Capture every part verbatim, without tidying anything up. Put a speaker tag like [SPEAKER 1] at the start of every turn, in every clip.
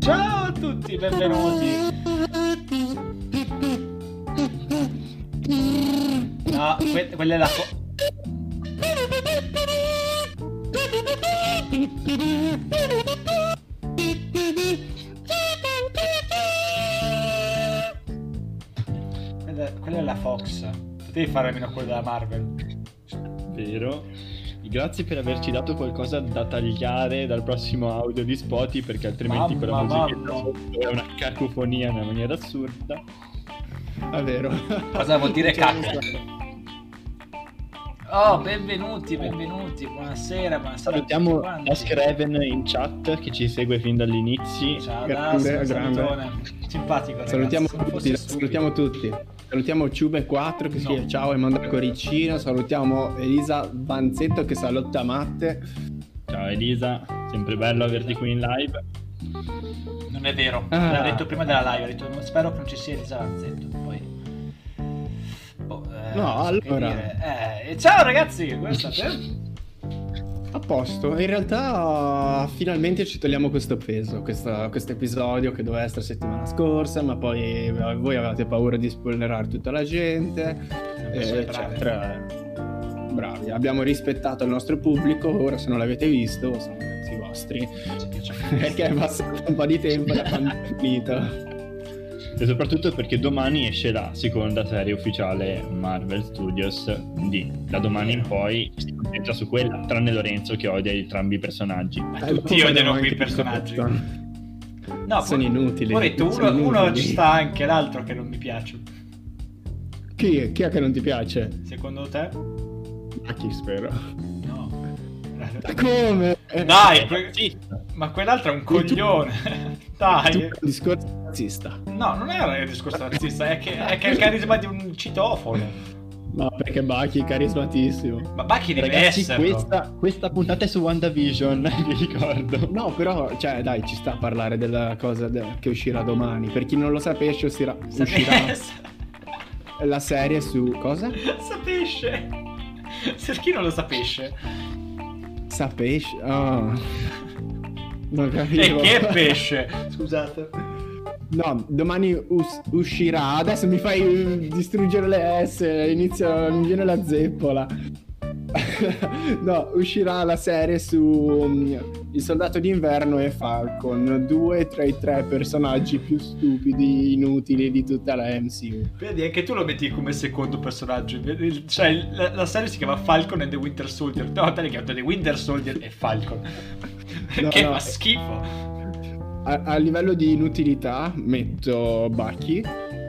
[SPEAKER 1] Ciao a tutti, benvenuti. No, que- quella è la fo- quella, quella è la Fox. Potevi fare almeno quella della Marvel.
[SPEAKER 2] Vero. Grazie per averci dato qualcosa da tagliare dal prossimo audio di Spotty, perché altrimenti
[SPEAKER 1] Mamma,
[SPEAKER 2] quella musichetta
[SPEAKER 1] mamma.
[SPEAKER 2] sotto è una cacofonia in una maniera assurda.
[SPEAKER 3] È vero.
[SPEAKER 1] Cosa vuol dire
[SPEAKER 3] Ciao,
[SPEAKER 1] cacca? Oh, benvenuti, benvenuti. Buonasera, buonasera.
[SPEAKER 2] Salutiamo
[SPEAKER 1] a tutti quanti.
[SPEAKER 2] Dusk Raven in chat che ci segue fin dagli inizi.
[SPEAKER 1] Ciao,
[SPEAKER 3] Grande,
[SPEAKER 1] Dusk,
[SPEAKER 3] grande.
[SPEAKER 1] salutone. Simpatico, ragazzi.
[SPEAKER 3] Salutiamo
[SPEAKER 1] se non fosse
[SPEAKER 3] tutti,
[SPEAKER 1] stupido.
[SPEAKER 3] salutiamo tutti. Salutiamo Ciube quattro che
[SPEAKER 1] No.
[SPEAKER 3] scrive ciao e manda il coricino. Salutiamo Elisa Vanzetto che saluta Matte.
[SPEAKER 2] Ciao Elisa, sempre bello averti qui in live.
[SPEAKER 1] Non è vero,
[SPEAKER 3] Ah.
[SPEAKER 1] l'ha detto prima della live, ha detto "Non- spero che non ci sia Elisa Lanzetto". Poi boh, eh,
[SPEAKER 3] No,
[SPEAKER 1] non so che
[SPEAKER 3] allora.
[SPEAKER 1] dire. Eh, ciao ragazzi, come state?
[SPEAKER 3] A posto. In realtà finalmente ci togliamo questo peso, questo episodio che doveva essere settimana scorsa, ma poi voi avevate paura di spoilerare tutta la gente,
[SPEAKER 1] persone brave.
[SPEAKER 3] eccetera. Bravi, abbiamo rispettato il nostro pubblico, ora se non l'avete visto sono cazzi vostri.
[SPEAKER 1] Ci piace.
[SPEAKER 3] Perché è passato un po' di tempo da quando è finito.
[SPEAKER 2] E soprattutto perché domani esce la seconda serie ufficiale Marvel Studios, quindi da domani in poi si concentra su quella, tranne Lorenzo che odia entrambi i personaggi.
[SPEAKER 1] Ma
[SPEAKER 3] Eh,
[SPEAKER 1] tutti
[SPEAKER 3] dopo
[SPEAKER 1] odiano
[SPEAKER 3] faremo
[SPEAKER 1] quei
[SPEAKER 3] anche
[SPEAKER 1] personaggi.
[SPEAKER 3] questo.
[SPEAKER 1] No,
[SPEAKER 3] Sono
[SPEAKER 1] poi-
[SPEAKER 3] inutili,
[SPEAKER 1] Poveretto,
[SPEAKER 3] sono
[SPEAKER 1] uno, uno
[SPEAKER 3] inutili.
[SPEAKER 1] ci sta anche, l'altro che non mi piace.
[SPEAKER 3] Chi, chi è che non ti piace?
[SPEAKER 1] Secondo te?
[SPEAKER 3] A chi spero?
[SPEAKER 1] No.
[SPEAKER 3] Ma come? Eh,
[SPEAKER 1] Dai, que-
[SPEAKER 2] Sì.
[SPEAKER 1] ma quell'altro è un
[SPEAKER 3] tu-
[SPEAKER 1] coglione.
[SPEAKER 3] Tu
[SPEAKER 1] Dai.
[SPEAKER 3] un discorso razzista.
[SPEAKER 1] No, non è un discorso razzista, è che, è che è il carisma di un citofono.
[SPEAKER 3] No, perché Baki è carismatissimo.
[SPEAKER 1] Ma Bacchi deve
[SPEAKER 2] Ragazzi,
[SPEAKER 1] esserlo.
[SPEAKER 2] questa, questa puntata è su WandaVision, vi ricordo.
[SPEAKER 3] No, però, cioè, dai, ci sta a parlare della cosa de- che uscirà domani. Per chi non lo sapesse, uscirà, uscirà la serie su cosa?
[SPEAKER 1] Sapesce. Se chi non lo sapesce.
[SPEAKER 3] Sapesce? Oh. Non capivo.
[SPEAKER 1] E che pesce? Scusate.
[SPEAKER 3] No, domani us- uscirà. Adesso mi fai uh, distruggere le S. Inizio, mi viene la zeppola. No, uscirà la serie su um, Il Soldato d'Inverno e Falcon, due tra i tre personaggi più stupidi, inutili di tutta la M C U.
[SPEAKER 1] Vedi, anche tu lo metti come secondo personaggio. Il- Cioè, la, la serie si chiama Falcon and the Winter Soldier. No, te l'hai chiamato The Winter Soldier e Falcon.
[SPEAKER 3] No,
[SPEAKER 1] che
[SPEAKER 3] no.
[SPEAKER 1] fa schifo.
[SPEAKER 3] A, a livello di inutilità metto Bucky,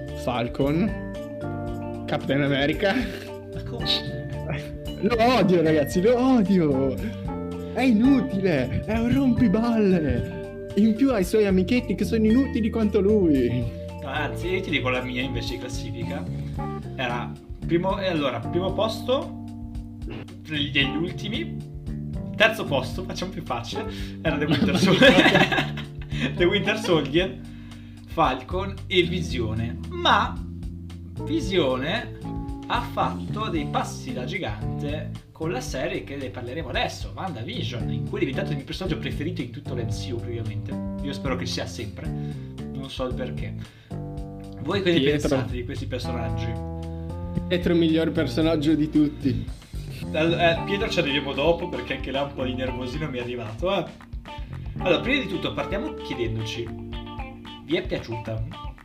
[SPEAKER 3] Falcon, Captain America.
[SPEAKER 1] Ma come?
[SPEAKER 3] Lo odio, ragazzi, lo odio. È inutile, è un rompiballe. In più ha i suoi amichetti che sono inutili quanto lui.
[SPEAKER 1] No, anzi, io ti dico la mia invece di classifica. Era primo, e allora, primo posto degli degli ultimi. Terzo posto, facciamo più facile. Era The Winter Soldier. The Winter Soldier, Falcon e Visione. Ma Visione ha fatto dei passi da gigante con la serie che ne parleremo adesso, WandaVision, in cui è diventato il mio personaggio preferito in tutto l'M C U praticamente. Io spero che sia sempre, non so il perché. Voi che ne
[SPEAKER 3] Pietro.
[SPEAKER 1] pensate di questi personaggi?
[SPEAKER 3] Pietro, il miglior personaggio di tutti.
[SPEAKER 1] Al- eh, Pietro ci arriviamo dopo perché anche là un po' di nervosino mi è arrivato. eh. Allora, prima di tutto partiamo chiedendoci, vi è piaciuta?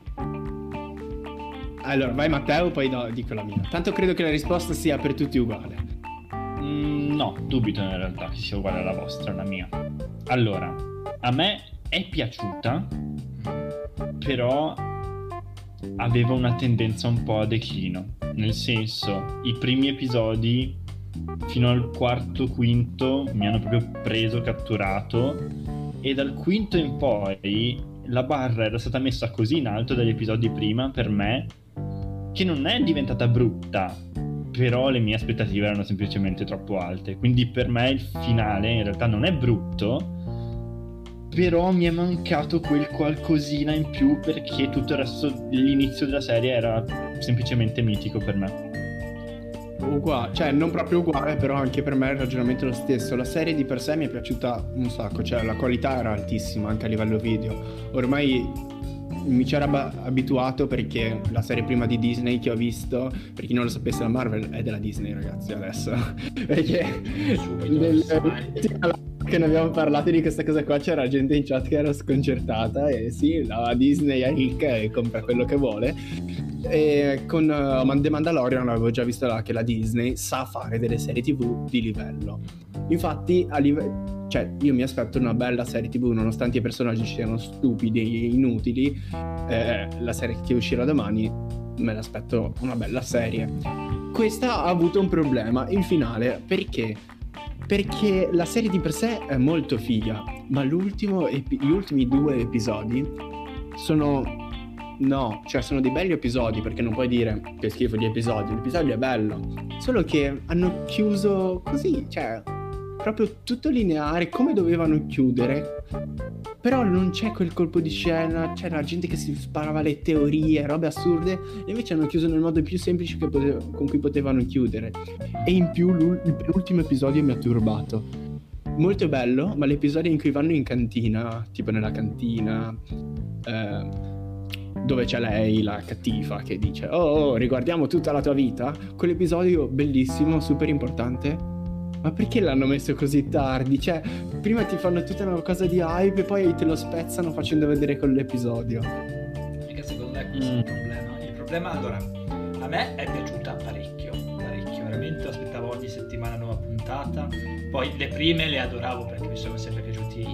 [SPEAKER 3] Allora, vai Matteo, poi no, dico la mia. Tanto credo che la risposta sia per tutti uguale.
[SPEAKER 2] Mm, no, dubito in realtà che sia uguale alla vostra, alla mia. Allora, a me è piaciuta, però aveva una tendenza un po' a declino. Nel senso, i primi episodi fino al quarto, quinto mi hanno proprio preso, catturato, e dal quinto in poi la barra era stata messa così in alto dagli episodi prima per me che non è diventata brutta, però le mie aspettative erano semplicemente troppo alte. Quindi per me il finale in realtà non è brutto, però mi è mancato quel qualcosina in più, perché tutto il resto, l'inizio della serie era semplicemente mitico per me.
[SPEAKER 3] uguale, cioè non proprio uguale, però anche per me il ragionamento è lo stesso. La serie di per sé mi è piaciuta un sacco, cioè la qualità era altissima anche a livello video. Ormai mi c'era ba- abituato perché la serie prima di Disney che ho visto, per chi non lo sapesse, la Marvel è della Disney, ragazzi, adesso. Perché
[SPEAKER 1] Subito,
[SPEAKER 3] nel,
[SPEAKER 1] sai.
[SPEAKER 3] che ne abbiamo parlato di questa cosa qua, c'era gente in chat che era sconcertata e sì, la Disney è ricca e compra quello che vuole. E con uh, The Mandalorian avevo già visto là che la Disney sa fare delle serie tv di livello. Infatti a livello, cioè io mi aspetto una bella serie tv, nonostante i personaggi siano stupidi e inutili. Eh, la serie che uscirà domani me l'aspetto una bella serie. Questa ha avuto un problema, il finale. Perché? Perché la serie di per sé è molto figa, ma l'ultimo epi- gli ultimi due episodi sono... No, cioè sono dei belli episodi, perché non puoi dire che schifo di episodi, l'episodio è bello, solo che hanno chiuso così, cioè proprio tutto lineare, come dovevano chiudere, però non c'è quel colpo di scena, c'era gente che si sparava le teorie, robe assurde, e invece hanno chiuso nel modo più semplice che pote- con cui potevano chiudere. E in più l'ul- il penultimo episodio mi ha turbato. Molto bello, ma l'episodio in cui vanno in cantina, tipo nella cantina... Eh, dove c'è lei, la cattiva, che dice oh, oh, riguardiamo tutta la tua vita. Quell'episodio bellissimo, super importante. Ma perché l'hanno messo così tardi? Cioè, prima ti fanno tutta una cosa di hype e poi te lo spezzano facendo vedere quell'episodio.
[SPEAKER 1] Perché secondo me questo è il problema. Il problema, allora, a me è piaciuta parecchio, parecchio. Veramente aspettavo ogni settimana nuova puntata. Poi le prime le adoravo perché mi sono sempre piaciuti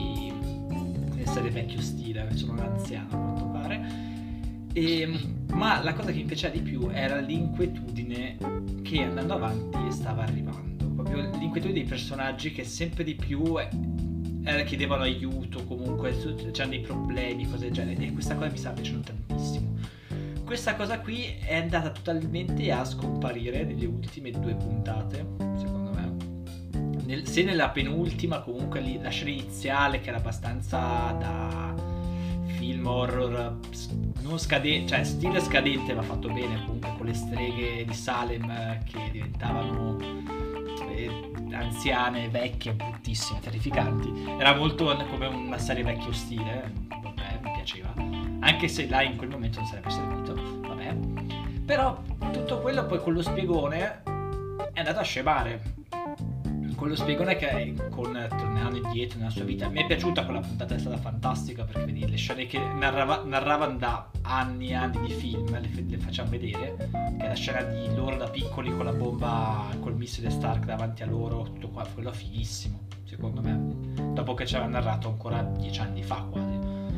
[SPEAKER 1] le serie vecchio stile, sono un anziano a quanto pare. E, ma la cosa che mi piaceva di più era l'inquietudine che andando avanti stava arrivando, proprio l'inquietudine dei personaggi che sempre di più eh, chiedevano aiuto, comunque c'erano dei problemi, cose del genere, e questa cosa mi stava piacendo tantissimo. Questa cosa qui è andata totalmente a scomparire nelle ultime due puntate, secondo me. Nel, se nella penultima comunque lì, la scena iniziale che era abbastanza da film horror non scadente, cioè stile scadente ma fatto bene, comunque con le streghe di Salem che diventavano eh, anziane, vecchie, bruttissime, terrificanti. Era molto come una serie vecchio stile, vabbè, mi piaceva, anche se là in quel momento non sarebbe servito, vabbè. Però tutto quello poi con lo spiegone è andato a scemare. Quello spiegone che con tornando indietro nella sua vita mi è piaciuta quella puntata, è stata fantastica perché vedi le scene che narrava, narravano da anni e anni di film, le, le facciamo vedere, che è la scena di loro da piccoli con la bomba, col missile Stark davanti a loro, tutto qua, quello fighissimo secondo me, dopo che ci aveva narrato ancora dieci anni fa quasi,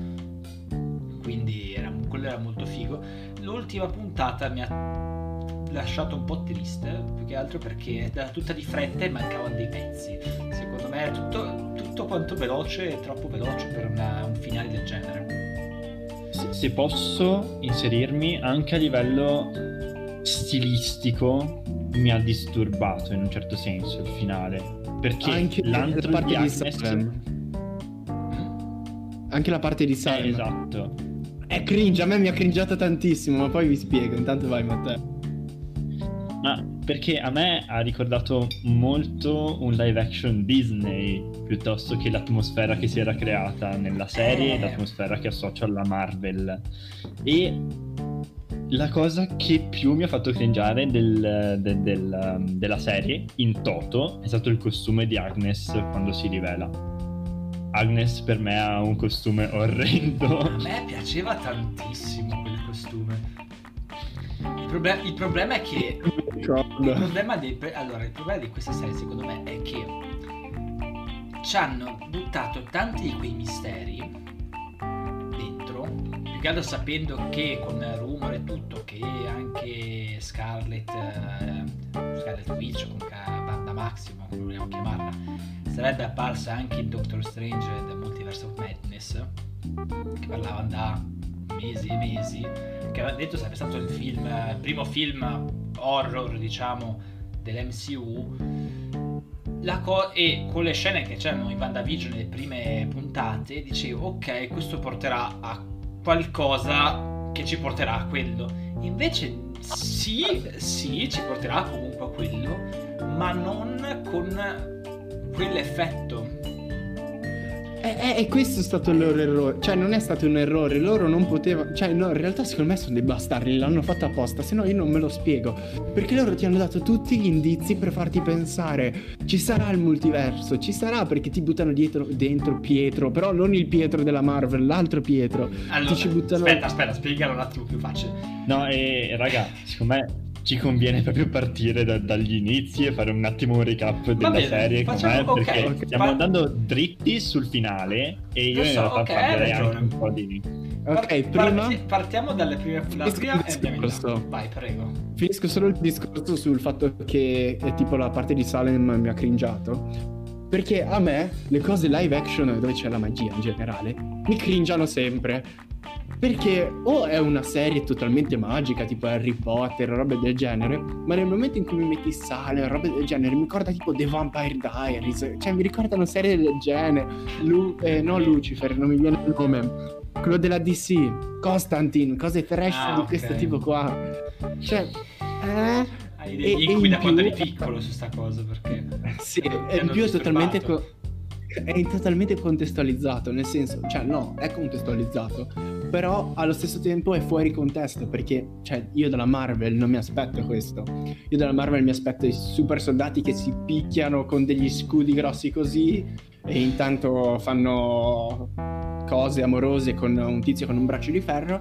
[SPEAKER 1] quindi era, quello era molto figo. L'ultima puntata mi ha lasciato un po' triste, più che altro perché era tutta di fretta e mancavano dei pezzi. Secondo me è tutto, tutto quanto veloce, troppo veloce per una, un finale del genere.
[SPEAKER 2] Se, se posso inserirmi, anche a livello stilistico mi ha disturbato in un certo senso il finale, perché
[SPEAKER 3] anche
[SPEAKER 2] l'antro
[SPEAKER 3] la parte
[SPEAKER 2] di
[SPEAKER 3] di
[SPEAKER 2] Agnes...
[SPEAKER 3] Salem. Anche la parte di Salem.
[SPEAKER 2] Eh, esatto.
[SPEAKER 3] È cringe, a me mi ha cringiato tantissimo, ma poi vi spiego, intanto vai Matteo.
[SPEAKER 2] Ma perché a me ha ricordato molto un live action Disney piuttosto che l'atmosfera che si era creata nella serie,
[SPEAKER 1] eh.
[SPEAKER 2] l'atmosfera che associo alla Marvel. E la cosa che più mi ha fatto cringiare del, del, del, della serie in toto è stato il costume di Agnes quando si rivela. Agnes per me ha un costume orrendo.
[SPEAKER 1] A me piaceva tantissimo quel costume. Il, proble- il problema è che il problema, dei, allora, il problema di questa serie secondo me è che ci hanno buttato tanti di quei misteri dentro, più che altro sapendo che con rumore e tutto che anche Scarlet eh, Scarlet Witch, comunque Banda Maxima come vogliamo chiamarla, sarebbe apparsa anche in Doctor Strange e The Multiverse of Madness, che parlavano da mesi e mesi, che aveva detto sarebbe stato il film, il primo film horror diciamo dell'M C U, la co- e con le scene che c'erano in WandaVision nelle prime puntate dicevo ok, questo porterà a qualcosa che ci porterà a quello, invece Sì, sì, ci porterà comunque a quello, ma non con quell'effetto.
[SPEAKER 3] E, e questo è stato il loro errore. Cioè non è stato un errore, loro non potevano. Cioè no, in realtà secondo me sono dei bastardi, l'hanno fatto apposta, se no io non me lo spiego. Perché loro ti hanno dato tutti gli indizi per farti pensare ci sarà il multiverso, ci sarà, perché ti buttano dietro, dentro Pietro. Però non il Pietro della Marvel, l'altro Pietro.
[SPEAKER 1] Allora,
[SPEAKER 3] Ti ci buttano...
[SPEAKER 1] aspetta, aspetta, spiegalo un attimo più facile.
[SPEAKER 2] No, e raga, secondo me ci conviene proprio partire da, dagli inizi e fare un attimo un recap della
[SPEAKER 1] bene,
[SPEAKER 2] serie
[SPEAKER 1] facciamo-
[SPEAKER 2] com'è,
[SPEAKER 1] ok,
[SPEAKER 2] perché
[SPEAKER 1] ok.
[SPEAKER 2] stiamo
[SPEAKER 1] Pa-
[SPEAKER 2] andando dritti sul finale e io
[SPEAKER 1] Lo
[SPEAKER 2] in
[SPEAKER 1] so,
[SPEAKER 2] realtà
[SPEAKER 1] ok, hai
[SPEAKER 2] parlerei
[SPEAKER 1] ragione.
[SPEAKER 2] anche un po' di...
[SPEAKER 3] Ok,
[SPEAKER 1] Par-
[SPEAKER 3] prima
[SPEAKER 1] parti- partiamo dalle prime dalla
[SPEAKER 3] Finisco
[SPEAKER 1] prima
[SPEAKER 3] il
[SPEAKER 1] e andiamo in là.
[SPEAKER 3] discorso.
[SPEAKER 1] Vai, prego.
[SPEAKER 3] Finisco solo il discorso sul fatto che è tipo la parte di Salem mi ha cringiato. Perché a me le cose live action dove c'è la magia in generale mi cringiano sempre. Perché o è una serie totalmente magica tipo Harry Potter o robe del genere, ma nel momento in cui mi metti Salem o robe del genere mi ricorda tipo The Vampire Diaries. Cioè mi ricordano serie del genere. Lu- eh, no Lucifer, non mi viene il nome. Quello della D C, Constantine, cose trash
[SPEAKER 1] Ah,
[SPEAKER 3] di
[SPEAKER 1] ok.
[SPEAKER 3] questo tipo qua. Cioè, eh,
[SPEAKER 1] Hai
[SPEAKER 3] E-
[SPEAKER 1] degli
[SPEAKER 3] e
[SPEAKER 1] incubi
[SPEAKER 3] in
[SPEAKER 1] da quando
[SPEAKER 3] più-
[SPEAKER 1] eri piccolo su sta cosa, perché
[SPEAKER 3] sì,
[SPEAKER 1] ti
[SPEAKER 3] e in
[SPEAKER 1] hanno
[SPEAKER 3] più è totalmente,
[SPEAKER 1] disturbato.
[SPEAKER 3] co- è totalmente contestualizzato, nel senso, cioè no, è contestualizzato, però allo stesso tempo è fuori contesto, perché cioè io dalla Marvel non mi aspetto questo. Io dalla Marvel mi aspetto i super soldati che si picchiano con degli scudi grossi così e intanto fanno cose amorose con un tizio con un braccio di ferro.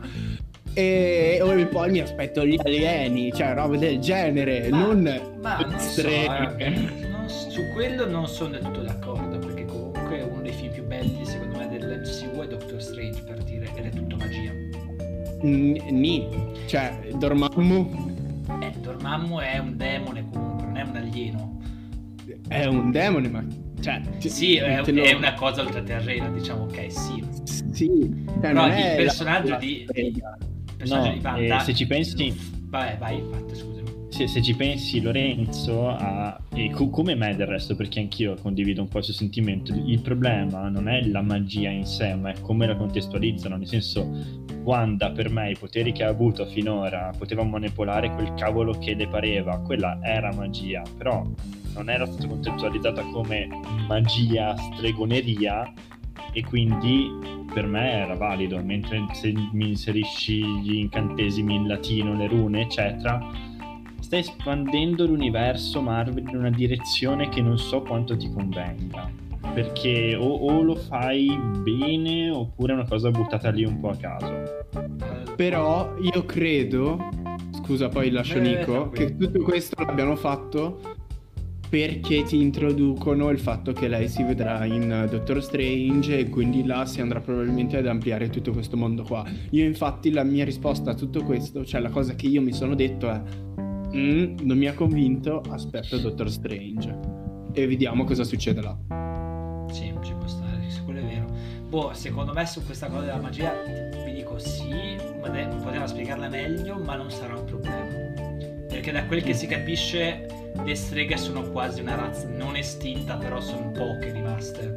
[SPEAKER 3] E ora poi mi aspetto gli alieni, cioè robe del genere,
[SPEAKER 1] Ma-
[SPEAKER 3] non
[SPEAKER 1] ma non so,
[SPEAKER 3] estremi.
[SPEAKER 1] eh, non- su quello non sono del tutto d'accordo, perché comunque uno dei film più belli secondo me dell'M C U è Doctor Strange, per dire, ed è tutto magia.
[SPEAKER 3] N- Ni, cioè Dormammu
[SPEAKER 1] Eh, Dormammu è un demone comunque, non è un alieno.
[SPEAKER 3] è un demone, ma cioè ti-
[SPEAKER 1] Sì, è,
[SPEAKER 3] te lo-
[SPEAKER 1] è una cosa ultraterrena, diciamo, ok, sì.
[SPEAKER 3] Sì, cioè,
[SPEAKER 1] Però
[SPEAKER 3] non
[SPEAKER 1] il
[SPEAKER 3] è
[SPEAKER 1] personaggio
[SPEAKER 3] la-
[SPEAKER 1] di-
[SPEAKER 3] la strega.
[SPEAKER 1] Il personaggio
[SPEAKER 2] No,
[SPEAKER 1] di Wanda...
[SPEAKER 2] e se ci pensi-
[SPEAKER 1] Vabbè, vai, fatte, scusami.
[SPEAKER 2] Se, se ci pensi, Lorenzo ha, e co- come me del resto, perché anch'io condivido un po' il suo sentimento, il problema non è la magia in sé, ma è come la contestualizzano. Nel senso, Wanda per me i poteri che ha avuto finora, poteva manipolare quel cavolo che le pareva, quella era magia, però non era stata contestualizzata come magia, stregoneria, e quindi per me era valido. Mentre se mi inserisci gli incantesimi in latino, le rune eccetera, stai espandendo l'universo Marvel in una direzione che non so quanto ti convenga, perché o, o lo fai bene oppure è una cosa buttata lì un po' a caso.
[SPEAKER 3] Però io credo, scusa poi lascio
[SPEAKER 1] Eh,
[SPEAKER 3] Nico,
[SPEAKER 1] tranquillo.
[SPEAKER 3] che tutto questo l'abbiano fatto perché ti introducono il fatto che lei si vedrà in Doctor Strange e quindi là si andrà probabilmente ad ampliare tutto questo mondo qua. Io infatti la mia risposta a tutto questo, cioè la cosa che io mi sono detto è "Mm, non mi ha convinto, aspetto Doctor Strange e vediamo cosa succede là".
[SPEAKER 1] Sì, ci può stare, se quello è vero. Boh, secondo me su questa cosa della magia vi dico sì, ma de- poteva spiegarla meglio, ma non sarà un problema. Perché da quel che si capisce le streghe sono quasi una razza non estinta, però sono poche rimaste.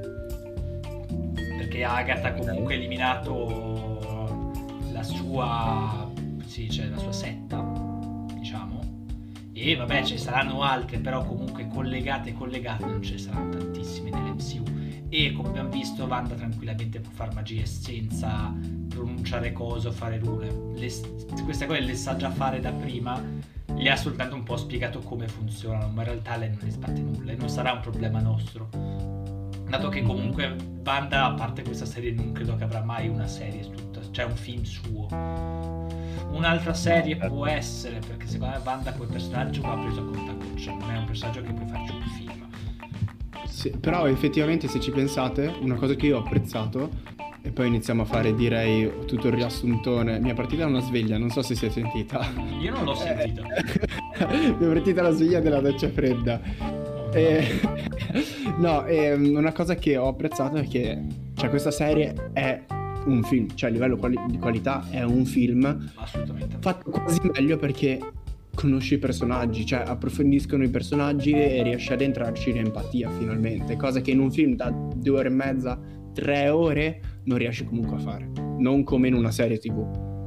[SPEAKER 1] Perché Agatha ha comunque eliminato la sua, sì, cioè la sua setta, diciamo. E vabbè, ci saranno altre, però comunque collegate collegate non ce ne saranno tantissime nell'M C U. E come abbiamo visto, Wanda tranquillamente può fare magie senza pronunciare cose o fare rune. Le, queste cose le sa già fare da prima, le ha soltanto un po' spiegato come funzionano, ma in realtà lei non ne sbatte nulla e non sarà un problema nostro. Dato che comunque Wanda, a parte questa serie, non credo che avrà mai una serie tutta, cioè un film suo. Un'altra serie può essere, perché secondo me Wanda quel personaggio va preso a contagoccia, non è un personaggio che puoi farci un film.
[SPEAKER 3] Sì, però effettivamente se ci pensate, una cosa che io ho apprezzato, e poi iniziamo a fare direi tutto il riassuntone, mi è partita una sveglia, non so se si è sentita.
[SPEAKER 1] Io non l'ho sentita.
[SPEAKER 3] Mi è partita la sveglia della doccia fredda. E... no, e, una cosa che ho apprezzato è che cioè, questa serie è un film, cioè a livello quali- di qualità è un film
[SPEAKER 1] Assolutamente.
[SPEAKER 3] fatto quasi meglio perché conosci i personaggi, cioè approfondiscono i personaggi e riesci ad entrarci in empatia finalmente, cosa che in un film da due ore e mezza, tre ore non riesci comunque a fare, non come in una serie tivù.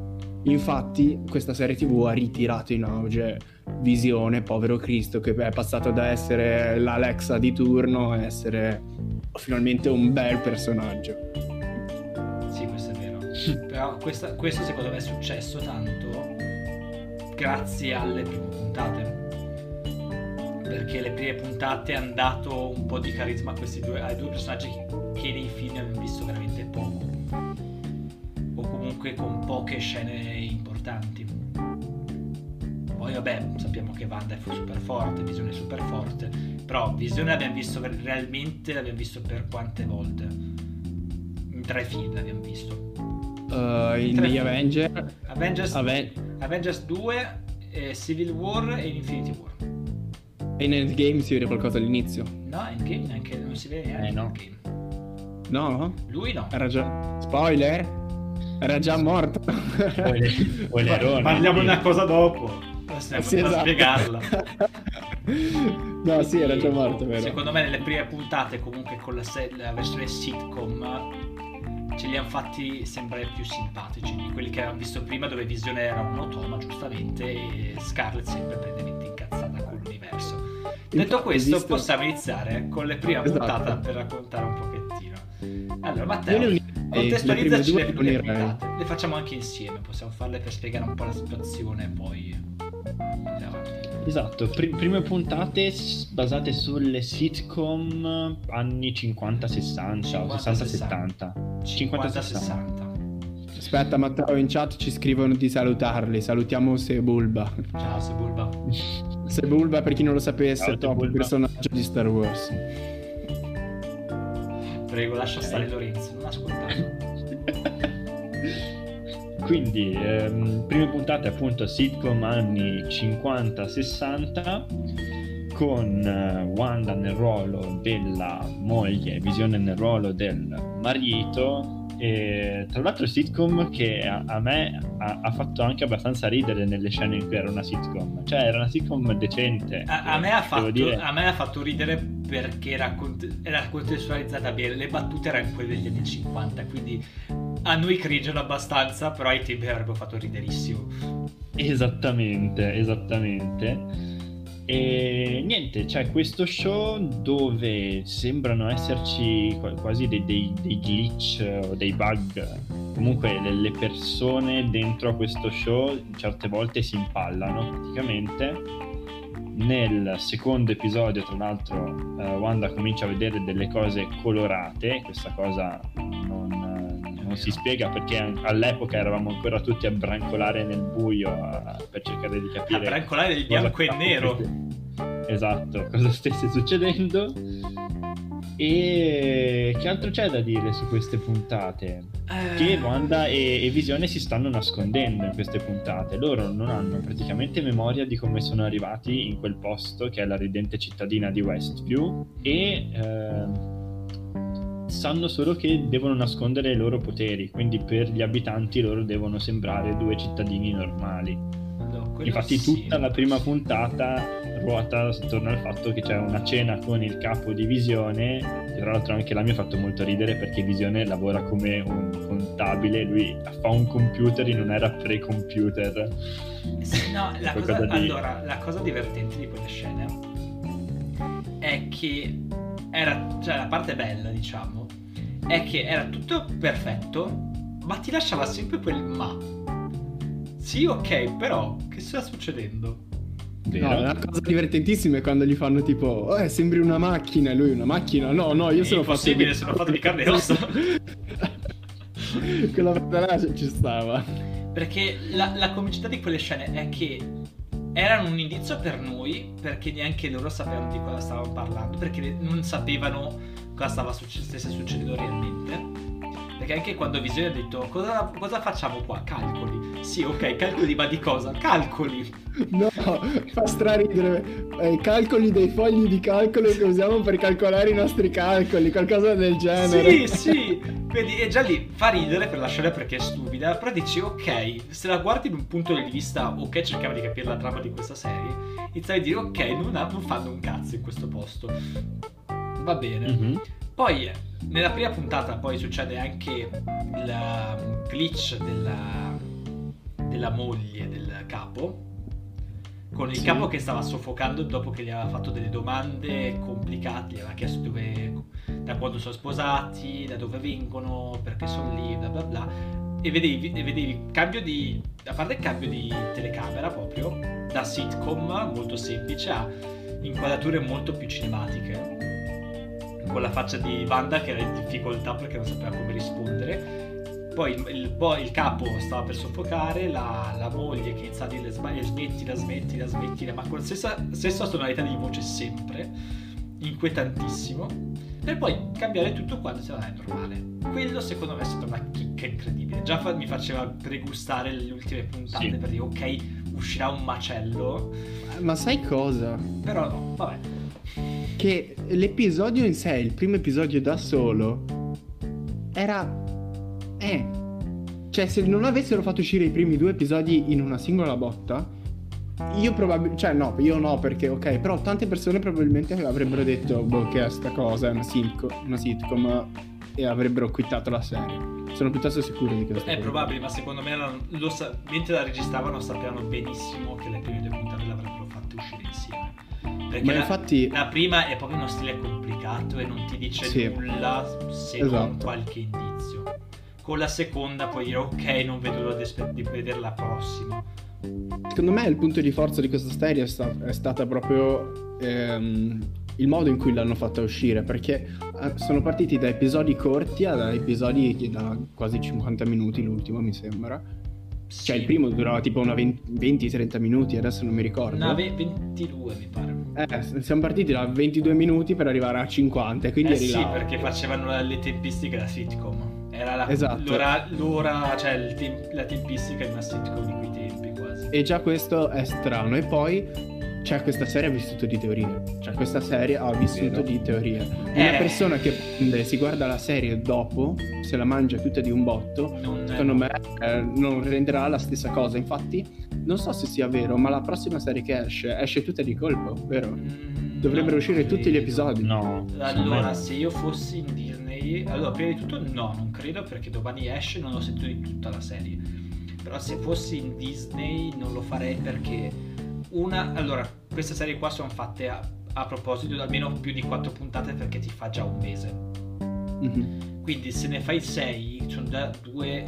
[SPEAKER 3] Infatti questa serie tv ha ritirato in auge Visione, povero Cristo, che è passato da essere l'Alexa di turno a essere finalmente un bel personaggio.
[SPEAKER 1] Sì, questo è vero. Però questa, questo secondo me è successo tanto grazie alle prime puntate, perché le prime puntate hanno dato un po' di carisma a questi due, ai due personaggi che, che nei film abbiamo visto veramente poco, o comunque con poche scene importanti. Poi vabbè, sappiamo che Wanda è super forte, Visione è super forte, però Visione l'abbiamo visto realmente, l'abbiamo visto per quante volte? In tre film l'abbiamo visto.
[SPEAKER 3] Uh, in The Avengers,
[SPEAKER 1] Avengers,
[SPEAKER 3] Aven-
[SPEAKER 1] Avengers due, eh, Civil War e Infinity War.
[SPEAKER 3] E in Endgame si vede qualcosa all'inizio?
[SPEAKER 1] No, Endgame neanche, non si vede neanche
[SPEAKER 2] Eh, no.
[SPEAKER 1] Endgame.
[SPEAKER 3] No?
[SPEAKER 1] Lui no.
[SPEAKER 3] Era già... Spoiler? Era già morto.
[SPEAKER 2] Spoilerone.
[SPEAKER 1] Parliamo di una cosa dopo. Stiamo
[SPEAKER 3] Sì,
[SPEAKER 1] per
[SPEAKER 3] esatto.
[SPEAKER 1] spiegarla.
[SPEAKER 3] No, sì, era già morto, vero?
[SPEAKER 1] Secondo me nelle prime puntate, comunque con la, se- la versione sitcom, ce li hanno fatti sembrare più simpatici di quelli che avevamo visto prima, dove Visione era un automa, giustamente, e Scarlet sempre prendemente incazzata con l'universo. Detto
[SPEAKER 3] Infatti,
[SPEAKER 1] questo,
[SPEAKER 3] esiste-
[SPEAKER 1] possiamo iniziare con le prime
[SPEAKER 3] Esatto.
[SPEAKER 1] puntate per raccontare un pochettino. Allora, Matteo,
[SPEAKER 3] Io le unirei,
[SPEAKER 1] contestualizzaci
[SPEAKER 3] le
[SPEAKER 1] le
[SPEAKER 3] prime due
[SPEAKER 1] prime
[SPEAKER 3] le unirei.
[SPEAKER 1] puntate. Le facciamo anche insieme, possiamo farle per spiegare un po' la situazione e poi andiamo avanti.
[SPEAKER 2] Esatto, pri- prime puntate s- basate sulle sitcom anni cinquanta sessanta o sessanta settanta.
[SPEAKER 1] cinquanta sessanta.
[SPEAKER 3] Aspetta, Matteo, in chat ci scrivono di salutarli. Salutiamo Sebulba.
[SPEAKER 1] Ciao Sebulba.
[SPEAKER 3] Sebulba, per chi non lo sapesse,
[SPEAKER 2] Ciao,
[SPEAKER 3] è top
[SPEAKER 2] Sebulba.
[SPEAKER 3] personaggio di Star Wars.
[SPEAKER 1] Prego, lascia stare Lorenzo, non ascoltarlo.
[SPEAKER 2] Quindi, ehm, prime puntate appunto sitcom anni cinquanta sessanta con eh, Wanda nel ruolo della moglie, Visione nel ruolo del marito. E tra l'altro sitcom che a, a me ha, ha fatto anche abbastanza ridere nelle scene in cui era una sitcom, cioè era una sitcom decente.
[SPEAKER 1] A, a me ha
[SPEAKER 2] devo
[SPEAKER 1] fatto,
[SPEAKER 2] dire.
[SPEAKER 1] a me ha fatto ridere perché era, cont- era contestualizzata bene, le battute erano quelle degli anni cinquanta, quindi a noi cringeano abbastanza, però ai tempi avrebbero fatto riderissimo.
[SPEAKER 2] Esattamente, esattamente. E niente, c'è questo show dove sembrano esserci qua- quasi dei, dei- dei glitch o dei bug. Comunque le, le persone dentro a questo show certe volte si impallano praticamente. Nel secondo episodio, tra l'altro, eh, Wanda comincia a vedere delle cose colorate. Questa cosa non, eh, non si spiega perché all'epoca eravamo ancora tutti a brancolare nel buio a- per cercare di capire
[SPEAKER 1] A brancolare il
[SPEAKER 2] cosa
[SPEAKER 1] bianco e
[SPEAKER 2] stesse-
[SPEAKER 1] nero.
[SPEAKER 2] Esatto, cosa stesse succedendo. E che altro c'è da dire su queste puntate? Che Wanda e, e Visione si stanno nascondendo in queste puntate. Loro non hanno praticamente memoria di come sono arrivati in quel posto che è la ridente cittadina di Westview e ehm, sanno solo che devono nascondere i loro poteri, quindi per gli abitanti loro devono sembrare due cittadini normali.
[SPEAKER 1] No, quello
[SPEAKER 2] Infatti
[SPEAKER 1] sì.
[SPEAKER 2] tutta la prima puntata ruota attorno al fatto che c'è una cena con il capo di Visione, che tra l'altro anche là mi ha fatto molto ridere perché Visione lavora come un contabile, lui fa un computer in un'era pre-computer.
[SPEAKER 1] Sì, no, la cosa,
[SPEAKER 2] Qualcosa di-
[SPEAKER 1] allora, la cosa divertente di quelle scene è che era, cioè la parte bella, diciamo, è che era tutto perfetto, ma ti lasciava sempre quel ma. Sì, ok, però che sta succedendo?
[SPEAKER 2] Vero?
[SPEAKER 3] No, una cosa divertentissima è quando gli fanno tipo, eh, sembri una macchina, e lui una macchina? No, no, io
[SPEAKER 1] È
[SPEAKER 3] sono fatto
[SPEAKER 1] impossibile, sono fatto di carne e ossa.
[SPEAKER 3] Quella volta là ci stava.
[SPEAKER 1] Perché la, la comicità di quelle scene è che erano un indizio per noi, perché neanche loro sapevano di cosa stavano parlando, perché non sapevano cosa stava succe- stesse succedendo realmente. Perché anche quando Visione ha detto cosa, cosa facciamo qua? Calcoli. Sì, ok, calcoli, ma di cosa? Calcoli.
[SPEAKER 3] No, fa straridere. Eh, calcoli dei fogli di calcolo che usiamo per calcolare i nostri calcoli, qualcosa del genere.
[SPEAKER 1] Sì, sì. Vedi, e già lì fa ridere per la scena perché è stupida, però dici ok, se la guardi in un punto di vista, ok, cerchiamo di capire la trama di questa serie, iniziai a dire ok, non, ha- non fanno un cazzo in questo posto. Va bene.
[SPEAKER 2] Mhm.
[SPEAKER 1] Poi nella prima puntata poi succede anche il um, glitch della della moglie del capo, con il
[SPEAKER 3] Sì.
[SPEAKER 1] capo che stava soffocando dopo che gli aveva fatto delle domande complicate, gli aveva chiesto dove, da quando sono sposati, da dove vengono, perché sono lì, bla bla bla, e vedevi, e vedevi cambio di, a parte il cambio di telecamera proprio, da sitcom molto semplice a inquadrature molto più cinematiche, con la faccia di Wanda che era in difficoltà perché non sapeva come rispondere. Poi il, il, poi il capo stava per soffocare, la, la moglie che iniziava a dire sbaglia, smettila, smettila, smettila, ma con la stessa, stessa tonalità di voce sempre, inquietantissimo, per poi cambiare tutto quando se non è normale. Quello secondo me è stata una chicca incredibile. Già fa, mi faceva pregustare le ultime puntate,
[SPEAKER 2] Sì.
[SPEAKER 1] per dire ok, uscirà un macello,
[SPEAKER 3] Ma sai cosa?
[SPEAKER 1] però no, vabbè.
[SPEAKER 3] Che l'episodio in sé, il primo episodio da solo, era... Eh... Cioè, se non avessero fatto uscire i primi due episodi in una singola botta, io probabilmente... Cioè, no, io no, perché, ok, però tante persone probabilmente avrebbero detto, boh, che è sta cosa, è una sitcom, una sitcom, e avrebbero quittato la serie. Sono piuttosto sicuro di questo.
[SPEAKER 1] È probabile, ma secondo me non- lo sa- mentre la registravano sapevano benissimo che le prime due puntate l'avrebbero fatte uscire insieme. Perché
[SPEAKER 3] Ma
[SPEAKER 1] la,
[SPEAKER 3] infatti...
[SPEAKER 1] la prima è proprio uno stile complicato e non ti dice
[SPEAKER 3] Sì.
[SPEAKER 1] nulla se non
[SPEAKER 3] Esatto.
[SPEAKER 1] qualche indizio. Con la seconda puoi dire ok, non vedo l'ora di, aspe- di vedere la prossima.
[SPEAKER 3] Secondo me il punto di forza di questa serie è, sta- è stata proprio ehm, il modo in cui l'hanno fatta uscire, perché eh, sono partiti da episodi corti a episodi che da quasi cinquanta minuti, l'ultimo mi sembra. Cioè
[SPEAKER 1] Sì.
[SPEAKER 3] il primo durava tipo una venti trenta minuti, adesso non mi ricordo.
[SPEAKER 1] No, ve- ventidue mi pare.
[SPEAKER 3] Eh, siamo partiti da ventidue minuti per arrivare a cinquanta, quindi
[SPEAKER 1] Eh
[SPEAKER 3] eri
[SPEAKER 1] sì,
[SPEAKER 3] là.
[SPEAKER 1] perché facevano le tempistiche da sitcom. Era la,
[SPEAKER 3] Esatto.
[SPEAKER 1] l'ora, l'ora, cioè il tem- la tempistica di una sitcom di quei tempi quasi.
[SPEAKER 3] E già questo è strano. E poi cioè questa serie ha vissuto di teorie. Cioè questa serie ha vissuto
[SPEAKER 2] Vero.
[SPEAKER 3] di teorie. Una
[SPEAKER 1] Eh.
[SPEAKER 3] persona che prende, si guarda la serie dopo, se la mangia tutta di un botto,
[SPEAKER 1] Non,
[SPEAKER 3] secondo me eh, non renderà la stessa cosa. Infatti non so se sia vero, ma la prossima serie che esce esce tutta di colpo, vero?
[SPEAKER 1] Mm,
[SPEAKER 3] Dovrebbero
[SPEAKER 1] non
[SPEAKER 3] uscire tutti gli
[SPEAKER 1] credo.
[SPEAKER 3] episodi.
[SPEAKER 2] No, secondo me
[SPEAKER 1] Allora,
[SPEAKER 2] no.
[SPEAKER 1] se io fossi in Disney, allora prima di tutto no, non credo perché domani esce, non ho sentito di tutta la serie. Però se fossi in Disney non lo farei perché una, allora, queste serie qua sono fatte a, a proposito di almeno più di quattro puntate perché ti fa già un mese.
[SPEAKER 3] Mhm.
[SPEAKER 1] Quindi se ne fai sei, sono già due,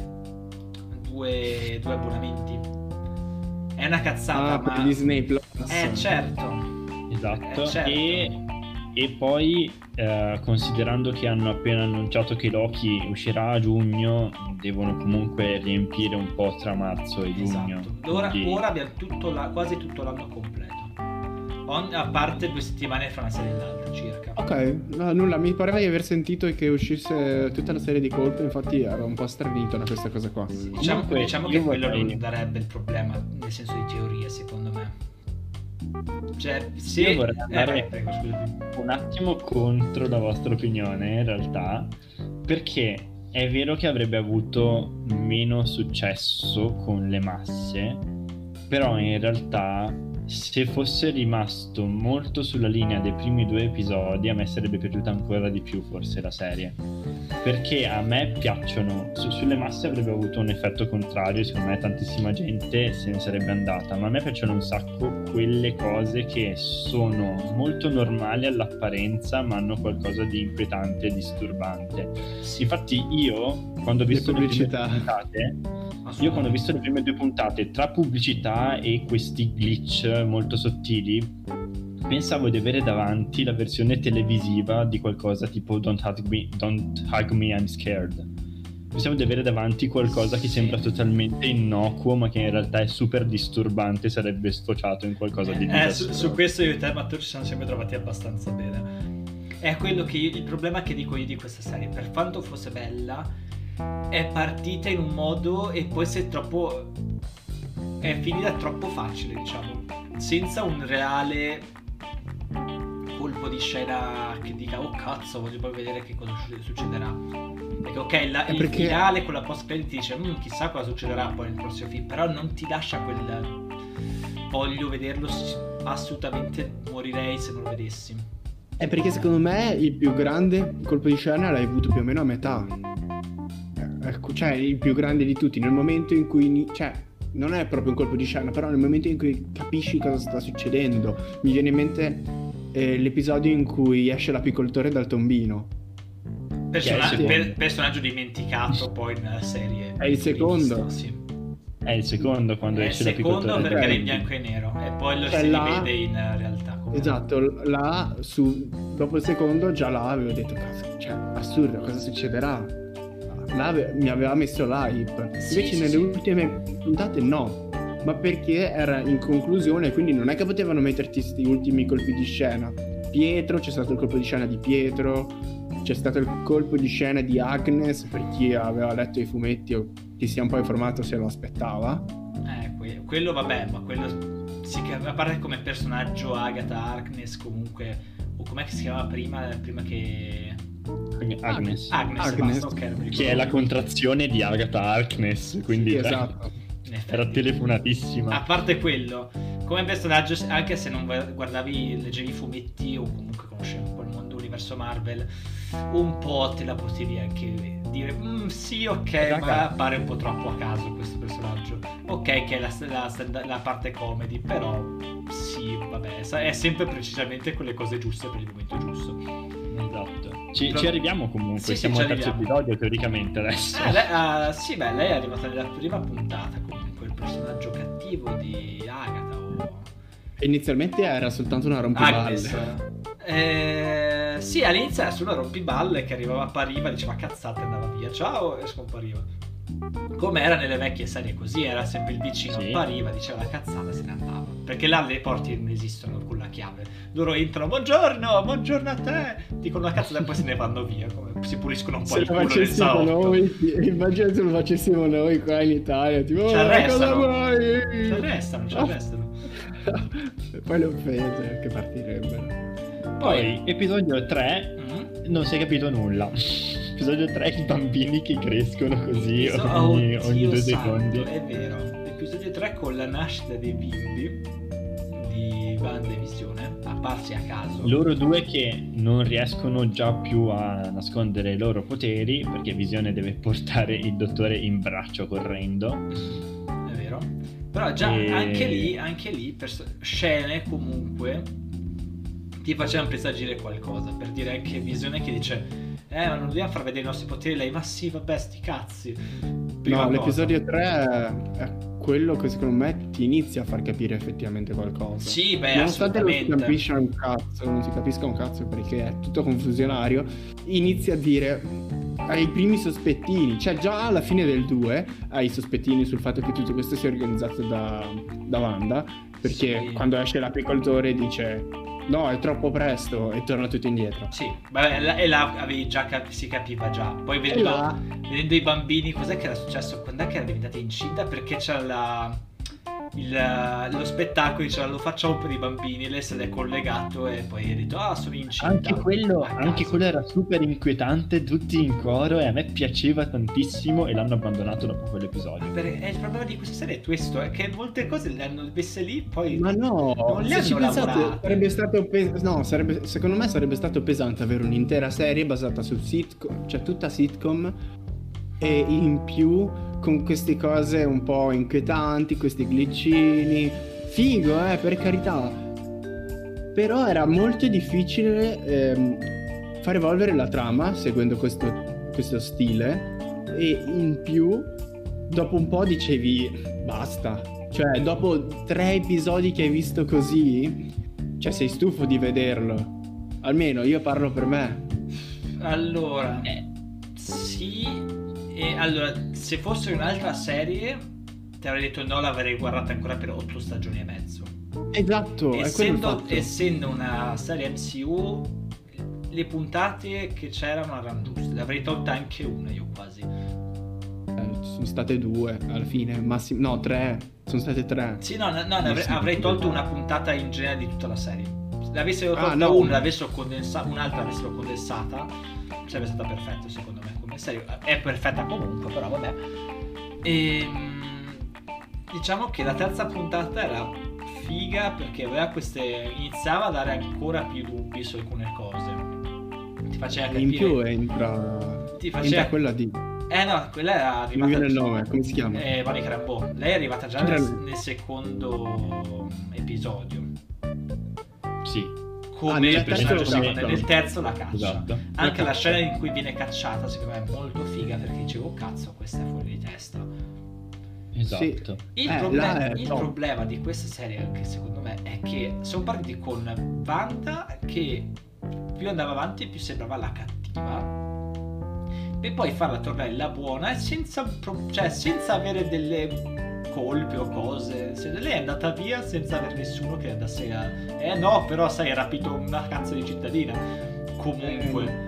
[SPEAKER 1] due, due abbonamenti. È una cazzata,
[SPEAKER 3] Ah, per
[SPEAKER 1] ma...
[SPEAKER 3] Disney Plus.
[SPEAKER 1] Eh certo.
[SPEAKER 2] Esatto,
[SPEAKER 1] Eh, certo.
[SPEAKER 2] e, e poi eh, considerando che hanno appena annunciato che Loki uscirà a giugno, devono comunque riempire un po' tra marzo e giugno.
[SPEAKER 1] Esatto. Ora,
[SPEAKER 2] quindi-
[SPEAKER 1] ora abbiamo tutto la- quasi tutto l'anno completo. On- a parte due settimane fra una serie e l'altra circa.
[SPEAKER 3] Ok, no, nulla, mi pareva di aver sentito che uscisse tutta la serie di colpo, infatti ero un po' stravito da questa cosa qua.
[SPEAKER 1] Diciamo,
[SPEAKER 2] Comunque,
[SPEAKER 1] diciamo
[SPEAKER 2] io
[SPEAKER 1] che quello
[SPEAKER 2] vorrei-
[SPEAKER 1] non darebbe il problema nel senso di teorie, secondo me. Cioè, se...
[SPEAKER 2] Io vorrei
[SPEAKER 1] eh,
[SPEAKER 2] andare-
[SPEAKER 1] vai, prego, scusami.
[SPEAKER 2] un attimo contro la vostra opinione in realtà, perché è vero che avrebbe avuto meno successo con le masse, però in realtà se fosse rimasto molto sulla linea dei primi due episodi a me sarebbe piaciuta ancora di più forse la serie, perché a me piacciono, su- sulle masse avrebbe avuto un effetto contrario, secondo me tantissima gente se ne sarebbe andata, ma a me piacciono un sacco quelle cose che sono molto normali all'apparenza ma hanno qualcosa di inquietante e disturbante. Infatti io quando ho
[SPEAKER 3] Le
[SPEAKER 2] visto le prime
[SPEAKER 3] pubblicità.
[SPEAKER 2] due puntate io quando ho visto le prime due puntate tra pubblicità e questi glitch molto sottili pensavo di avere davanti la versione televisiva di qualcosa tipo Don't Hug Me, Don't Hug Me I'm Scared. Pensavo di avere davanti qualcosa che
[SPEAKER 1] Sì.
[SPEAKER 2] sembra totalmente innocuo ma che in realtà è super disturbante e sarebbe sfociato in qualcosa di
[SPEAKER 1] Eh, su,
[SPEAKER 2] disastroso.
[SPEAKER 1] su questo io e te Matteo ci siamo sempre trovati abbastanza bene. È quello che io, il problema che dico io di questa serie, per quanto fosse bella, è partita in un modo e poi si è troppo è finita troppo facile, diciamo, senza un reale colpo di scena che dica oh cazzo voglio poi vedere che cosa su- succederà, perché ok la,
[SPEAKER 3] È
[SPEAKER 1] il
[SPEAKER 3] perché-
[SPEAKER 1] finale con la post credit ti dice "Mm, chissà cosa succederà poi nel prossimo film", però non ti lascia quel voglio vederlo, s- assolutamente morirei se non lo vedessi.
[SPEAKER 3] È perché secondo me il più grande colpo di scena l'hai avuto più o meno a metà. Eh, ecco, cioè il più grande di tutti nel momento in cui ini- cioè non è proprio un colpo di scena, però nel momento in cui capisci cosa sta succedendo, mi viene in mente eh, l'episodio in cui esce l'apicoltore dal tombino.
[SPEAKER 1] Personaggio, per, personaggio dimenticato poi nella serie.
[SPEAKER 3] È il secondo.
[SPEAKER 1] Visto, sì.
[SPEAKER 2] È il secondo quando
[SPEAKER 1] è il
[SPEAKER 2] esce
[SPEAKER 1] secondo
[SPEAKER 2] l'apicoltore.
[SPEAKER 1] perché
[SPEAKER 3] del...
[SPEAKER 1] era in bianco e nero e poi lo
[SPEAKER 3] cioè,
[SPEAKER 1] si
[SPEAKER 3] là...
[SPEAKER 1] rivede in realtà. Come...
[SPEAKER 3] Esatto, là su dopo il secondo già là avevo detto cazzo, cioè assurdo, cosa succederà? Là mi aveva messo l'hype.
[SPEAKER 1] Sì,
[SPEAKER 3] Invece
[SPEAKER 1] sì,
[SPEAKER 3] nelle
[SPEAKER 1] sì.
[SPEAKER 3] ultime puntate no. Ma perché era in conclusione, quindi non è che potevano metterti questi ultimi colpi di scena. Pietro, c'è stato il colpo di scena di Pietro, c'è stato il colpo di scena di Agnes, per chi aveva letto i fumetti o chi si è un po' informato se lo aspettava.
[SPEAKER 1] Eh, que- quello vabbè, ma quello si chiama, a parte come personaggio Agatha Harkness comunque, o com'è che si chiamava prima, prima che...
[SPEAKER 2] Agnes,
[SPEAKER 1] Agnes, Agnes. Basta, okay, non mi
[SPEAKER 2] che è la contrazione di Agatha Harkness, quindi
[SPEAKER 3] Sì,
[SPEAKER 2] era,
[SPEAKER 3] esatto.
[SPEAKER 1] In effetti.
[SPEAKER 2] era telefonatissima.
[SPEAKER 1] A parte quello, come personaggio, anche se non guardavi, leggevi i fumetti o comunque conoscevi un po' il mondo universo Marvel, un po' te la potevi anche dire mm, sì, ok,
[SPEAKER 2] Raga.
[SPEAKER 1] ma pare un po' troppo a caso questo personaggio. Ok, che è la, la, la parte comedy, però sì, vabbè, è sempre precisamente quelle cose giuste per il momento giusto.
[SPEAKER 2] Esatto. Ci,
[SPEAKER 1] Però...
[SPEAKER 2] ci arriviamo comunque,
[SPEAKER 1] sì,
[SPEAKER 2] siamo
[SPEAKER 1] sì,
[SPEAKER 2] al
[SPEAKER 1] ci
[SPEAKER 2] terzo
[SPEAKER 1] arriviamo.
[SPEAKER 2] episodio teoricamente adesso.
[SPEAKER 1] Eh, lei, uh, sì, beh, lei è arrivata nella prima puntata comunque, il personaggio cattivo di Agatha o...
[SPEAKER 3] Inizialmente era soltanto una rompiballe.
[SPEAKER 1] Agnes. Eh, sì, all'inizio era solo una rompiballe che arrivava, appariva, diceva cazzate, andava via, ciao, e scompariva. Come era nelle vecchie serie così, era sempre il vicino,
[SPEAKER 2] Sì.
[SPEAKER 1] appariva, diceva la cazzata, se ne andava. Perché là le porte non esistono con la chiave. Loro entrano, buongiorno, buongiorno a te, dicono la cazzata e poi se ne vanno via, come si puliscono un po'
[SPEAKER 3] Se
[SPEAKER 1] il
[SPEAKER 3] lo
[SPEAKER 1] culo nel
[SPEAKER 3] facessimo
[SPEAKER 1] salotto.
[SPEAKER 3] noi, immagina se lo facessimo noi qua in Italia, tipo,
[SPEAKER 1] Ci
[SPEAKER 3] "Oh,
[SPEAKER 1] arrestano.
[SPEAKER 3] cosa vuoi?"
[SPEAKER 1] Ci arrestano, ci arrestano.
[SPEAKER 3] Poi le offese che partirebbero.
[SPEAKER 2] Poi, episodio tre,
[SPEAKER 1] Mm.
[SPEAKER 2] non si è capito nulla. Episodio tre, i bambini che crescono così
[SPEAKER 1] Episo-
[SPEAKER 2] ogni,
[SPEAKER 1] Oddio
[SPEAKER 2] ogni due
[SPEAKER 1] santo,
[SPEAKER 2] secondi.
[SPEAKER 1] è vero. Episodio tre con la nascita dei bimbi di Wanda e Visione, apparsi a caso.
[SPEAKER 2] Loro due che non riescono già più a nascondere i loro poteri perché Visione deve portare il dottore in braccio correndo.
[SPEAKER 1] È vero. Però già
[SPEAKER 2] E-
[SPEAKER 1] anche lì, anche lì, perso- scene comunque ti facevano presagire qualcosa. Per dire anche Visione che dice eh ma non dobbiamo far vedere i nostri poteri. Lei ma sì vabbè sti cazzi. Prima
[SPEAKER 3] No,
[SPEAKER 1] cosa.
[SPEAKER 3] l'episodio tre è, è quello che secondo me ti inizia a far capire effettivamente qualcosa.
[SPEAKER 1] Sì, beh,
[SPEAKER 3] Nonostante non si
[SPEAKER 1] assolutamente.
[SPEAKER 3] capisca un cazzo, non si capisca un cazzo perché è tutto confusionario, inizia a dire hai i primi sospettini, cioè già alla fine del due hai i sospettini sul fatto che tutto questo sia organizzato da, da Wanda, perché
[SPEAKER 1] Sì.
[SPEAKER 3] quando esce l'apicoltore dice no, è troppo presto e torna tutto indietro.
[SPEAKER 1] Sì, vabbè, là- e là avevi già cap- si capiva già. Poi
[SPEAKER 3] E
[SPEAKER 1] vedendo,
[SPEAKER 3] là
[SPEAKER 1] vedendo i bambini, cos'è che era successo? Quando è che era diventata incinta? Perché c'era la, il- lo spettacolo, diceva lo facciamo per i bambini, lei se l'è collegato e poi ha detto ah sono incinta.
[SPEAKER 2] Anche quello,
[SPEAKER 1] A
[SPEAKER 2] anche
[SPEAKER 1] caso.
[SPEAKER 2] quello era super inquietante, tutti in coro e a me piaceva tantissimo e l'hanno abbandonato dopo quell'episodio.
[SPEAKER 1] Per- e il problema di questa serie è questo, è che molte cose le hanno messe lì, poi
[SPEAKER 3] Ma no,
[SPEAKER 1] non le
[SPEAKER 3] se ci
[SPEAKER 1] hanno
[SPEAKER 3] pensate,
[SPEAKER 1] lavorate.
[SPEAKER 3] sarebbe stato pe- no, sarebbe, secondo me sarebbe stato pesante avere un'intera serie basata su sitcom, cioè tutta sitcom e in più con queste cose un po' inquietanti, questi glitchini. Figo, eh, per carità. Però era molto difficile ehm, far evolvere la trama seguendo questo, questo stile e in più dopo un po' dicevi basta. Cioè, dopo tre episodi che hai visto così, cioè sei stufo di vederlo. Almeno io parlo per me.
[SPEAKER 1] allora sì. E allora, se fosse un'altra serie, ti avrei detto no, l'avrei guardata ancora per otto stagioni e mezzo.
[SPEAKER 3] Esatto, è quello il
[SPEAKER 1] Essendo,
[SPEAKER 3] fatto.
[SPEAKER 1] essendo una serie M C U, le puntate che c'erano erano giuste. Ne avrei tolta anche una, io quasi.
[SPEAKER 3] Eh, sono state due alla fine, massimo. No, tre. Sono state tre.
[SPEAKER 1] Sì, no, no, no, ne avrei,
[SPEAKER 3] Sì.
[SPEAKER 1] avrei tolto una puntata in genere di tutta la serie. Se l'avessero tolta
[SPEAKER 3] Ah, no.
[SPEAKER 1] una, l'avessero condensa- un'altra l'avessero condensata, sarebbe stata perfetta secondo me come serie. È perfetta comunque, però vabbè. Ehm, diciamo che la terza puntata era figa perché aveva queste, iniziava a dare ancora più dubbi su alcune cose. Ti faceva capire.
[SPEAKER 3] In più entra,
[SPEAKER 1] Ti faceva-
[SPEAKER 3] entra quella di
[SPEAKER 1] Eh no, quella era
[SPEAKER 3] Non
[SPEAKER 1] arrivata...
[SPEAKER 3] mi viene il nome, come si chiama?
[SPEAKER 1] Eh, Monica Rambeau. Lei è arrivata già nel,
[SPEAKER 3] Rambeau.
[SPEAKER 1] nel secondo episodio.
[SPEAKER 2] Sì.
[SPEAKER 1] Come
[SPEAKER 3] Ah, nel
[SPEAKER 1] il personaggio
[SPEAKER 3] terzo
[SPEAKER 1] secondo,
[SPEAKER 3] caccia.
[SPEAKER 1] nel terzo la caccia.
[SPEAKER 2] Esatto.
[SPEAKER 1] Anche la scena in cui viene cacciata secondo me è molto figa, perché dicevo cazzo, questa è fuori di testa.
[SPEAKER 2] Esatto.
[SPEAKER 1] Il,
[SPEAKER 3] Eh,
[SPEAKER 1] problema,
[SPEAKER 3] là è
[SPEAKER 1] il
[SPEAKER 3] top.
[SPEAKER 1] problema di questa serie, anche secondo me, è che sono partiti con Wanda che più andava avanti più sembrava la cattiva, e poi farla tornare la buona e senza, pro- cioè, senza avere delle colpe o cose. Se lei è andata via senza avere nessuno che andasse a... Eh no, però sai, hai rapito una cazzo di cittadina. Comunque...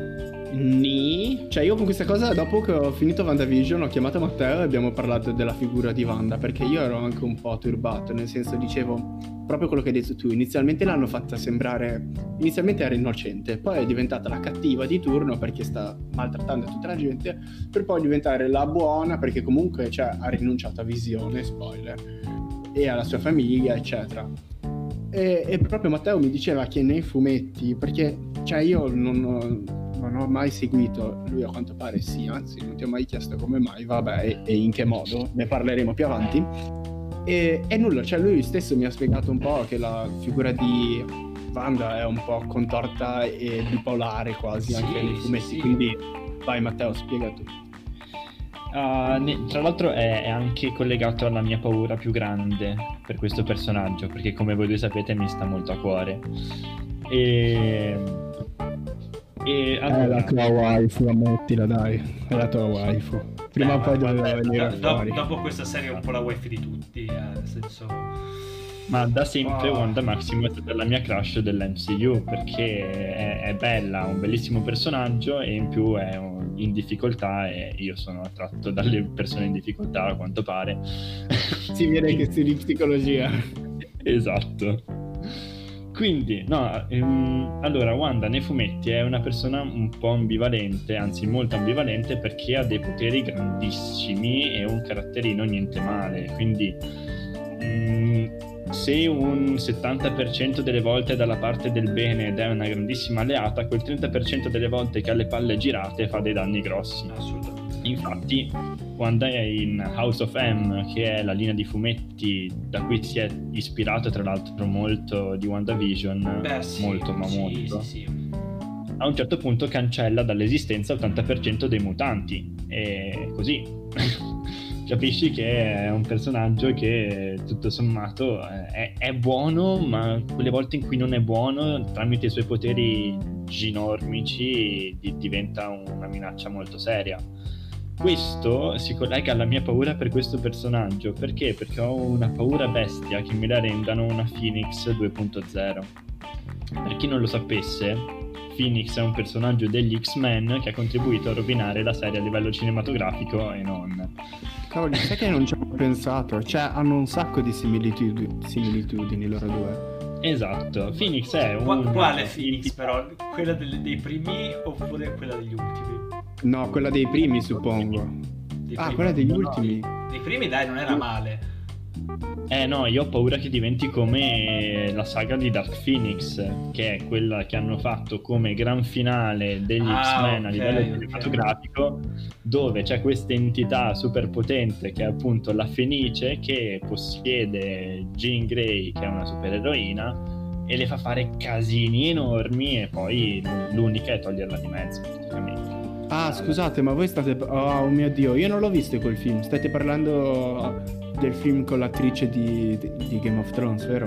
[SPEAKER 3] Ni. Cioè io con questa cosa, dopo che ho finito WandaVision, ho chiamato Matteo e abbiamo parlato della figura di Wanda, perché io ero anche un po' turbato, nel senso, dicevo proprio quello che hai detto tu, inizialmente l'hanno fatta sembrare, inizialmente era innocente, poi è diventata la cattiva di turno perché sta maltrattando tutta la gente, per poi diventare la buona perché comunque, cioè, ha rinunciato a Visione, spoiler, e alla sua famiglia, eccetera. E, e proprio Matteo mi diceva che nei fumetti, perché cioè io non ho, non ho mai seguito, lui a quanto pare sì, anzi non ti ho mai chiesto come mai, vabbè, e, e in che modo, ne parleremo più avanti. E, e nulla, cioè lui stesso mi ha spiegato un po' che la figura di Wanda è un po' contorta e bipolare quasi,
[SPEAKER 1] Sì,
[SPEAKER 3] anche nei
[SPEAKER 1] sì,
[SPEAKER 3] fumetti,
[SPEAKER 1] sì.
[SPEAKER 3] quindi vai Matteo, spiega tu.
[SPEAKER 2] Ah, ne- tra l'altro è, è anche collegato alla mia paura più grande per questo personaggio, perché come voi due sapete mi sta molto a cuore. E, e
[SPEAKER 3] È la tua waifu, ammettila dai, è la tua waifu. Prima o
[SPEAKER 1] Beh,
[SPEAKER 3] poi
[SPEAKER 1] ma-
[SPEAKER 3] doveva
[SPEAKER 1] ma-
[SPEAKER 3] venire
[SPEAKER 1] do- do-
[SPEAKER 3] fuori.
[SPEAKER 1] dopo questa serie è un po' la wifi di tutti, eh, nel senso...
[SPEAKER 2] ma da sempre
[SPEAKER 1] Wow.
[SPEAKER 2] Wanda Maximoff è stata la mia crush dell'M C U, perché è, è bella, ha un bellissimo personaggio e in più è un- in difficoltà, e io sono attratto dalle persone in difficoltà a quanto pare.
[SPEAKER 3] Si vede che studi psicologia.
[SPEAKER 2] Esatto. Quindi, no, ehm, allora Wanda nei fumetti è una persona un po' ambivalente, anzi molto ambivalente, perché ha dei poteri grandissimi e un caratterino niente male. Quindi, mm, se un settanta per cento delle volte è dalla parte del bene ed è una grandissima alleata, quel trenta per cento delle volte che ha le palle girate fa dei danni grossi.
[SPEAKER 1] Assolutamente.
[SPEAKER 2] Infatti, quando è in House of M, che è la linea di fumetti da cui si è ispirato tra l'altro molto di WandaVision,
[SPEAKER 1] Beh, sì,
[SPEAKER 2] molto ma
[SPEAKER 1] sì,
[SPEAKER 2] molto,
[SPEAKER 1] sì, sì.
[SPEAKER 2] a un certo punto cancella dall'esistenza l'ottanta per cento dei mutanti, e così capisci che è un personaggio che tutto sommato è, è buono, ma quelle volte in cui non è buono, tramite i suoi poteri ginormici di- diventa una minaccia molto seria. Questo si collega alla mia paura per questo personaggio. Perché? Perché ho una paura bestia che me la rendano una Phoenix due punto zero. Per chi non lo sapesse, Phoenix è un personaggio degli X-Men che ha contribuito a rovinare la serie a livello cinematografico e non.
[SPEAKER 3] Cavoli, sai che non ci ho pensato? Cioè, hanno un sacco di similitudini, similitudini loro due.
[SPEAKER 2] Esatto, Phoenix è un...
[SPEAKER 1] Qua- Quale Phoenix però? Quella del- dei primi oppure quella degli ultimi?
[SPEAKER 3] No, quella dei primi, suppongo.
[SPEAKER 1] Dei
[SPEAKER 3] Ah,
[SPEAKER 1] primi.
[SPEAKER 3] quella degli
[SPEAKER 2] No,
[SPEAKER 3] ultimi.
[SPEAKER 1] Dei primi dai, non era male.
[SPEAKER 2] Eh no, io ho paura che diventi come la saga di Dark Phoenix, che è quella che hanno fatto come gran finale degli
[SPEAKER 1] Ah,
[SPEAKER 2] X-Men a
[SPEAKER 1] ok,
[SPEAKER 2] livello
[SPEAKER 1] ok.
[SPEAKER 2] cinematografico, dove c'è questa entità super potente che è appunto la Fenice, che possiede Jean Grey, che è una supereroina, e le fa fare casini enormi, e poi l'unica è toglierla di mezzo praticamente.
[SPEAKER 3] Ah, scusate, ma voi state... Oh mio Dio, io non l'ho visto quel film. State parlando del film con l'attrice di, di Game of Thrones, vero?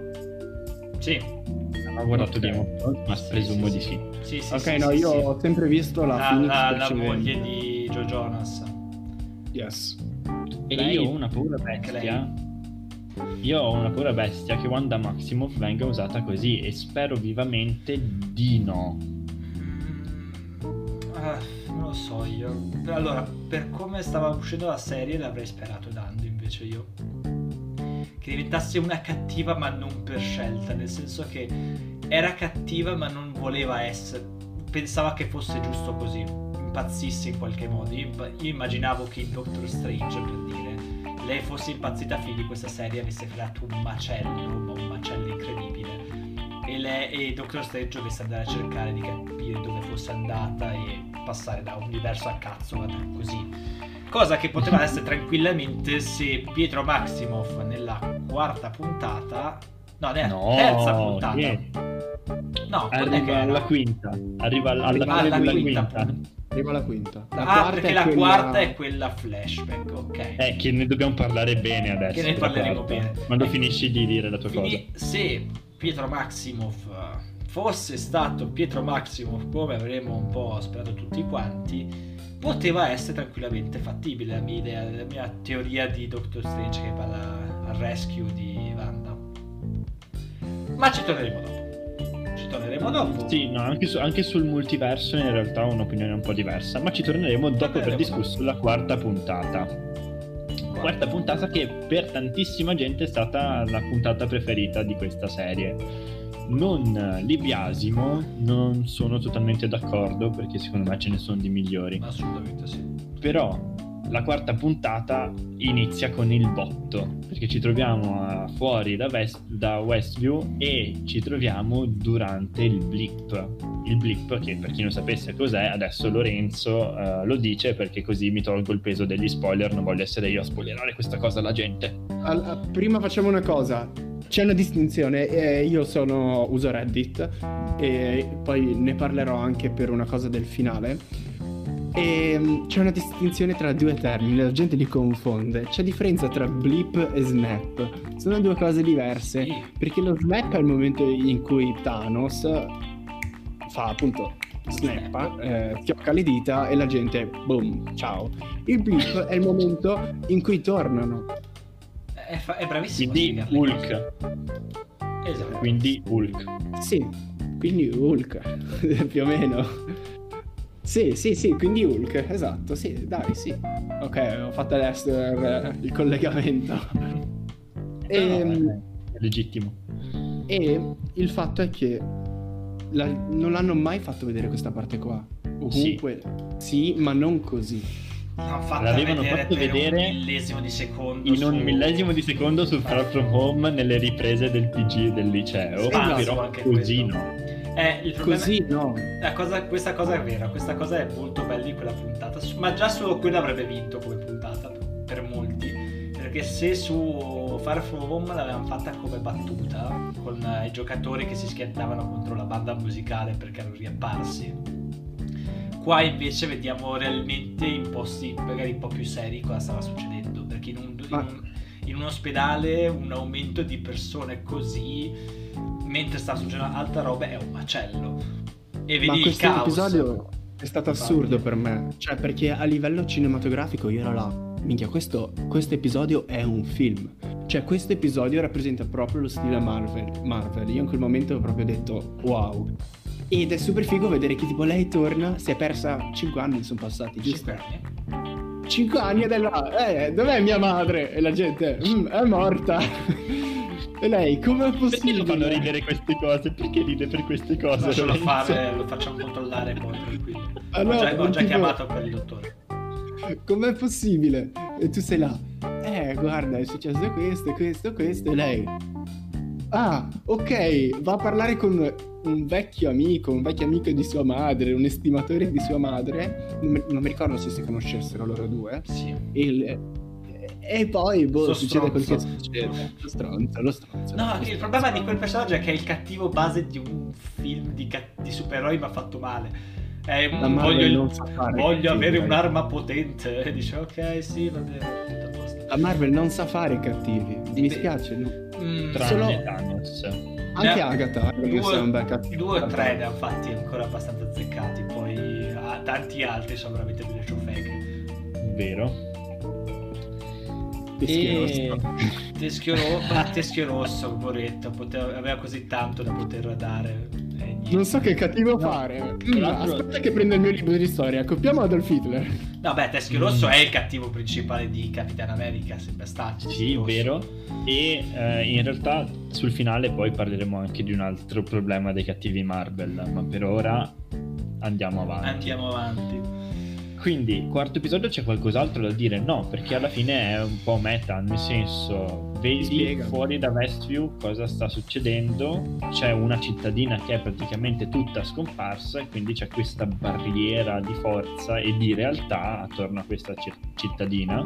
[SPEAKER 1] Sì.
[SPEAKER 2] Non ho guardato
[SPEAKER 3] Ok.
[SPEAKER 2] Game of Thrones, ma
[SPEAKER 1] Sì,
[SPEAKER 2] presumo
[SPEAKER 1] sì,
[SPEAKER 2] di
[SPEAKER 1] sì.
[SPEAKER 2] sì.
[SPEAKER 1] Sì, sì,
[SPEAKER 3] Ok,
[SPEAKER 1] sì,
[SPEAKER 3] no,
[SPEAKER 1] sì,
[SPEAKER 3] io
[SPEAKER 1] sì.
[SPEAKER 3] ho sempre visto la,
[SPEAKER 1] La,
[SPEAKER 3] Phoenix
[SPEAKER 1] la- la
[SPEAKER 3] precedente.
[SPEAKER 1] moglie di Joe Jonas.
[SPEAKER 3] Yes.
[SPEAKER 2] E
[SPEAKER 3] Lei-
[SPEAKER 2] io ho una paura bestia. Io ho una paura bestia che Wanda Maximoff venga usata così, e spero vivamente di no.
[SPEAKER 1] Ah, non lo so io. Allora, per come stava uscendo la serie l'avrei sperato dando invece io. Che diventasse una cattiva ma non per scelta, nel senso che era cattiva ma non voleva essere, pensava che fosse giusto così, impazzisse in qualche modo. Io, io immaginavo che in Doctor Strange, per dire, lei fosse impazzita fino di questa serie e avesse creato un macello, ma un macello incredibile. E, lei, e Doctor Strange dovesse andare a cercare di capire dove fosse andata e passare da un universo a cazzo così, cosa che poteva essere tranquillamente se Pietro Maximoff nella quarta puntata, no, nella
[SPEAKER 2] No,
[SPEAKER 1] terza puntata,
[SPEAKER 2] niente.
[SPEAKER 1] no, quella che
[SPEAKER 2] Arriva
[SPEAKER 1] era?
[SPEAKER 2] alla quinta. Arriva alla
[SPEAKER 3] Arriva
[SPEAKER 2] fine
[SPEAKER 1] alla
[SPEAKER 2] della
[SPEAKER 1] quinta,
[SPEAKER 2] quinta.
[SPEAKER 1] appunto.
[SPEAKER 3] Arriva la quinta. La
[SPEAKER 1] Ah,
[SPEAKER 3] quarta
[SPEAKER 1] perché
[SPEAKER 3] è
[SPEAKER 1] la
[SPEAKER 3] quella-
[SPEAKER 1] quarta è quella flashback, ok.
[SPEAKER 2] Eh, che ne dobbiamo parlare bene adesso.
[SPEAKER 1] Che ne
[SPEAKER 2] della
[SPEAKER 1] parleremo
[SPEAKER 2] quarta.
[SPEAKER 1] bene.
[SPEAKER 2] Quando
[SPEAKER 1] Eh,
[SPEAKER 2] finisci di dire la tua
[SPEAKER 1] Quindi se Pietro Maximoff fosse stato Pietro Maximoff come avremmo un po' sperato tutti quanti, poteva essere tranquillamente fattibile la mia idea, la mia teoria di Doctor Strange che parla al rescue di Wanda. Ma ci torneremo dopo. Ci torneremo dopo.
[SPEAKER 2] cosa. Sì, no, anche, su- anche sul multiverso in realtà ho un'opinione un po' diversa, ma ci torneremo dopo
[SPEAKER 1] Torneremo
[SPEAKER 2] aver discusso la quarta puntata. Quarta puntata che per tantissima gente è stata la puntata preferita di questa serie. Non li biasimo, non sono totalmente d'accordo perché secondo me ce ne sono di migliori.
[SPEAKER 1] Assolutamente sì.
[SPEAKER 2] Però la quarta puntata inizia con il botto, perché ci troviamo a- fuori da, West, da Westview e ci troviamo durante il blip. Il blip che, per chi non sapesse cos'è, adesso Lorenzo eh, lo dice, perché così mi tolgo il peso degli spoiler, non voglio essere io a spoilerare questa cosa alla gente.
[SPEAKER 3] Al- prima facciamo una cosa. C'è una distinzione. eh, io sono uso Reddit e poi ne parlerò anche per una cosa del finale. E mm, c'è una distinzione tra due termini, la gente li confonde. C'è differenza tra blip e snap. Sono due cose diverse.
[SPEAKER 1] Sì.
[SPEAKER 3] Perché lo snap è il momento in cui Thanos fa appunto snappa, eh, schiocca le dita e la gente boom, ciao. Il blip è il momento in cui tornano.
[SPEAKER 1] È, fa- è bravissimo. a
[SPEAKER 2] Quindi
[SPEAKER 1] spiegare le
[SPEAKER 2] Hulk.
[SPEAKER 1] cose. Esatto.
[SPEAKER 2] Quindi Hulk.
[SPEAKER 3] Sì, quindi Hulk, più o meno. Sì, sì, sì, quindi Hulk, esatto, sì, dai, sì. Ok, ho fatto adesso il, il collegamento. E,
[SPEAKER 2] No, no, è legittimo.
[SPEAKER 3] e il fatto è che la- non l'hanno mai fatto vedere questa parte qua. O comunque sì, ma non così.
[SPEAKER 1] L'hanno fatta
[SPEAKER 2] L'avevano
[SPEAKER 1] vedere
[SPEAKER 2] fatto
[SPEAKER 1] per
[SPEAKER 2] vedere
[SPEAKER 1] un millesimo di secondo
[SPEAKER 2] In
[SPEAKER 1] su-
[SPEAKER 2] un millesimo di secondo su Far From Home nelle riprese del P G del liceo,
[SPEAKER 3] Esatto,
[SPEAKER 2] però
[SPEAKER 1] anche
[SPEAKER 2] così
[SPEAKER 1] questo.
[SPEAKER 2] no.
[SPEAKER 1] Eh, il problema
[SPEAKER 3] Così no.
[SPEAKER 1] La cosa, questa cosa è vera, questa cosa è molto bella in quella puntata, ma già solo quella avrebbe vinto come puntata per molti, perché se su Far From Home l'avevano fatta come battuta con eh, i giocatori che si schiantavano contro la banda musicale perché erano riapparsi, qua invece vediamo realmente in posti magari un po' più seri cosa stava succedendo, perché in un, in
[SPEAKER 3] Ma-
[SPEAKER 1] un, in un ospedale un aumento di persone così mentre sta succedendo altra roba è un macello e vedi
[SPEAKER 3] Ma
[SPEAKER 1] il
[SPEAKER 3] questo
[SPEAKER 1] caos.
[SPEAKER 3] episodio è stato assurdo per me. Cioè, perché a livello cinematografico io ero là. Minchia, questo, questo episodio è un film. Cioè, questo episodio rappresenta proprio lo stile Marvel. Marvel. Io in quel momento ho proprio detto wow. Ed è super figo vedere che tipo lei torna, si è persa cinque anni, sono passati, giusto?
[SPEAKER 1] Cinque anni.
[SPEAKER 3] cinque anni ed è là, eh, dov'è mia madre? E la gente, "Mm, è morta. E lei, com'è
[SPEAKER 2] Perché
[SPEAKER 3] possibile?
[SPEAKER 2] lo fanno ridere queste cose? Perché ride per queste cose?
[SPEAKER 1] Lascialo
[SPEAKER 2] Lorenzo?
[SPEAKER 1] fare, lo facciamo controllare poi tranquillo.
[SPEAKER 3] Ah,
[SPEAKER 1] ho
[SPEAKER 3] no,
[SPEAKER 1] già, ho
[SPEAKER 3] non
[SPEAKER 1] già
[SPEAKER 3] tipo-
[SPEAKER 1] chiamato per il dottore.
[SPEAKER 3] Com'è possibile? E tu sei là. Eh, guarda, è successo questo, questo, questo. E lei. Ah, ok. Va a parlare con un vecchio amico, un vecchio amico di sua madre, un estimatore di sua madre. Non mi, non mi ricordo se si conoscessero loro due.
[SPEAKER 1] Sì.
[SPEAKER 3] Il- e poi, boh,
[SPEAKER 1] Sto
[SPEAKER 3] succede quel che
[SPEAKER 1] stronzo.
[SPEAKER 3] succede. Lo stronzo, lo stronzo.
[SPEAKER 1] No, il problema di quel personaggio è che è il cattivo base di un film di, ca- di supereroi ma fatto male. È un-
[SPEAKER 3] La Marvel
[SPEAKER 1] voglio il-
[SPEAKER 3] non sa fare
[SPEAKER 1] voglio
[SPEAKER 3] cattivi,
[SPEAKER 1] avere
[SPEAKER 3] ragazzi.
[SPEAKER 1] un'arma potente. E dice ok, sì, va bene, tutto a posto.
[SPEAKER 3] La Marvel non sa fare i cattivi. Mi spiace. no?
[SPEAKER 1] Mm,
[SPEAKER 2] Tranne
[SPEAKER 3] Solo-
[SPEAKER 2] Thanos.
[SPEAKER 3] Anche
[SPEAKER 1] Ne-
[SPEAKER 3] Agatha, che sia un bel cattivo.
[SPEAKER 1] due o tre ne hanno fatti ancora abbastanza azzeccati. Poi ah, tanti altri sono veramente delle ciofeche.
[SPEAKER 2] Vero.
[SPEAKER 3] Teschio rosso.
[SPEAKER 1] Teschio, ro- ma Teschio rosso, poveretto, poteva- aveva così tanto da poter dare. E niente.
[SPEAKER 3] Non so che cattivo fare.
[SPEAKER 2] tra
[SPEAKER 3] Mm,
[SPEAKER 2] l'altro-
[SPEAKER 3] aspetta che prendo il mio libro di storia. Copiamo Adolf Hitler.
[SPEAKER 1] No, beh, Teschio rosso è il cattivo principale di Capitan America, sempre stato.
[SPEAKER 2] Sì,
[SPEAKER 1] Rosso.
[SPEAKER 2] vero. E eh, in realtà sul finale poi parleremo anche di un altro problema dei cattivi Marvel, ma per ora andiamo avanti.
[SPEAKER 1] Andiamo avanti.
[SPEAKER 2] Quindi, quarto episodio c'è qualcos'altro da dire? No, perché alla fine è un po' meta, nel senso, vedi
[SPEAKER 3] Spiega.
[SPEAKER 2] fuori da Westview cosa sta succedendo, c'è una cittadina che è praticamente tutta scomparsa e quindi c'è questa barriera di forza e di realtà attorno a questa ci- cittadina.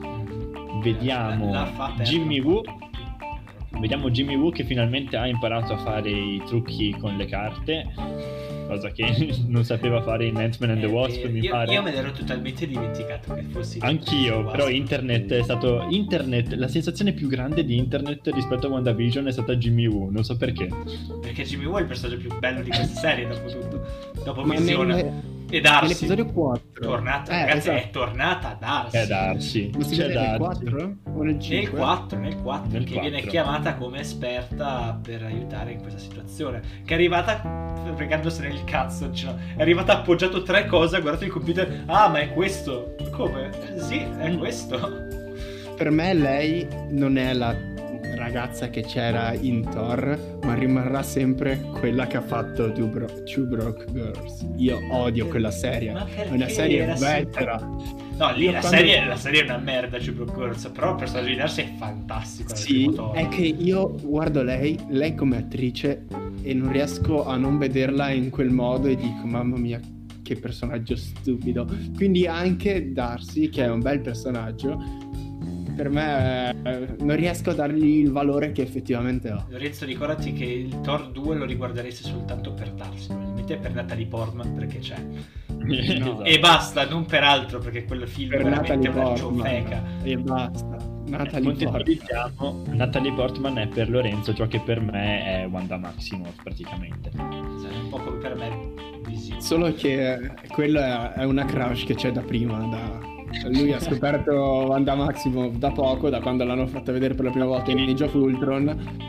[SPEAKER 2] Vediamo
[SPEAKER 1] La- la fa perdere
[SPEAKER 2] Jimmy
[SPEAKER 1] un
[SPEAKER 2] Woo.
[SPEAKER 1] po' tutti.
[SPEAKER 2] Vediamo Jimmy Woo che finalmente ha imparato a fare i trucchi con le carte, cosa che non sapeva fare in Ant-Man and the
[SPEAKER 1] Eh,
[SPEAKER 2] Wasp,
[SPEAKER 1] eh,
[SPEAKER 2] mi
[SPEAKER 1] io,
[SPEAKER 2] pare.
[SPEAKER 1] io me l'ero totalmente dimenticato che fossi
[SPEAKER 2] Anch'io,
[SPEAKER 1] Wasp.
[SPEAKER 2] però internet è stato internet, la sensazione più grande di internet rispetto a WandaVision è stata Jimmy Woo, non so perché.
[SPEAKER 1] Perché Jimmy Woo è il personaggio più bello di questa serie, dopo tutto. Dopo
[SPEAKER 3] Ma
[SPEAKER 1] Visione.
[SPEAKER 3] nelle-
[SPEAKER 1] E Darcy.
[SPEAKER 3] Nell'episodio quattro.
[SPEAKER 1] Tornata,
[SPEAKER 3] Eh,
[SPEAKER 1] ragazzi,
[SPEAKER 3] esatto.
[SPEAKER 1] è tornata Darcy.
[SPEAKER 2] È Darcy,
[SPEAKER 3] Ma si
[SPEAKER 2] c'è
[SPEAKER 3] vede nel
[SPEAKER 2] Darcy.
[SPEAKER 3] quattro o nel cinque?
[SPEAKER 1] Nel quattro, nel quattro,
[SPEAKER 2] Nel
[SPEAKER 1] che
[SPEAKER 2] quattro.
[SPEAKER 1] viene chiamata come esperta per aiutare in questa situazione. Che è arrivata fregandosene il cazzo. Cioè, è arrivata appoggiato tre cose, ha guardato il computer. Ah, ma è questo. Come? Eh, sì, è
[SPEAKER 2] Mm.
[SPEAKER 1] questo.
[SPEAKER 3] Per me lei non è la ragazza che c'era in Thor, ma rimarrà sempre quella che ha fatto Two, Bro- Two Broke Girls. Io odio quella serie,
[SPEAKER 1] Ma
[SPEAKER 3] è
[SPEAKER 1] perché
[SPEAKER 3] una serie
[SPEAKER 1] era
[SPEAKER 3] vetera.
[SPEAKER 1] No, lì
[SPEAKER 3] Io
[SPEAKER 1] la,
[SPEAKER 3] quando-
[SPEAKER 1] serie, la serie è una merda, Two Broke Girls. Però il personaggio di Darcy è fantastico. nel
[SPEAKER 3] Sì,
[SPEAKER 1] primo Thor.
[SPEAKER 3] è che io guardo lei, lei come attrice e non riesco a non vederla in quel modo e dico mamma mia che personaggio stupido. Quindi anche Darcy, che è un bel personaggio, per me eh, non riesco a dargli il valore che effettivamente ha.
[SPEAKER 1] Lorenzo, ricordati che il Thor due lo riguarderesti soltanto per Darcy, probabilmente per Natalie Portman perché c'è.
[SPEAKER 3] No.
[SPEAKER 2] Esatto.
[SPEAKER 1] E basta, non per altro, perché quel film
[SPEAKER 3] Per
[SPEAKER 1] è veramente
[SPEAKER 3] Natalie
[SPEAKER 1] una
[SPEAKER 3] Portman
[SPEAKER 1] ciofeca.
[SPEAKER 3] e basta. Natalie Portman.
[SPEAKER 2] Contestualizziamo, Natalie Portman è per Lorenzo ciò che per me è Wanda Maximoff praticamente.
[SPEAKER 1] Cioè, è un po' come per me Visione.
[SPEAKER 3] Solo che eh, quella è una crush che c'è da prima. Da... Lui ha scoperto Wanda Maximoff da poco, da quando l'hanno fatta vedere per la prima volta in Age of Ultron.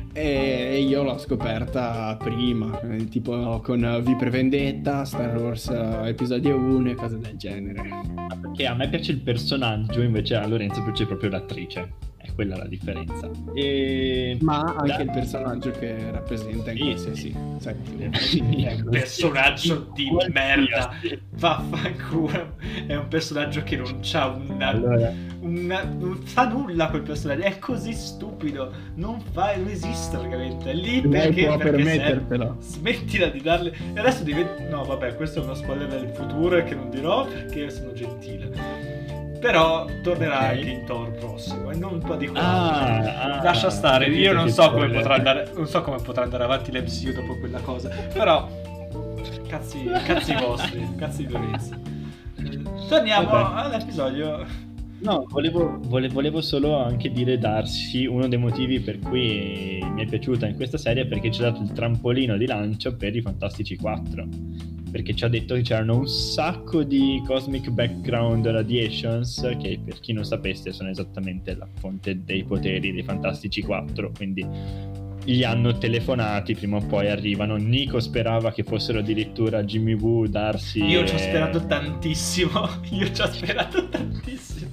[SPEAKER 3] E io l'ho scoperta prima, eh, tipo con V per Vendetta, Star Wars eh, episodio uno e cose del genere.
[SPEAKER 2] Perché a me piace il personaggio, invece a Lorenzo piace proprio l'attrice. È quella la differenza. E...
[SPEAKER 3] Ma anche
[SPEAKER 2] Da-
[SPEAKER 3] il personaggio che rappresenta in
[SPEAKER 2] Sì,
[SPEAKER 3] qualsiasi settimo.
[SPEAKER 1] È un personaggio di
[SPEAKER 2] Qualsiasi.
[SPEAKER 1] merda. Vaffanculo. È un personaggio che non c'ha una,
[SPEAKER 2] Allora,
[SPEAKER 1] una- non fa nulla quel personaggio. È così stupido. Non fa, non esiste praticamente. È lì
[SPEAKER 3] Lei
[SPEAKER 1] perché,
[SPEAKER 3] può
[SPEAKER 1] perché
[SPEAKER 3] permettertelo.
[SPEAKER 1] serve. Smettila di darle. E adesso diventa. No, vabbè, questo è uno spoiler del futuro che non dirò perché sono gentile. Però tornerà
[SPEAKER 2] Ok.
[SPEAKER 1] anche in Thor prossimo e non un po' di qua.
[SPEAKER 2] Ah, ah,
[SPEAKER 1] Lascia stare,
[SPEAKER 2] capito
[SPEAKER 1] io non
[SPEAKER 2] che
[SPEAKER 1] so come
[SPEAKER 2] spoiler.
[SPEAKER 1] potrà andare, non so come potrà andare avanti l'M C U dopo quella cosa. Però cazzi, cazzi vostri, cazzi di Lorenzo. Torniamo
[SPEAKER 2] Vabbè.
[SPEAKER 1] all'episodio.
[SPEAKER 2] No, volevo, vole- volevo solo anche dire Darcy, uno dei motivi per cui mi è piaciuta in questa serie è perché ci ha dato il trampolino di lancio per i Fantastici quattro. Perché ci ha detto che c'erano un sacco di Cosmic Background Radiations, che per chi non sapesse sono esattamente la fonte dei poteri dei Fantastici quattro, quindi gli hanno telefonati, prima o poi arrivano. Nico sperava che fossero addirittura Jimmy Woo, Darcy.
[SPEAKER 1] Io ci ho
[SPEAKER 2] e-
[SPEAKER 1] sperato tantissimo, io ci ho sperato tantissimo.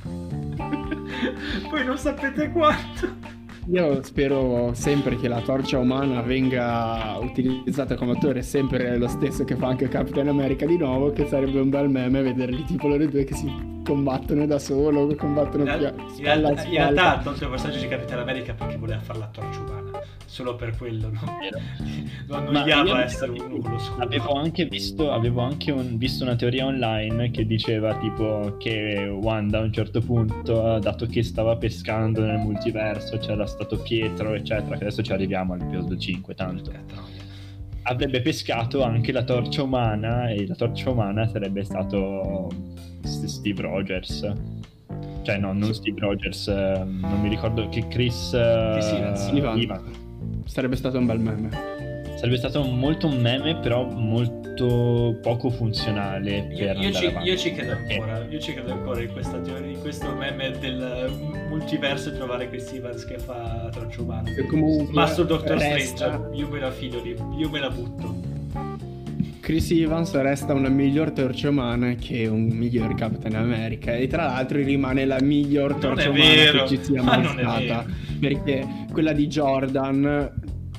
[SPEAKER 1] Poi non sapete quanto.
[SPEAKER 3] Io spero sempre che la torcia umana venga utilizzata come attore sempre lo stesso che fa anche Capitan America di nuovo, che sarebbe un bel meme vederli tipo loro due che si combattono da solo, che combattono
[SPEAKER 1] In,
[SPEAKER 3] via,
[SPEAKER 1] in
[SPEAKER 3] spalla a
[SPEAKER 1] realtà, in
[SPEAKER 3] spalla.
[SPEAKER 1] realtà ha tolto il personaggio di Capitano America perché voleva fare la torcia umana. Solo per quello, no?
[SPEAKER 2] Vero.
[SPEAKER 1] Lo
[SPEAKER 2] Ma
[SPEAKER 1] annoiava
[SPEAKER 2] io-
[SPEAKER 1] essere uno con lo scudo.
[SPEAKER 2] Avevo anche visto, avevo anche un- visto una teoria online che diceva tipo che Wanda a un certo punto, dato che stava pescando nel multiverso, c'era stato Pietro eccetera, che adesso ci arriviamo all'episodio cinque tanto,
[SPEAKER 1] Porca troia.
[SPEAKER 2] avrebbe pescato anche la torcia umana e la torcia umana sarebbe stato S- Steve Rogers. Cioè no, non Steve Rogers, eh, non mi ricordo che Chris, eh,
[SPEAKER 1] Chris Evans.
[SPEAKER 3] Evans.
[SPEAKER 2] Evans.
[SPEAKER 3] Sarebbe stato un bel meme.
[SPEAKER 2] Sarebbe stato molto un meme, però molto poco funzionale
[SPEAKER 1] Io,
[SPEAKER 2] per
[SPEAKER 1] io
[SPEAKER 2] andare
[SPEAKER 1] ci,
[SPEAKER 2] avanti.
[SPEAKER 1] io ci credo
[SPEAKER 2] Perché-
[SPEAKER 1] ancora, io ci credo ancora in questa teoria, in questo meme del multiverso e trovare Chris Evans che fa la torcia umana.
[SPEAKER 3] E comunque
[SPEAKER 1] Ma sul Doctor
[SPEAKER 3] resta-
[SPEAKER 1] Strange io me la fido lì, io me la butto.
[SPEAKER 3] Chris Evans resta una miglior torcia umana che un miglior Capitan America e tra l'altro rimane la miglior
[SPEAKER 1] Non
[SPEAKER 3] torcia
[SPEAKER 1] è
[SPEAKER 3] umana
[SPEAKER 1] vero,
[SPEAKER 3] che ci sia
[SPEAKER 1] ma
[SPEAKER 3] mai
[SPEAKER 1] non è
[SPEAKER 3] stata,
[SPEAKER 1] vero.
[SPEAKER 3] perché quella di Jordan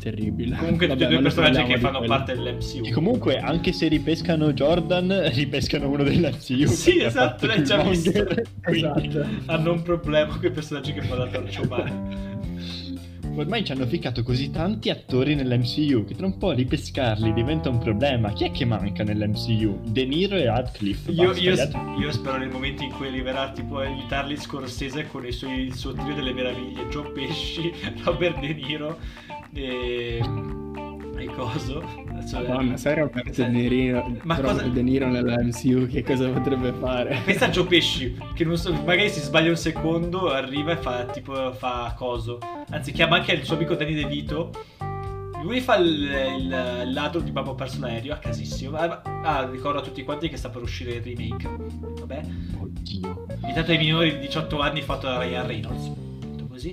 [SPEAKER 3] terribile.
[SPEAKER 1] Comunque tutti e
[SPEAKER 3] Vabbè,
[SPEAKER 1] due
[SPEAKER 3] ma
[SPEAKER 1] i
[SPEAKER 3] noi
[SPEAKER 1] personaggi
[SPEAKER 3] parliamo
[SPEAKER 1] che
[SPEAKER 3] di
[SPEAKER 1] fanno
[SPEAKER 3] quello.
[SPEAKER 1] parte dell'M C U.
[SPEAKER 2] E comunque, anche se ripescano Jordan, ripescano uno dell'M C U.
[SPEAKER 1] Sì,
[SPEAKER 2] perché ha
[SPEAKER 1] esatto,
[SPEAKER 2] fatto
[SPEAKER 1] l'hai già visto.
[SPEAKER 2] Killmonger, quindi-
[SPEAKER 3] Esatto.
[SPEAKER 1] Hanno un problema con i personaggi che fanno la torcia umana.
[SPEAKER 2] Ormai ci hanno ficcato così tanti attori nell'M C U che tra un po' ripescarli diventa un problema. Chi è che manca nell'M C U? De Niro e Radcliffe.
[SPEAKER 1] Io,
[SPEAKER 2] basta,
[SPEAKER 1] io,
[SPEAKER 2] gli altri-
[SPEAKER 1] io spero nel momento in cui arriverà tipo a aiutarli Scorsese con i suoi, il suo trio delle meraviglie, Joe Pesci, Robert De Niro e... e coso. Cioè,
[SPEAKER 3] Madonna, sai Robert
[SPEAKER 1] sai-
[SPEAKER 3] De Niro,
[SPEAKER 1] Ma
[SPEAKER 3] Robert
[SPEAKER 1] cosa-
[SPEAKER 3] De Niro nell'M C U che cosa potrebbe fare?
[SPEAKER 1] Pensa a Joe Pesci, che non so, magari si sbaglia un secondo, arriva e fa tipo fa coso. Anzi, chiama anche il suo amico Danny DeVito. Lui fa il, il, il ladro di Babbo perso l'aereo a casissimo. Ah, ah, ricordo a tutti quanti che sta per uscire il remake. Vabbè.
[SPEAKER 2] Oddio.
[SPEAKER 1] Vietato ai minori di diciotto anni, fatto da Ryan Reynolds. Detto così.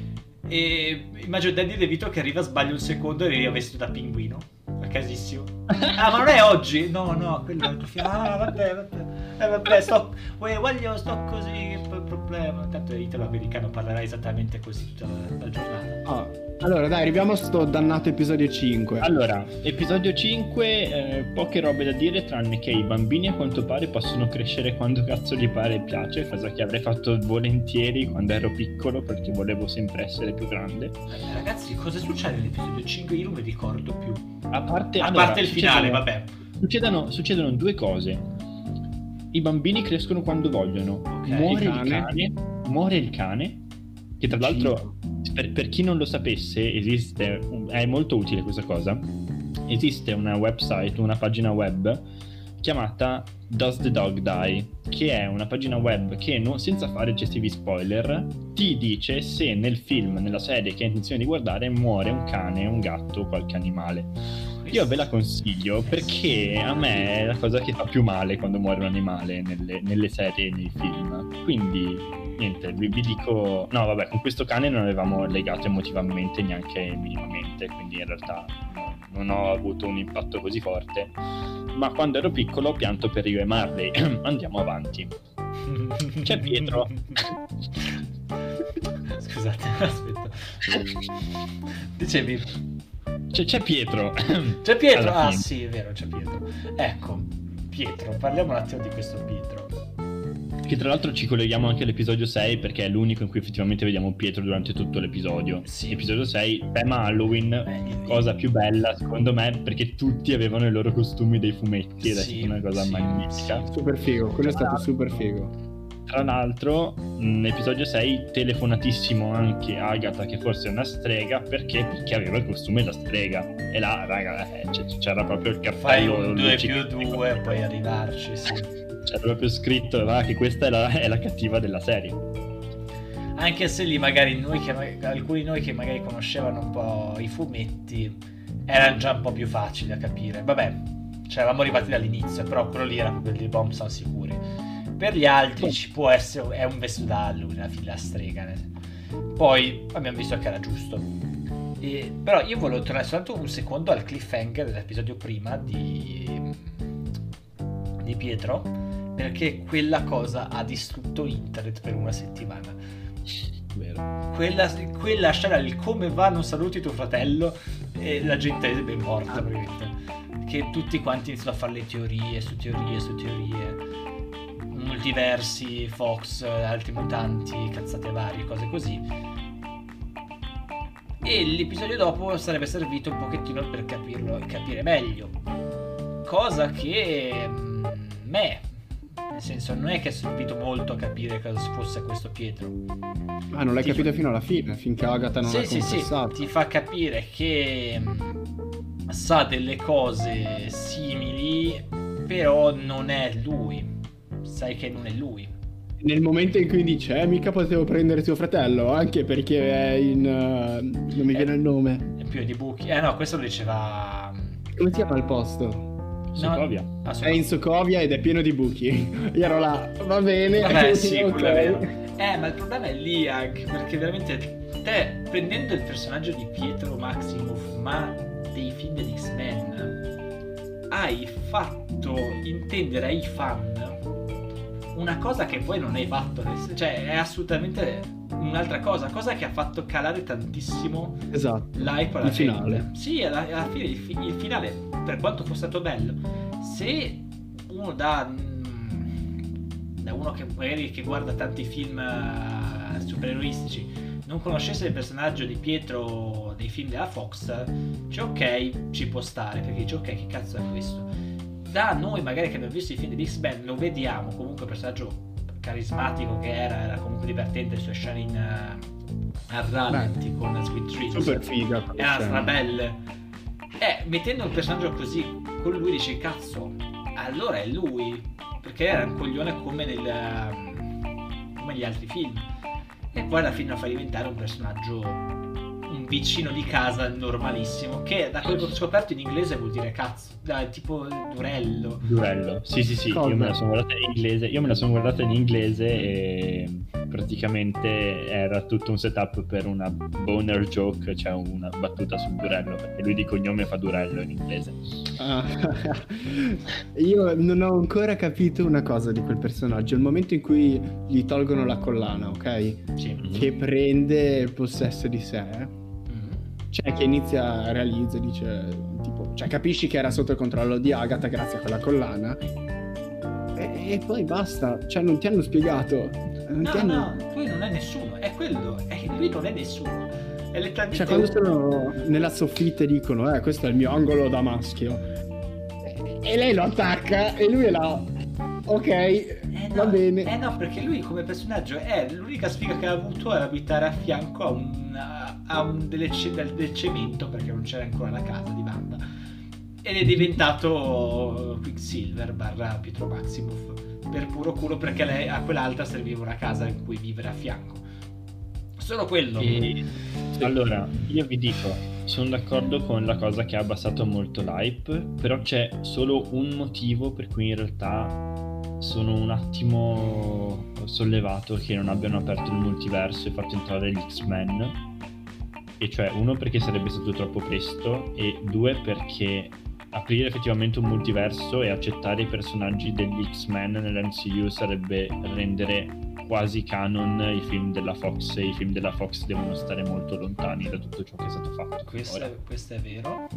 [SPEAKER 1] E immagino Danny DeVito che arriva, sbaglia un secondo e arriva vestito da pinguino. A casissimo. Ah, ma non è oggi? No, no, quello è altro film. Ah, vabbè, vabbè. Eh, vabbè, sto. Uè, voglio, sto così, che p- problema. Intanto l'italo-americano parlerà esattamente così tutta la, la giornata.
[SPEAKER 3] Ah, allora dai, arriviamo a sto dannato episodio cinque.
[SPEAKER 2] Allora, episodio cinque, eh, poche robe da dire tranne che i bambini a quanto pare possono crescere quando cazzo gli pare e piace, cosa che avrei fatto volentieri quando ero piccolo perché volevo sempre essere più grande.
[SPEAKER 1] Eh, ragazzi, cosa succede nell'episodio cinque? Io non mi ricordo più.
[SPEAKER 2] A parte,
[SPEAKER 1] A
[SPEAKER 2] allora,
[SPEAKER 1] parte il finale,
[SPEAKER 2] succedono-
[SPEAKER 1] vabbè.
[SPEAKER 2] Succedono, succedono due cose. I bambini crescono quando vogliono.
[SPEAKER 1] Ok,
[SPEAKER 2] muore
[SPEAKER 3] il
[SPEAKER 2] il
[SPEAKER 3] cane.
[SPEAKER 2] cane. Muore il cane. Che tra l'altro, per, per chi non lo sapesse, esiste. un- È molto utile questa cosa. Esiste una website, una pagina web chiamata Does the Dog Die? Che è una pagina web che, non, senza fare eccessivi spoiler, ti dice se nel film, nella serie che hai intenzione di guardare, muore un cane, un gatto o qualche animale. Io ve la consiglio perché a me è la cosa che fa più male quando muore un animale nelle, nelle serie e nei film. Quindi, niente, vi, vi dico... No, vabbè, con questo cane non avevamo legato emotivamente neanche minimamente, quindi in realtà no, non ho avuto un impatto così forte. Ma quando ero piccolo ho pianto per io e Marley. Andiamo avanti. C'è Pietro.
[SPEAKER 1] Scusate, aspetta. Dicevi.
[SPEAKER 2] C'è, c'è Pietro.
[SPEAKER 1] C'è Pietro?
[SPEAKER 2] Alla
[SPEAKER 1] Ah
[SPEAKER 2] fine.
[SPEAKER 1] sì, è vero, c'è Pietro. Ecco, Pietro, parliamo un attimo di questo Pietro.
[SPEAKER 2] Che tra l'altro ci colleghiamo anche all'episodio sei perché è l'unico in cui effettivamente vediamo Pietro durante tutto l'episodio.
[SPEAKER 1] Sì.
[SPEAKER 2] Episodio sei, tema Halloween,
[SPEAKER 1] Eh,
[SPEAKER 2] cosa più bella secondo me perché tutti avevano i loro costumi dei fumetti ed è
[SPEAKER 1] Sì,
[SPEAKER 2] stata una cosa
[SPEAKER 1] sì,
[SPEAKER 2] magnifica.
[SPEAKER 1] sì.
[SPEAKER 3] Super figo, quello è stato super figo.
[SPEAKER 2] Tra l'altro, in episodio sei telefonatissimo anche Agatha che forse è una strega perché, perché aveva il costume da strega e là raga eh, c- c'era proprio il
[SPEAKER 1] Fai
[SPEAKER 2] cartello
[SPEAKER 1] un due più
[SPEAKER 2] luccico.
[SPEAKER 1] due e poi arrivarci, sì.
[SPEAKER 2] C'era proprio scritto ah, che questa è la, è la cattiva della serie.
[SPEAKER 1] Anche se lì magari noi che alcuni di noi che magari conoscevano un po' i fumetti era già un po' più facile da capire. Vabbè, ci eravamo arrivati dall'inizio, però quello lì era proprio il bomb, siamo sicuri. Per gli altri ci può essere, è un vestito da Halloween, alla fine la strega. né? Poi abbiamo visto che era giusto. E, però io volevo tornare soltanto un secondo al cliffhanger dell'episodio prima di, di Pietro, perché quella cosa ha distrutto internet per una settimana.
[SPEAKER 2] Vero.
[SPEAKER 1] Quella, quella scena, il come va, non saluti tuo fratello, e la gente è ben morta, praticamente. Che tutti quanti iniziano a fare le teorie su teorie su teorie. Multiversi, Fox, altri mutanti, cazzate varie, cose così. E l'episodio dopo sarebbe servito un pochettino per capirlo e capire meglio. Cosa che mm, me, nel senso, non è che è servito molto a capire cosa fosse questo Pietro.
[SPEAKER 3] Ah, non l'hai
[SPEAKER 1] Ti
[SPEAKER 3] capito
[SPEAKER 1] fa-
[SPEAKER 3] fino alla fine, finché Agatha non
[SPEAKER 1] Sì,
[SPEAKER 3] l'ha
[SPEAKER 1] sì, sì,
[SPEAKER 3] confessato.
[SPEAKER 1] ti fa capire che mm, sa delle cose simili, però non è lui. Sai che non è lui.
[SPEAKER 3] Nel momento in cui dice, eh, mica potevo prendere tuo fratello, anche perché è in... uh, non mi
[SPEAKER 1] Eh.
[SPEAKER 3] viene il nome.
[SPEAKER 1] È più di buchi. Eh no, questo lo diceva.
[SPEAKER 3] Come si chiama il posto?
[SPEAKER 2] Sokovia.
[SPEAKER 1] Ah,
[SPEAKER 3] È in Sokovia ed è pieno di buchi. Io ero là, va bene.
[SPEAKER 1] Vabbè, sì,
[SPEAKER 3] ok.
[SPEAKER 1] quello è vero. Eh, ma il problema è lì anche perché veramente te, prendendo il personaggio di Pietro Maximoff, ma dei film degli X-Men, hai fatto intendere ai fan una cosa che poi non hai fatto. Cioè, è assolutamente un'altra cosa, cosa che ha fatto calare tantissimo
[SPEAKER 3] Esatto.
[SPEAKER 1] l'hype alla
[SPEAKER 3] Il
[SPEAKER 1] gente.
[SPEAKER 3] finale.
[SPEAKER 1] Sì, alla, alla fine il, fi- il finale, per quanto fosse stato bello, se uno da, mm, da uno che magari che guarda tanti film uh, supereroistici non conoscesse il personaggio di Pietro dei film della Fox, dice ok, ci può stare, perché dice ok, che cazzo è questo? Da noi magari che abbiamo visto i film degli X-Men lo vediamo comunque un personaggio carismatico che era, era comunque divertente, le sue scene in, uh, a rallenti
[SPEAKER 3] Beh,
[SPEAKER 1] con Sweet Dreams
[SPEAKER 3] super figa quella
[SPEAKER 1] erano
[SPEAKER 3] scena.
[SPEAKER 1] strabelle. Eh, mettendo un personaggio così con lui dici cazzo, allora è lui, perché era un coglione come nel um, come gli altri film, e poi alla fine lo fa diventare un personaggio, un vicino di casa normalissimo, che da quello che ho scoperto in inglese vuol dire cazzo, da, tipo durello.
[SPEAKER 2] Durello, sì sì sì,
[SPEAKER 3] Cosa?
[SPEAKER 2] io me la sono guardata in inglese, io me la sono guardata in inglese e praticamente era tutto un setup per una boner joke, cioè una battuta sul durello, perché lui di cognome fa durello in inglese.
[SPEAKER 3] Ah, io non ho ancora capito una cosa di quel personaggio. Il momento in cui gli tolgono la collana, ok?
[SPEAKER 1] Sì.
[SPEAKER 3] Che prende il possesso di sé,
[SPEAKER 1] Mm.
[SPEAKER 3] cioè che inizia a realizzare, dice tipo, cioè capisci che era sotto il controllo di Agatha grazie a quella collana e, e poi basta, cioè non ti hanno spiegato, non
[SPEAKER 1] No,
[SPEAKER 3] ti hanno...
[SPEAKER 1] no, lui non è nessuno, è quello, è, lui non è nessuno. È letteralmente
[SPEAKER 3] Cioè quando sono nella soffitta e dicono eh questo è il mio angolo da maschio e, e lei lo attacca e lui è là, ok,
[SPEAKER 1] Eh no,
[SPEAKER 3] va bene.
[SPEAKER 1] Eh no, perché lui come personaggio è l'unica sfiga che ha avuto era abitare a fianco a un, a un delle ce- del, del cemento, perché non c'era ancora la casa di Wanda, ed è diventato Quicksilver barra Pietro Maximoff per puro culo, perché lei, a quell'altra serviva una casa in cui vivere a fianco. Solo quello.
[SPEAKER 2] E allora, io vi dico, sono d'accordo con la cosa che ha abbassato molto l'hype, però c'è solo un motivo per cui in realtà sono un attimo sollevato che non abbiano aperto il multiverso e fatto entrare gli X-Men, e cioè uno perché sarebbe stato troppo presto e due perché aprire effettivamente un multiverso e accettare i personaggi degli X-Men nell'M C U sarebbe rendere quasi canon i film della Fox, e i film della Fox devono stare molto lontani da tutto ciò che è stato fatto.
[SPEAKER 1] Questo
[SPEAKER 2] finora.
[SPEAKER 1] è, questo è vero.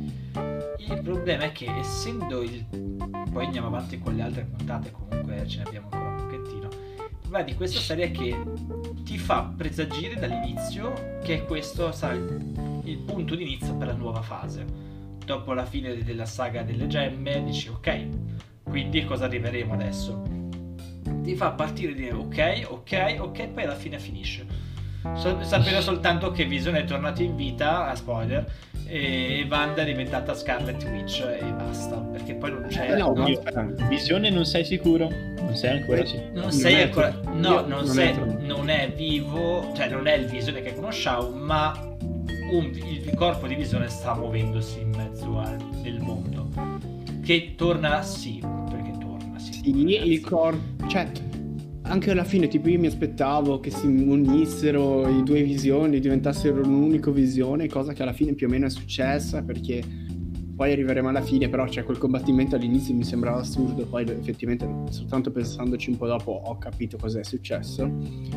[SPEAKER 1] Il problema è che essendo il... poi andiamo avanti con le altre puntate, comunque ce ne abbiamo ancora un pochettino. Il problema di questa serie è che ti fa presagire dall'inizio che questo sarà il, il punto di inizio per la nuova fase. Dopo la fine della saga delle gemme dici ok, quindi cosa arriveremo adesso? Ti fa partire di ok, ok, ok, poi alla fine finisce. So, sapere soltanto che Vision è tornato in vita, a spoiler, e Wanda è diventata Scarlet Witch e basta, perché poi non c'è...
[SPEAKER 3] Eh no, ma
[SPEAKER 2] Io-
[SPEAKER 3] aspetta.
[SPEAKER 2] Visione non sei sicuro? Non sei ancora
[SPEAKER 3] Eh,
[SPEAKER 2] sì.
[SPEAKER 1] Non
[SPEAKER 3] Non
[SPEAKER 1] sei
[SPEAKER 3] è
[SPEAKER 1] ancora...
[SPEAKER 3] tornato.
[SPEAKER 1] No,
[SPEAKER 3] Io-
[SPEAKER 1] non,
[SPEAKER 3] non
[SPEAKER 1] sei,
[SPEAKER 3] è tornato.
[SPEAKER 1] non è vivo, cioè non è il Visione che conosciamo, ma un, il corpo di Visione sta muovendosi in mezzo al, nel mondo. Che torna, sì, perché torna, sì.
[SPEAKER 3] Sì, il corpo, cioè anche alla fine tipo io mi aspettavo che si unissero i due visioni, diventassero un'unica visione, cosa che alla fine più o meno è successa, perché poi arriveremo alla fine, però cioè quel combattimento all'inizio mi sembrava assurdo, poi effettivamente soltanto pensandoci un po' dopo ho capito cosa è successo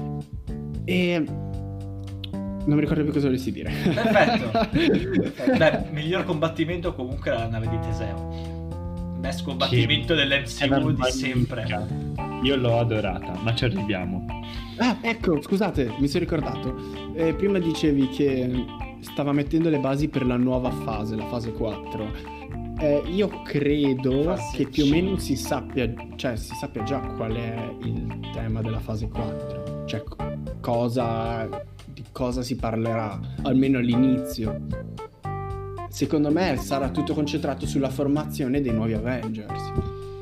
[SPEAKER 3] e non mi ricordo più cosa volessi dire.
[SPEAKER 1] Perfetto. Beh, miglior combattimento comunque era la nave di Teseo. Best combattimento dell'M C
[SPEAKER 2] Era
[SPEAKER 1] U di
[SPEAKER 2] magnifica.
[SPEAKER 1] sempre.
[SPEAKER 2] Io l'ho adorata, ma ci arriviamo.
[SPEAKER 3] Ah, ecco, scusate, mi sono ricordato. Eh, prima dicevi che stava mettendo le basi per la nuova fase, la fase quattro. Eh, io credo
[SPEAKER 1] Fase
[SPEAKER 3] che più o
[SPEAKER 1] cinque.
[SPEAKER 3] meno si sappia, cioè si sappia già qual è il tema della fase quattro. Cioè co- cosa, di cosa si parlerà, almeno all'inizio. Secondo me sarà tutto concentrato sulla formazione dei nuovi Avengers.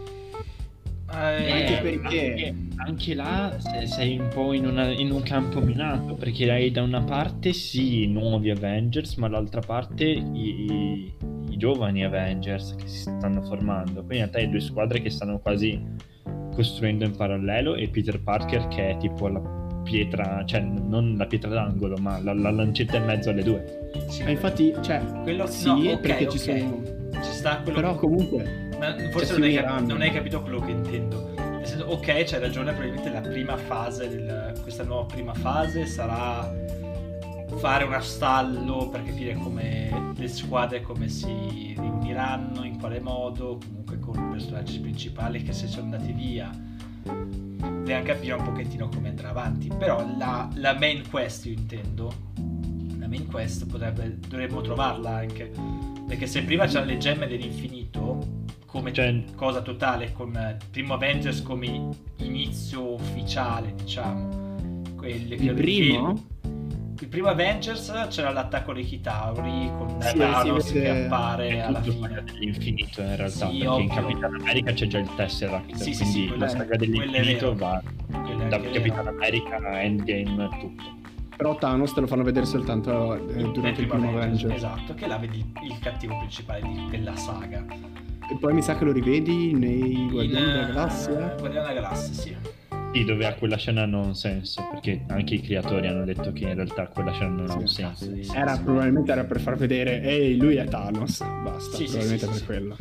[SPEAKER 1] Eh,
[SPEAKER 3] Anche perché-
[SPEAKER 2] anche, anche là se- sei un po' in, una- in un campo minato, perché hai da una parte sì i nuovi Avengers, ma dall'altra parte i, i- i giovani Avengers che si stanno formando. Quindi a te hai due squadre che stanno quasi costruendo in parallelo, e Peter Parker che è tipo la pietra, cioè non la pietra d'angolo, ma la, la lancetta in mezzo alle due.
[SPEAKER 1] sì,
[SPEAKER 3] Ma infatti, cioè,
[SPEAKER 1] quello
[SPEAKER 3] sì,
[SPEAKER 1] no, ok,
[SPEAKER 3] perché
[SPEAKER 1] ok.
[SPEAKER 3] ci sono...
[SPEAKER 1] Ci sta quello
[SPEAKER 3] Però
[SPEAKER 1] che-
[SPEAKER 3] comunque...
[SPEAKER 1] Ma forse
[SPEAKER 3] Cioè,
[SPEAKER 1] non,
[SPEAKER 3] si
[SPEAKER 1] hai cap-
[SPEAKER 3] uniranno.
[SPEAKER 1] non hai capito quello che intendo. Nel senso senso, ok, c'hai ragione, probabilmente la prima fase, del, questa nuova prima fase sarà fare un astallo per capire come le squadre come si riuniranno, in quale modo, comunque con i personaggi principali che se sono andati via, dobbiamo capire un pochettino come andrà avanti. Però la, la main quest, io intendo, la main quest potrebbe, dovremmo trovarla anche, perché se prima c'erano le gemme dell'infinito come
[SPEAKER 2] Cioè-
[SPEAKER 1] cosa totale, con eh, primo Avengers come inizio ufficiale, diciamo, quelle che
[SPEAKER 3] Il primo?
[SPEAKER 1] il primo Avengers c'era l'attacco dei Chitauri con
[SPEAKER 3] Sì,
[SPEAKER 1] Thanos
[SPEAKER 3] si
[SPEAKER 1] che
[SPEAKER 3] vede-
[SPEAKER 1] appare
[SPEAKER 2] È
[SPEAKER 1] alla
[SPEAKER 2] tutto
[SPEAKER 1] fine.
[SPEAKER 2] saga dell'infinito in realtà,
[SPEAKER 1] Sì,
[SPEAKER 2] perché
[SPEAKER 1] ovvio.
[SPEAKER 2] in Capitan America c'è già il Tesseract,
[SPEAKER 1] Sì, sì,
[SPEAKER 2] quindi
[SPEAKER 1] sì, quella-
[SPEAKER 2] la saga
[SPEAKER 1] quello è
[SPEAKER 2] dell'infinito
[SPEAKER 1] vero.
[SPEAKER 2] va
[SPEAKER 1] Quello è
[SPEAKER 2] da
[SPEAKER 1] anche
[SPEAKER 2] Capitan
[SPEAKER 1] vero.
[SPEAKER 2] America, Endgame, tutto.
[SPEAKER 3] Però Thanos te lo fanno vedere soltanto eh,
[SPEAKER 1] Nel
[SPEAKER 3] durante il primo Avengers.
[SPEAKER 1] esatto, che là vedi il cattivo principale di- della saga.
[SPEAKER 3] E poi mi sa che lo rivedi nei Guardiani
[SPEAKER 1] In,
[SPEAKER 3] della
[SPEAKER 1] eh,
[SPEAKER 3] Galassia.
[SPEAKER 1] Guardiani della Galassia, sì.
[SPEAKER 2] Sì, dove a quella scena non ha un senso, perché anche i creatori hanno detto che in realtà quella scena non ha
[SPEAKER 3] Sì,
[SPEAKER 2] un senso.
[SPEAKER 1] sì, sì,
[SPEAKER 3] Era
[SPEAKER 1] sì.
[SPEAKER 3] probabilmente era per far vedere, ehi, lui è Thanos. Basta,
[SPEAKER 1] Sì, sì,
[SPEAKER 3] probabilmente
[SPEAKER 1] sì,
[SPEAKER 3] per
[SPEAKER 1] sì.
[SPEAKER 3] quello.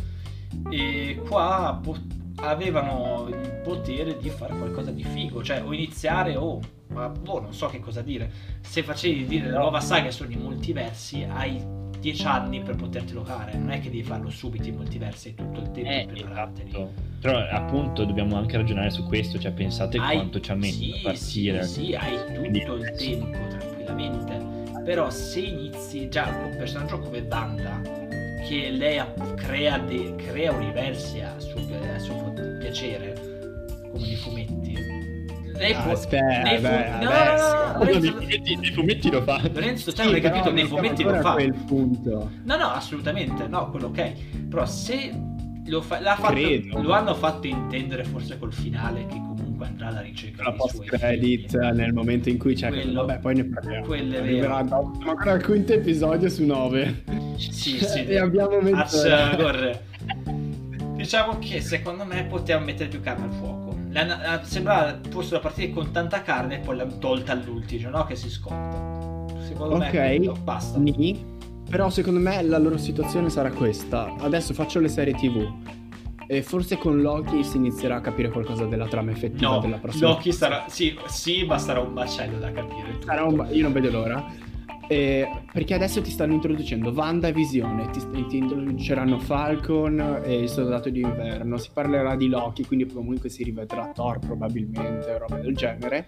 [SPEAKER 1] E qua po- avevano il potere di fare qualcosa di figo, cioè o iniziare o ma boh, non so che cosa dire. Se facevi dire la nuova saga sono i multiversi, hai dieci anni per potertelo fare, non è che devi farlo subito i multiversi, hai tutto il tempo
[SPEAKER 2] Eh,
[SPEAKER 1] per prepararteli.
[SPEAKER 2] esatto. Però appunto dobbiamo anche ragionare su questo, cioè pensate
[SPEAKER 1] Hai-
[SPEAKER 2] quanto ci ha messo
[SPEAKER 1] sì,
[SPEAKER 2] a partire.
[SPEAKER 1] Sì, sì, hai
[SPEAKER 2] Quindi
[SPEAKER 1] tutto il
[SPEAKER 2] adesso-
[SPEAKER 1] tempo tranquillamente. Però se inizi già con un personaggio come Wanda, che lei ha- crea, de- crea universi a suo, a suo piacere, come nei fumetti. Lei
[SPEAKER 3] Ah,
[SPEAKER 1] può...
[SPEAKER 3] aspetta,
[SPEAKER 1] nei fu-
[SPEAKER 3] beh,
[SPEAKER 1] no, no,
[SPEAKER 3] adesso.
[SPEAKER 1] no, no,
[SPEAKER 2] Nei
[SPEAKER 1] Lorenzo,
[SPEAKER 2] fumetti, nei fumetti lo fa.
[SPEAKER 1] Lorenzo, cioè,
[SPEAKER 3] Sì,
[SPEAKER 1] non hai
[SPEAKER 3] però
[SPEAKER 1] capito, nei
[SPEAKER 3] non siamo
[SPEAKER 1] fumetti lo
[SPEAKER 3] ancora
[SPEAKER 1] fa.
[SPEAKER 3] a quel punto.
[SPEAKER 1] No, no, assolutamente, no, quello ok. Però se lo, fa- l'ha fatto,
[SPEAKER 3] Credo.
[SPEAKER 1] lo hanno fatto intendere forse col finale, che comunque andrà alla ricerca
[SPEAKER 3] La
[SPEAKER 1] dei
[SPEAKER 3] post
[SPEAKER 1] suoi
[SPEAKER 3] credit
[SPEAKER 1] figli.
[SPEAKER 3] nel momento in cui c'è
[SPEAKER 1] Quello-
[SPEAKER 3] vabbè poi ne parliamo.
[SPEAKER 1] quello è
[SPEAKER 3] Arriverà
[SPEAKER 1] vero.
[SPEAKER 3] dopo, siamo ancora al quinto episodio su nove.
[SPEAKER 1] Sì, sì.
[SPEAKER 3] E abbiamo messo
[SPEAKER 1] Azz- Diciamo che secondo me potevamo mettere più carne al fuoco. L'hanno- ah, sembrava fossero partiti con tanta carne e poi l'hanno tolta all'ultimo, no? Che si scotta. Secondo me è quello,
[SPEAKER 3] Ok,
[SPEAKER 1] basta.
[SPEAKER 3] Ni. Però secondo me la loro situazione sarà questa. Adesso faccio le serie tivù e forse con Loki si inizierà a capire qualcosa della trama effettiva
[SPEAKER 1] No,
[SPEAKER 3] della prossima.
[SPEAKER 1] Loki sarà... Sì, sì, ma sarà un macello da capire. tutto.
[SPEAKER 3] Sarà un- Io non vedo l'ora. Eh, perché adesso ti stanno introducendo Wanda e Visione, ti, ti introduceranno Falcon e il Soldato d'inverno, si parlerà di Loki, quindi comunque si rivedrà Thor probabilmente, roba del genere.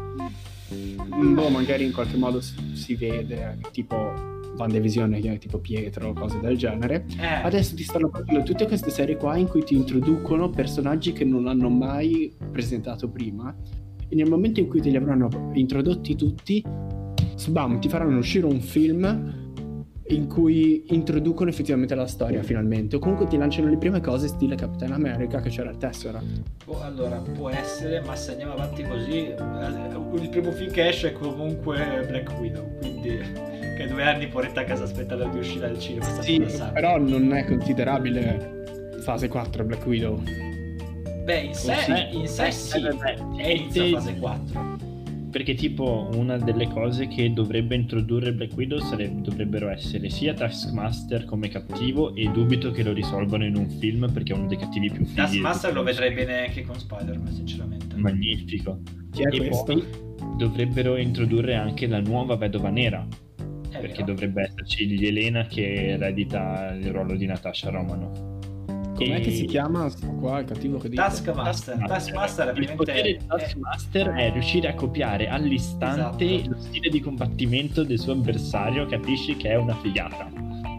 [SPEAKER 3] Boh, magari in qualche modo si, si vede, tipo Wanda e Visione, che è tipo Pietro, cose del genere.
[SPEAKER 1] Eh,
[SPEAKER 3] Adesso ti stanno facendo tutte queste serie qua in cui ti introducono personaggi che non hanno mai presentato prima e nel momento in cui te li avranno introdotti tutti, sbam, ti faranno uscire un film in cui introducono effettivamente la storia finalmente o comunque ti lanciano le prime cose stile Capitan America che c'era il Tesseract.
[SPEAKER 1] boh, allora, può essere, ma se andiamo avanti così, eh, il primo film che esce è comunque Black Widow, quindi che due anni porretta a casa aspettando di uscire al cinema. sta
[SPEAKER 3] Sì,
[SPEAKER 1] passando.
[SPEAKER 3] però non è considerabile fase quattro Black Widow.
[SPEAKER 1] Beh, in sé,
[SPEAKER 2] Forse-
[SPEAKER 1] in sé
[SPEAKER 2] eh,
[SPEAKER 1] sì,
[SPEAKER 2] eh, beh,
[SPEAKER 1] è inizia
[SPEAKER 2] sì.
[SPEAKER 1] fase quattro.
[SPEAKER 2] Perché tipo una delle cose che dovrebbe introdurre Black Widow sarebbe, dovrebbero essere sia Taskmaster come cattivo e dubito che lo risolvano in un film perché è uno dei cattivi più fighi.
[SPEAKER 1] Taskmaster
[SPEAKER 2] di
[SPEAKER 1] lo
[SPEAKER 2] tutti.
[SPEAKER 1] vedrei bene anche con Spider-Man, sinceramente.
[SPEAKER 2] Magnifico.
[SPEAKER 3] Chi è
[SPEAKER 2] E
[SPEAKER 3] questo?
[SPEAKER 2] poi dovrebbero introdurre anche la nuova vedova nera,
[SPEAKER 1] È
[SPEAKER 2] perché
[SPEAKER 1] vero.
[SPEAKER 2] dovrebbe esserci Yelena che eredita il ruolo di Natasha Romanoff.
[SPEAKER 3] Com'è
[SPEAKER 2] E-
[SPEAKER 3] che si chiama sto qua il cattivo che dice?
[SPEAKER 1] Taskmaster. Taskmaster è
[SPEAKER 2] il potere di
[SPEAKER 1] praticamente...
[SPEAKER 2] Taskmaster è riuscire a copiare all'istante
[SPEAKER 1] Esatto.
[SPEAKER 2] lo stile di combattimento del suo avversario, capisci che è una figata.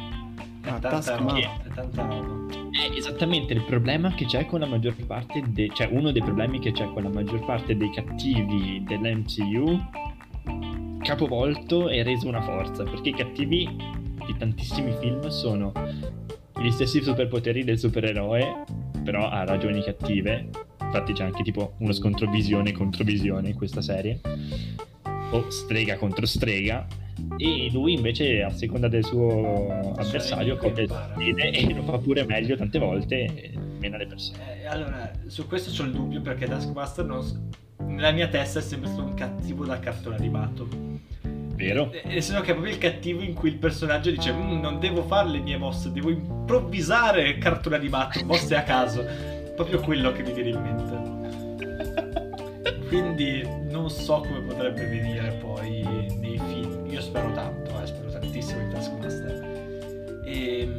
[SPEAKER 1] È
[SPEAKER 3] Ah,
[SPEAKER 1] tanta
[SPEAKER 3] Taskmaster.
[SPEAKER 1] roba, è tanta roba.
[SPEAKER 2] È esattamente il problema che c'è con la maggior parte de- cioè uno dei problemi che c'è con la maggior parte dei cattivi dell'M C U capovolto e reso una forza, perché i cattivi di tantissimi film sono gli stessi superpoteri del supereroe, però ha ragioni cattive. Infatti c'è anche tipo uno scontro visione contro visione in questa serie, o strega contro strega, e lui invece a seconda del suo avversario
[SPEAKER 1] nemico
[SPEAKER 2] come
[SPEAKER 1] impara.
[SPEAKER 2] bene e lo fa pure meglio tante volte e mena le persone.
[SPEAKER 1] Eh, allora, su questo c'ho il dubbio perché Taskmaster non... s- nella mia testa è sempre stato un cattivo da cartone animato.
[SPEAKER 2] Vero?
[SPEAKER 1] Eh, Nel senso che è proprio il cattivo in cui il personaggio dice "Mm, non devo fare le mie mosse, devo improvvisare cartone animato, mosse a caso. Proprio quello che mi viene in mente. quindi non so come potrebbe venire poi nei film. Io spero tanto, eh, spero tantissimo in Taskmaster. E...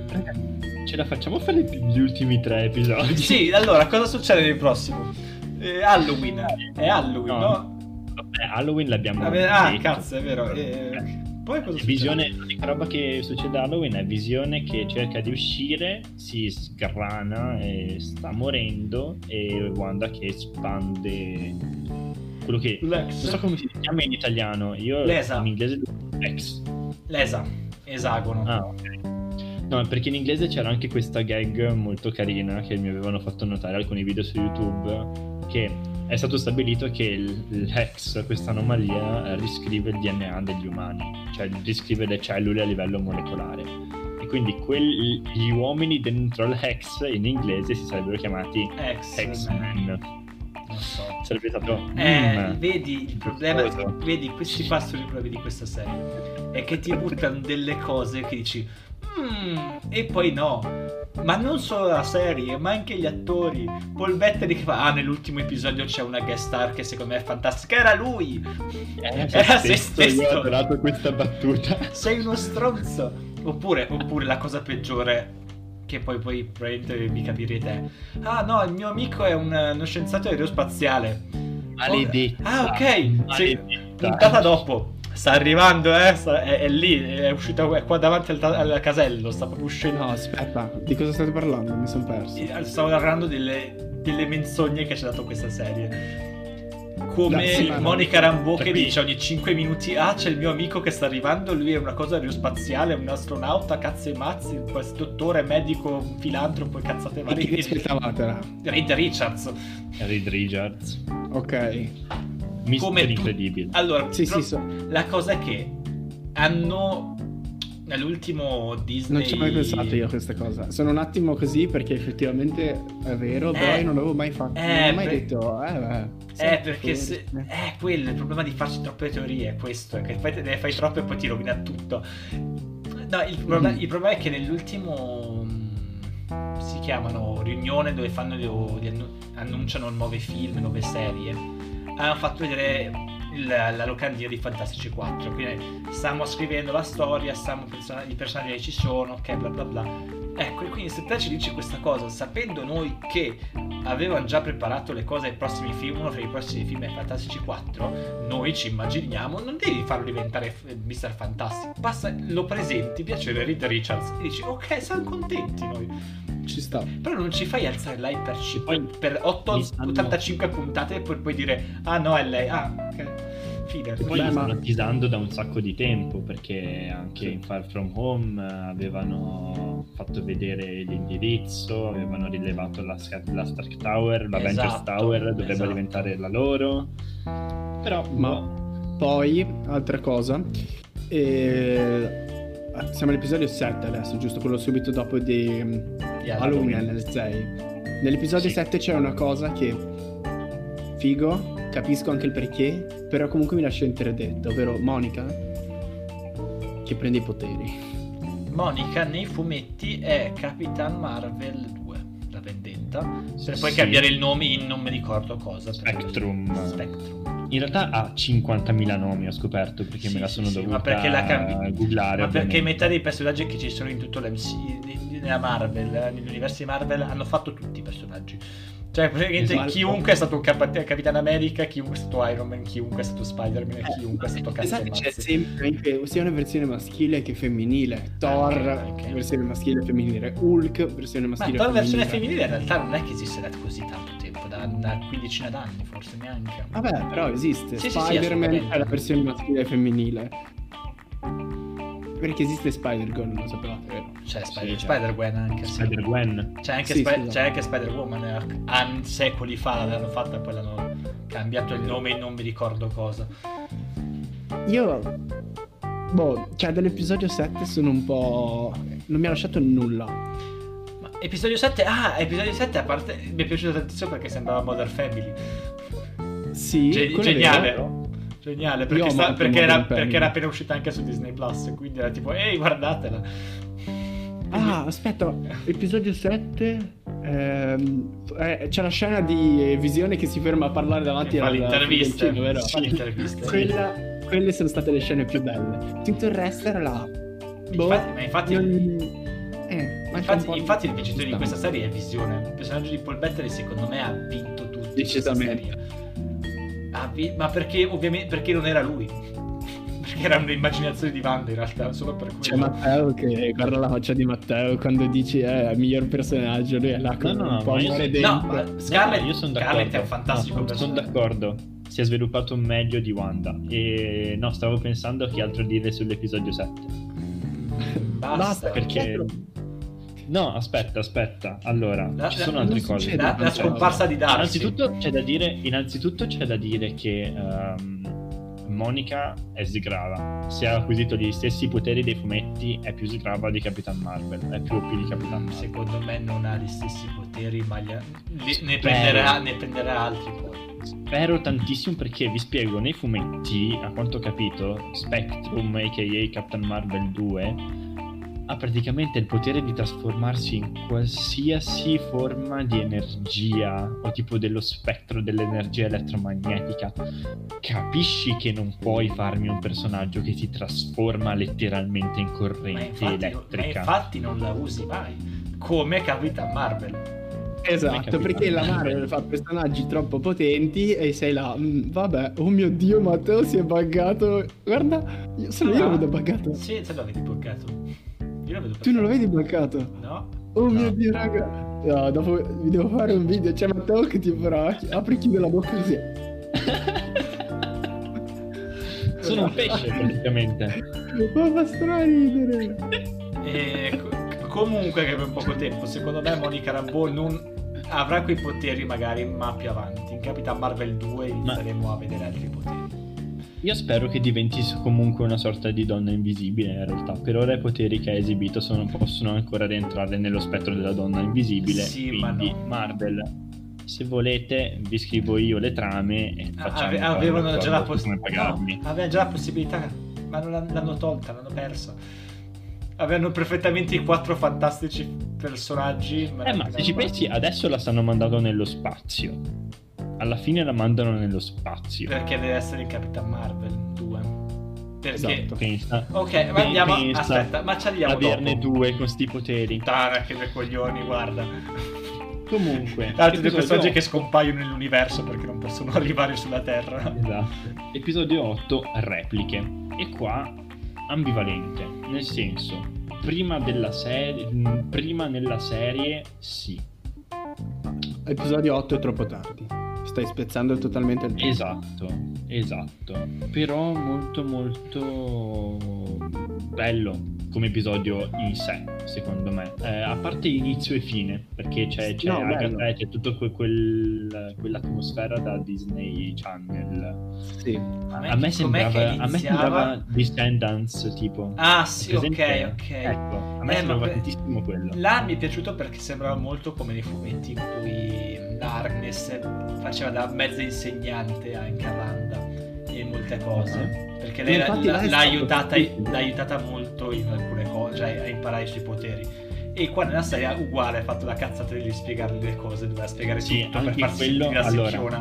[SPEAKER 2] ce la facciamo fare gli ultimi tre episodi?
[SPEAKER 1] Sì, allora, cosa succede nel prossimo? Eh, Halloween, è Halloween, no?
[SPEAKER 2] no? Vabbè, Halloween l'abbiamo
[SPEAKER 1] Vabbè, ah,
[SPEAKER 2] detto.
[SPEAKER 1] cazzo, è vero. Eh, poi cosa
[SPEAKER 2] Visione,
[SPEAKER 1] succede?
[SPEAKER 2] l'unica roba che succede a Halloween è Visione che cerca di uscire, si sgrana e sta morendo, e Wanda che espande quello che
[SPEAKER 1] Lex.
[SPEAKER 2] non so come si chiama in italiano, io
[SPEAKER 1] Lesa.
[SPEAKER 2] in inglese Lex.
[SPEAKER 1] L'esa, esagono.
[SPEAKER 2] Ah, ok. No, perché in inglese c'era anche questa gag molto carina che mi avevano fatto notare alcuni video su YouTube, che è stato stabilito che il- l'Hex, questa anomalia, eh, riscrive il D N A degli umani, cioè riscrive le cellule a livello molecolare. E quindi quel- gli uomini dentro l'Hex in inglese si sarebbero chiamati
[SPEAKER 1] Ex.
[SPEAKER 2] X-Men.
[SPEAKER 1] Non so.
[SPEAKER 2] Sarebbe stato...
[SPEAKER 1] Eh,
[SPEAKER 2] mm,
[SPEAKER 1] vedi il problema,
[SPEAKER 2] costoso.
[SPEAKER 1] vedi questi qua sono i problemi di questa serie, è che ti buttano delle cose che dici "Mm", e poi no, ma non solo la serie ma anche gli attori. Paul Bettany che fa ah nell'ultimo episodio c'è una guest star che secondo me è fantastica, era lui,
[SPEAKER 2] Era
[SPEAKER 1] era
[SPEAKER 2] se
[SPEAKER 1] se
[SPEAKER 2] stesso, io ho
[SPEAKER 1] stesso.
[SPEAKER 2] adorato questa battuta.
[SPEAKER 1] Sei uno stronzo. Oppure, oppure la cosa peggiore, che poi poi probabilmente mi capirete, ah no, il mio amico è un, uno scienziato aerospaziale.
[SPEAKER 2] Maledetta.
[SPEAKER 1] Ah, ok. Sì,
[SPEAKER 2] Maledetta.
[SPEAKER 1] puntata dopo. Sta arrivando, eh. sta- è, è lì. È uscita è qua davanti al, ta- al casello. Sta proprio uscendo.
[SPEAKER 3] No, aspetta, di cosa state parlando? Mi sono perso.
[SPEAKER 1] Eh, Stavo parlando delle, delle menzogne che ci ha dato questa serie. Come
[SPEAKER 3] No, sì, ma-
[SPEAKER 1] Monica Rambeau che
[SPEAKER 2] Qui-
[SPEAKER 1] dice ogni cinque minuti: ah, c'è il mio amico che sta arrivando. Lui è una cosa aerospaziale, è un astronauta. Cazzo e mazzi. Questo dottore, medico, filantropo e cazzate
[SPEAKER 3] E
[SPEAKER 1] varie.
[SPEAKER 3] chi vi aspettavate là?
[SPEAKER 1] Reed Richards.
[SPEAKER 2] Reed Richards.
[SPEAKER 3] Ok.
[SPEAKER 2] Mister
[SPEAKER 1] Come tu-
[SPEAKER 2] Incredibile.
[SPEAKER 1] Allora,
[SPEAKER 3] Sì,
[SPEAKER 1] pro-
[SPEAKER 3] sì, so-
[SPEAKER 1] la cosa è che hanno nell'ultimo Disney
[SPEAKER 3] non ci ho mai pensato io a questa cosa. Sono un attimo così perché effettivamente è vero, però
[SPEAKER 1] Eh,
[SPEAKER 3] io non l'avevo mai fatto.
[SPEAKER 1] eh,
[SPEAKER 3] non ho mai
[SPEAKER 1] per-
[SPEAKER 3] detto, eh, beh.
[SPEAKER 1] Eh,
[SPEAKER 3] sì,
[SPEAKER 1] perché se...
[SPEAKER 3] forse.
[SPEAKER 1] Eh, quello, il problema di farci troppe teorie è questo, è che poi te ne fai troppe e poi ti rovina tutto. No, il problema,
[SPEAKER 3] Mhm.
[SPEAKER 1] il problema è che nell'ultimo... mm, si chiamano riunione dove fanno le- di annu- annunciano nuovi film, nuove serie. Hanno fatto vedere il- la locandina di Fantastici quattro. Quindi stiamo scrivendo la storia, stiamo person- i personaggi ci sono, ok, bla bla bla. Ecco, e quindi se te ci dici questa cosa, sapendo noi che avevano già preparato le cose ai prossimi film, uno fra i prossimi film è Fantastici quattro, noi ci immaginiamo, non devi farlo diventare eh, mister Fantastic, basta, lo presenti, piacere Reed Richards, e dici, ok, siamo contenti noi.
[SPEAKER 3] Ci sta.
[SPEAKER 1] Però non ci fai alzare l'hype per, c-
[SPEAKER 2] Poi
[SPEAKER 1] per otto,
[SPEAKER 2] mi stanno-
[SPEAKER 1] ottantacinque puntate e poi puoi dire, ah no, è lei, ah, ok, fine.
[SPEAKER 2] E poi
[SPEAKER 3] Beh,
[SPEAKER 2] li
[SPEAKER 3] ma-
[SPEAKER 2] stanno teasando da un sacco di tempo, perché anche in Far From Home eh, avevano fatto vedere l'indirizzo, avevano rilevato la, la Stark Tower, l'Avengers
[SPEAKER 1] Esatto,
[SPEAKER 2] Tower dovrebbe
[SPEAKER 1] esatto.
[SPEAKER 2] diventare la loro. Però
[SPEAKER 3] Ma
[SPEAKER 2] boh,
[SPEAKER 3] poi, altra cosa, eh, siamo all'episodio sette adesso, giusto? Quello subito dopo di mm,
[SPEAKER 1] Di
[SPEAKER 3] Halloween
[SPEAKER 1] Halloween.
[SPEAKER 3] è nel sei. Nell'episodio
[SPEAKER 2] Sì.
[SPEAKER 3] sette c'è una cosa che figo, capisco anche il perché, però comunque mi lascia interdetto, ovvero Monica che prende i poteri.
[SPEAKER 1] Monica nei fumetti è Capitan Marvel due, la vendetta, per poi
[SPEAKER 2] Sì.
[SPEAKER 1] cambiare il nome in non mi ricordo cosa.
[SPEAKER 2] Spectrum.
[SPEAKER 1] Spectrum.
[SPEAKER 2] in realtà ha cinquantamila nomi, ho scoperto, perché
[SPEAKER 1] Sì,
[SPEAKER 2] me la
[SPEAKER 1] sì,
[SPEAKER 2] sono
[SPEAKER 1] sì,
[SPEAKER 2] dovuta
[SPEAKER 1] ma perché la cambi-
[SPEAKER 2] googlare.
[SPEAKER 1] Ma perché
[SPEAKER 2] ovviamente.
[SPEAKER 1] metà dei personaggi che ci sono in tutto l'M C nella Marvel, eh, nell'universo di Marvel, hanno fatto tutti i personaggi. Cioè, praticamente
[SPEAKER 3] Esatto.
[SPEAKER 1] chiunque è stato un Cap- Capitan America, chiunque è stato Iron Man, chiunque è stato Spider-Man, e chiunque è stato cazzo
[SPEAKER 3] Esatto,
[SPEAKER 1] e
[SPEAKER 3] c'è
[SPEAKER 1] mazzi.
[SPEAKER 3] sempre anche sia una versione maschile che femminile. Thor,
[SPEAKER 1] anche.
[SPEAKER 3] versione maschile e femminile. Hulk, versione
[SPEAKER 1] Ma
[SPEAKER 3] maschile e
[SPEAKER 1] la
[SPEAKER 3] femminile.
[SPEAKER 1] versione femminile in realtà non è che esiste da così tanto tempo, da una quindicina d'anni forse neanche.
[SPEAKER 3] Vabbè, però esiste.
[SPEAKER 1] Sì, sì, sì,
[SPEAKER 3] Spider-Man
[SPEAKER 1] assolutamente.
[SPEAKER 3] è la versione maschile e femminile. Perché esiste Spider-Girl, lo sapevate, vero?
[SPEAKER 1] C'è Spider-
[SPEAKER 2] Sì,
[SPEAKER 1] Spider-Gwen anche, sì.
[SPEAKER 2] Spider-Gwen.
[SPEAKER 1] C'è anche,
[SPEAKER 3] Sì,
[SPEAKER 1] Spi-
[SPEAKER 3] scusa.
[SPEAKER 1] c'è anche Spider-Woman, eh, anni, secoli fa l'avevano fatta e poi l'hanno cambiato il nome e non mi ricordo cosa.
[SPEAKER 3] Io, boh, cioè dall'episodio sette sono un po'... non mi ha lasciato nulla.
[SPEAKER 1] Ma episodio sette, ah, episodio sette a parte mi è piaciuto tantissimo perché sembrava Modern Family.
[SPEAKER 3] Sì,
[SPEAKER 1] Ge-
[SPEAKER 3] quello è
[SPEAKER 1] geniale.
[SPEAKER 3] vero.
[SPEAKER 1] Geniale,
[SPEAKER 3] Io
[SPEAKER 1] perché,
[SPEAKER 3] ho
[SPEAKER 1] sta-
[SPEAKER 3] amato
[SPEAKER 1] perché, era,
[SPEAKER 3] Modern Family.
[SPEAKER 1] perché era appena uscita anche su Disney Plus, quindi era tipo, ehi, guardatela.
[SPEAKER 3] Ah, aspetta, episodio sette... Ehm, eh, c'è la scena di Visione che si ferma a parlare davanti
[SPEAKER 1] Che fa
[SPEAKER 3] alla
[SPEAKER 1] l'intervista,
[SPEAKER 3] figlioncino, vero?
[SPEAKER 1] fa l'intervista.
[SPEAKER 3] Quella, quelle sono state le scene più belle. Tutto il resto era là. Boh,
[SPEAKER 1] Infatti- ma infatti-
[SPEAKER 3] non- eh, manca un
[SPEAKER 1] Infatti,
[SPEAKER 3] po' di-
[SPEAKER 1] infatti il vincitore di
[SPEAKER 3] sta.
[SPEAKER 1] questa serie è Visione. Il personaggio di Paul Bettany secondo me ha vinto tutto.
[SPEAKER 3] Decisamente.
[SPEAKER 1] Ha vi- ma perché ovviamente perché non era lui? Perché era un'immaginazione di Wanda in realtà, solo per quello.
[SPEAKER 3] C'è Matteo che guarda la faccia di Matteo quando dici eh, miglior personaggio, lui è là con
[SPEAKER 2] No, no,
[SPEAKER 3] un po'
[SPEAKER 2] ma io-
[SPEAKER 3] amore
[SPEAKER 1] No,
[SPEAKER 3] dentro.
[SPEAKER 1] ma Scarlett,
[SPEAKER 2] No, io sono d'accordo.
[SPEAKER 1] Scarlett è un fantastico
[SPEAKER 2] No, sono
[SPEAKER 1] personaggio.
[SPEAKER 2] d'accordo. Si è sviluppato meglio di Wanda. E no, stavo pensando che altro dire sull'episodio sette.
[SPEAKER 1] Basta,
[SPEAKER 3] Basta,
[SPEAKER 2] Perché no, aspetta, aspetta. Allora,
[SPEAKER 1] La-
[SPEAKER 2] ci
[SPEAKER 1] la-
[SPEAKER 2] sono
[SPEAKER 3] non
[SPEAKER 2] altre cose.
[SPEAKER 3] succede.
[SPEAKER 1] La, la
[SPEAKER 2] Cioè,
[SPEAKER 1] scomparsa di Darcy.
[SPEAKER 2] Innanzitutto c'è da dire, innanzitutto c'è da dire che ehm, Monica è sgrava. Se ha acquisito gli stessi poteri dei fumetti, è più sgrava di Capitan Marvel. È più O P di Capitan Marvel.
[SPEAKER 1] Secondo me non ha gli stessi poteri, ma li ha- li- ne, prenderà, ne prenderà altri poi.
[SPEAKER 2] Spero tantissimo perché vi spiego, nei fumetti, a quanto ho capito, Spectrum, a k a. Captain Marvel due, ha praticamente il potere di trasformarsi in qualsiasi forma di energia o tipo dello spettro dell'energia elettromagnetica. Capisci che non puoi farmi un personaggio che si trasforma letteralmente in
[SPEAKER 1] Ma
[SPEAKER 2] corrente
[SPEAKER 1] infatti, ma
[SPEAKER 2] elettrica.
[SPEAKER 1] infatti non la usi mai. Come Capitan Marvel.
[SPEAKER 3] Esatto,
[SPEAKER 2] capito.
[SPEAKER 3] perché la Marvel fa personaggi troppo potenti e sei là, "Mm, vabbè, oh mio Dio, Matteo si è buggato. Guarda, io, solo io lo vedo buggato.
[SPEAKER 1] Sì, se lo vedi buggato. Io lo vedo
[SPEAKER 3] Tu non lo
[SPEAKER 1] buggato.
[SPEAKER 3] vedi buggato?
[SPEAKER 1] No?
[SPEAKER 3] Oh mio
[SPEAKER 2] No.
[SPEAKER 3] Dio, raga. No, dopo vi devo fare un video. C'è Matteo che ti farà. Apri e chiude la bocca così.
[SPEAKER 2] Sono un pesce praticamente.
[SPEAKER 3] Ma fa straridere.
[SPEAKER 1] E co- comunque che per poco tempo, secondo me Monica Rambeau non avrà quei poteri magari ma più avanti. In Capitan Marvel due inizieremo a vedere altri poteri.
[SPEAKER 2] Io spero che diventi comunque una sorta di donna invisibile in realtà. Per ora i poteri che ha esibito sono- possono ancora rientrare nello spettro della donna invisibile.
[SPEAKER 1] Sì, ma
[SPEAKER 2] quindi
[SPEAKER 1] no.
[SPEAKER 2] Marvel, se volete vi scrivo io le trame e facciamo
[SPEAKER 1] Ave-
[SPEAKER 2] poi un
[SPEAKER 1] avevano
[SPEAKER 2] accordo
[SPEAKER 1] già la
[SPEAKER 2] su
[SPEAKER 1] poss-
[SPEAKER 2] come pagarmi.
[SPEAKER 1] no, avevano già la possibilità, ma non l'hanno, l'hanno tolta, l'hanno persa. Avevano perfettamente i quattro fantastici personaggi.
[SPEAKER 2] Eh ma se ci pensi adesso la stanno mandando nello spazio. Alla fine la mandano nello spazio.
[SPEAKER 1] Perché deve essere il Capitan Marvel due. Perché
[SPEAKER 3] Esatto.
[SPEAKER 2] Pensa.
[SPEAKER 1] ok, ma andiamo.
[SPEAKER 2] Pensa
[SPEAKER 1] Aspetta, ma ci arriviamo
[SPEAKER 2] averne
[SPEAKER 1] dopo.
[SPEAKER 2] due con sti poteri.
[SPEAKER 1] Tara che dei coglioni, guarda.
[SPEAKER 2] Comunque,
[SPEAKER 1] Altri due
[SPEAKER 2] episodio
[SPEAKER 1] personaggi
[SPEAKER 2] otto.
[SPEAKER 1] che scompaiono nell'universo perché non possono arrivare sulla Terra.
[SPEAKER 2] Esatto. Episodio otto, repliche. E qua ambivalente, nel senso, prima della serie, prima nella serie sì.
[SPEAKER 3] Episodio otto è troppo tardi. Stai spezzando totalmente il tempo.
[SPEAKER 2] Esatto, esatto. Però molto molto bello come episodio in sé, secondo me. Eh, a parte inizio e fine, perché c'è, c'è,
[SPEAKER 3] No,
[SPEAKER 2] Agatha,
[SPEAKER 3] bello.
[SPEAKER 2] c'è tutta que- quel, quell'atmosfera da Disney Channel.
[SPEAKER 3] Sì.
[SPEAKER 1] A
[SPEAKER 2] A me
[SPEAKER 1] com'è che
[SPEAKER 2] sembrava, a me
[SPEAKER 1] iniziava?
[SPEAKER 2] sembrava Descendants tipo.
[SPEAKER 1] Ah sì, ok,
[SPEAKER 2] Presente?
[SPEAKER 1] ok.
[SPEAKER 2] Ecco, a me
[SPEAKER 1] Eh,
[SPEAKER 2] sembrava
[SPEAKER 1] ma-
[SPEAKER 2] tantissimo quello.
[SPEAKER 1] Là mi è piaciuto perché sembrava molto come nei fumetti in cui Agnes faceva da mezza insegnante a Incarlanda in molte cose.
[SPEAKER 2] Uh-huh.
[SPEAKER 1] Perché lei
[SPEAKER 3] Ma infatti
[SPEAKER 1] l'ha,
[SPEAKER 3] là è
[SPEAKER 1] l'ha
[SPEAKER 3] stato
[SPEAKER 1] aiutata,
[SPEAKER 3] difficile.
[SPEAKER 1] l'ha aiutata molto in alcune cose, cioè a imparare i suoi poteri. E qua nella serie uguale ha fatto la cazzata di spiegarle le cose, doveva spiegare
[SPEAKER 2] Sì,
[SPEAKER 1] tutto per
[SPEAKER 2] anche
[SPEAKER 1] farsi
[SPEAKER 2] quello-
[SPEAKER 1] sentire la
[SPEAKER 2] allora,
[SPEAKER 1] secchiona.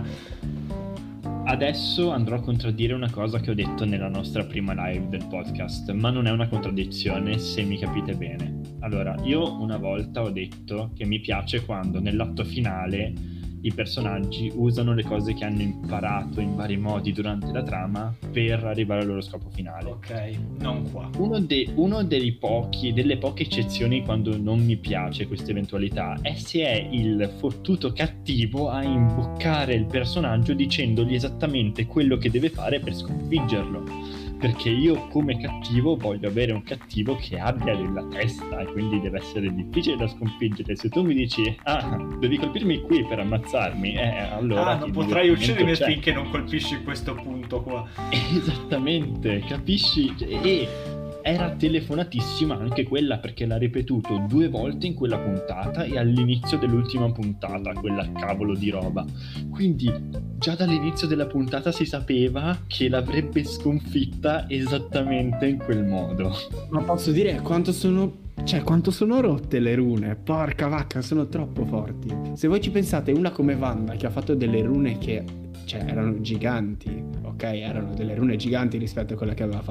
[SPEAKER 2] Adesso andrò a contraddire una cosa che ho detto nella nostra prima live del podcast, ma non è una contraddizione se mi capite bene. Allora, io una volta ho detto che mi piace quando nell'atto finale i personaggi usano le cose che hanno imparato in vari modi durante la trama per arrivare al loro scopo finale.
[SPEAKER 1] Ok, non qua.
[SPEAKER 2] Uno, de- uno dei pochi, delle poche eccezioni quando non mi piace questa eventualità è se è il fottuto cattivo a imboccare il personaggio dicendogli esattamente quello che deve fare per sconfiggerlo. Perché io come cattivo voglio avere un cattivo che abbia della testa e quindi deve essere difficile da sconfiggere. Se tu mi dici, ah, devi colpirmi qui per ammazzarmi, eh, allora...
[SPEAKER 1] Ah, non
[SPEAKER 2] il
[SPEAKER 1] potrai
[SPEAKER 2] divertimento
[SPEAKER 1] uccidermi
[SPEAKER 2] c'è.
[SPEAKER 1] finché non colpisci questo punto qua.
[SPEAKER 2] Esattamente, capisci? E era telefonatissima anche quella, perché l'ha ripetuto due volte in quella puntata e all'inizio dell'ultima puntata, quella cavolo di roba. Quindi già dall'inizio della puntata si sapeva che l'avrebbe sconfitta esattamente in quel modo.
[SPEAKER 3] Ma posso dire quanto sono... Cioè, quanto sono rotte le rune? Porca vacca, sono troppo forti. Se voi ci pensate, una come Wanda che ha fatto delle rune che, cioè, erano giganti, ok? Erano delle rune giganti rispetto a quella che aveva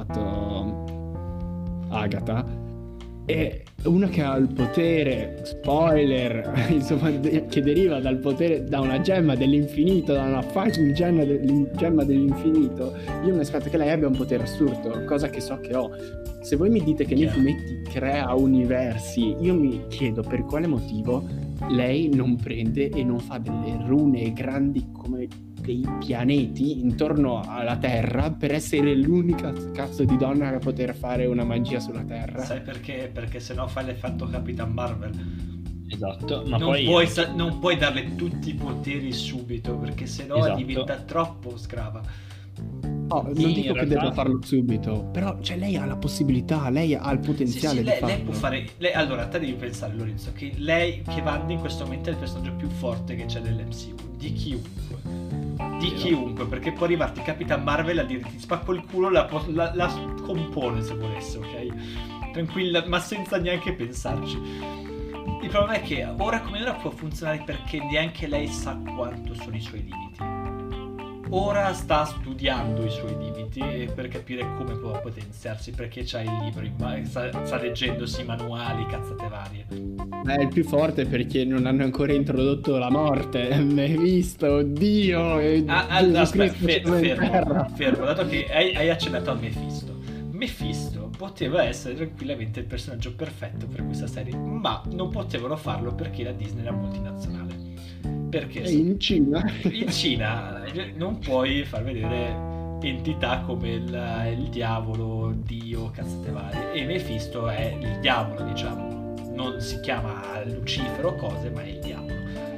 [SPEAKER 3] fatto Agatha. E una che ha il potere, spoiler, insomma, de- che deriva dal potere, da una gemma dell'infinito, da una fucking gemma, dell'in- gemma dell'infinito. Io mi aspetto che lei abbia un potere assurdo, cosa che so che ho. Se voi mi dite che nei fumetti crea universi, io mi chiedo per quale motivo lei non prende e non fa delle rune grandi come dei pianeti intorno alla Terra per essere l'unica cazzo di donna a poter fare una magia sulla Terra.
[SPEAKER 1] Sai perché? Perché sennò fai l'effetto Capitan Marvel.
[SPEAKER 2] Esatto, ma
[SPEAKER 1] non
[SPEAKER 2] poi
[SPEAKER 1] puoi, sa- non puoi darle tutti i poteri subito, perché sennò
[SPEAKER 2] Esatto.
[SPEAKER 1] diventa troppo scrava.
[SPEAKER 3] No, non
[SPEAKER 2] Sì,
[SPEAKER 3] dico
[SPEAKER 2] in
[SPEAKER 3] che
[SPEAKER 2] realtà-
[SPEAKER 3] debba farlo subito, però cioè, lei ha la possibilità, lei ha il
[SPEAKER 1] Sì,
[SPEAKER 3] potenziale
[SPEAKER 1] sì,
[SPEAKER 3] di
[SPEAKER 1] lei,
[SPEAKER 3] farlo.
[SPEAKER 1] lei può fare. Lei, allora, te devi pensare, Lorenzo, che lei, che Wanda in questo momento è il personaggio più forte che c'è nell'M C U, di chiunque. Di
[SPEAKER 2] Vero.
[SPEAKER 1] chiunque, perché può arrivarti Capitan Marvel a dirti ti spacco il culo, la, po- la, la scompone se volesse, ok? Tranquilla, ma senza neanche pensarci. Il problema è che ora come ora può funzionare perché neanche lei sa quanto sono i suoi limiti. Ora sta studiando i suoi limiti per capire come può potenziarsi, perché c'ha il libro in mano, sta, sta leggendosi i manuali, cazzate varie.
[SPEAKER 3] Ma è il più forte perché non hanno ancora introdotto la morte. Mai visto, oddio. e
[SPEAKER 1] Ah, ah,
[SPEAKER 3] Gesù
[SPEAKER 1] aspetta,
[SPEAKER 3] Cristo
[SPEAKER 1] fe-
[SPEAKER 3] sceso in terra.
[SPEAKER 1] fermo, fermo, dato che hai, hai accennato a Mephisto. Mephisto poteva essere tranquillamente il personaggio perfetto per questa serie, ma non potevano farlo perché la Disney era multinazionale. Perché
[SPEAKER 3] E in Cina.
[SPEAKER 1] in Cina non puoi far vedere entità come il, il diavolo, Dio, cazzate varie, e Mephisto è il diavolo, diciamo, non si chiama Lucifero o cose, ma è il diavolo.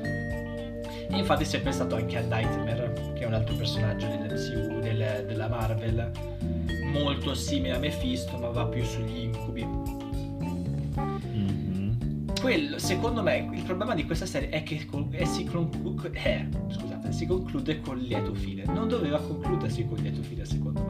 [SPEAKER 1] E infatti si è pensato anche a Nightmare, che è un altro personaggio dell'M C U, del, della Marvel, molto simile a Mephisto ma va più sugli incubi.
[SPEAKER 2] Mhm.
[SPEAKER 1] Quello, secondo me, il problema di questa serie è che con- è si, conclu- eh, scusate, si conclude con lieto fine. Non doveva concludersi con lieto fine, secondo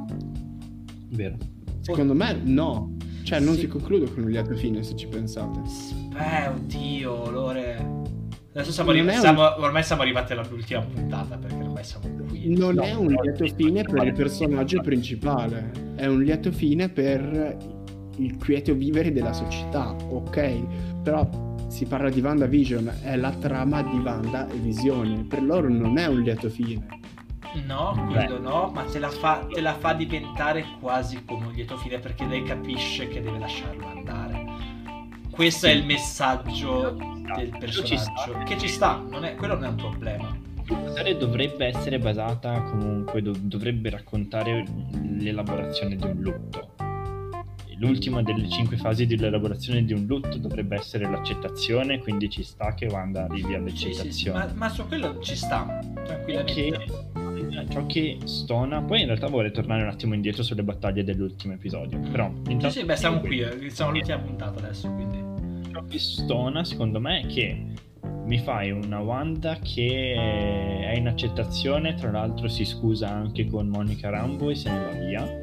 [SPEAKER 1] me.
[SPEAKER 2] Vero.
[SPEAKER 3] Secondo me no. Cioè non
[SPEAKER 1] Sì.
[SPEAKER 3] si conclude con un lieto fine se ci pensate.
[SPEAKER 1] Beh, oddio, Lore. Adesso siamo,
[SPEAKER 3] Non
[SPEAKER 1] arri-
[SPEAKER 3] è un-
[SPEAKER 1] siamo- ormai siamo arrivati all'ultima puntata, perché ormai siamo qui.
[SPEAKER 3] Non
[SPEAKER 2] No,
[SPEAKER 3] è un
[SPEAKER 2] no,
[SPEAKER 3] lieto
[SPEAKER 2] sì,
[SPEAKER 3] fine
[SPEAKER 2] sì,
[SPEAKER 3] per il
[SPEAKER 2] sì.
[SPEAKER 3] personaggio principale, è un lieto fine per il quieto vivere della società, ok? Però si parla di WandaVision, è la trama di Wanda e Visione, per loro non è un lieto fine.
[SPEAKER 1] No, quello no, ma te la, fa, te la fa diventare quasi come un lieto fine, perché lei capisce che deve lasciarlo andare. Questo è il messaggio del
[SPEAKER 2] Ci sta.
[SPEAKER 1] personaggio, che ci sta, non è, quello non è un problema.
[SPEAKER 2] La serie dovrebbe essere basata comunque, dov- dovrebbe raccontare l'elaborazione di un lutto. L'ultima delle cinque fasi dell'elaborazione di un lutto dovrebbe essere l'accettazione, quindi ci sta che Wanda arrivi
[SPEAKER 1] Sì, sì,
[SPEAKER 2] all'accettazione.
[SPEAKER 1] ma, ma su quello ci sta, tranquillamente.
[SPEAKER 2] Che ciò che stona, poi in realtà vorrei tornare un attimo indietro sulle battaglie dell'ultimo episodio, però
[SPEAKER 1] Sì,
[SPEAKER 2] intanto
[SPEAKER 1] sì, beh, siamo
[SPEAKER 2] dico
[SPEAKER 1] qui,
[SPEAKER 2] questo.
[SPEAKER 1] eh, siamo all'ultima puntata adesso, quindi.
[SPEAKER 2] Ciò che stona secondo me è che mi fai una Wanda che è in accettazione, tra l'altro si scusa anche con Monica Rambeau e se ne va via,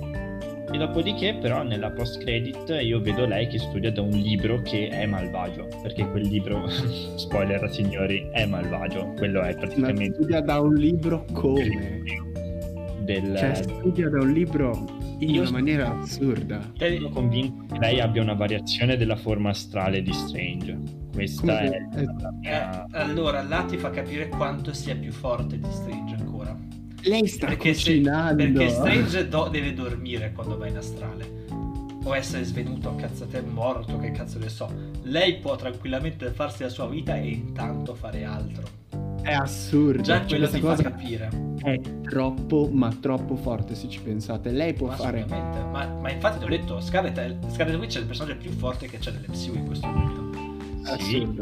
[SPEAKER 2] e dopodiché però nella post credit io vedo lei che studia da un libro che è malvagio, perché quel libro spoiler signori è malvagio, quello è
[SPEAKER 3] Ma
[SPEAKER 2] praticamente
[SPEAKER 3] studia da un libro come?
[SPEAKER 2] del...
[SPEAKER 3] Cioè studia da un libro in
[SPEAKER 2] Io
[SPEAKER 3] una
[SPEAKER 2] sto-
[SPEAKER 3] maniera assurda.
[SPEAKER 2] sono convinto che lei abbia una variazione della forma astrale di Strange. Questa
[SPEAKER 3] Come-
[SPEAKER 2] è
[SPEAKER 3] eh,
[SPEAKER 2] la
[SPEAKER 1] Eh,
[SPEAKER 2] mia...
[SPEAKER 1] allora, là ti fa capire quanto sia più forte di Strange ancora.
[SPEAKER 3] Lei sta
[SPEAKER 1] Perché, se-
[SPEAKER 3] cucinando.
[SPEAKER 1] perché Strange do- deve dormire quando va in astrale. O essere svenuto, cazzate, morto, che cazzo ne so. Lei può tranquillamente farsi la sua vita e intanto fare altro.
[SPEAKER 3] È assurdo.
[SPEAKER 1] Già
[SPEAKER 3] Cioè,
[SPEAKER 1] quello
[SPEAKER 3] questa
[SPEAKER 1] ti fa
[SPEAKER 3] cosa
[SPEAKER 1] capire.
[SPEAKER 3] è troppo, ma troppo forte se ci pensate. Lei può
[SPEAKER 1] Ma
[SPEAKER 3] fare.
[SPEAKER 1] assolutamente. Ma, ma infatti ti ho detto, Scarlet, è- Scarlet Witch è il personaggio più forte che c'è nell'M C U in questo momento.
[SPEAKER 2] Sì.
[SPEAKER 3] Assurdo.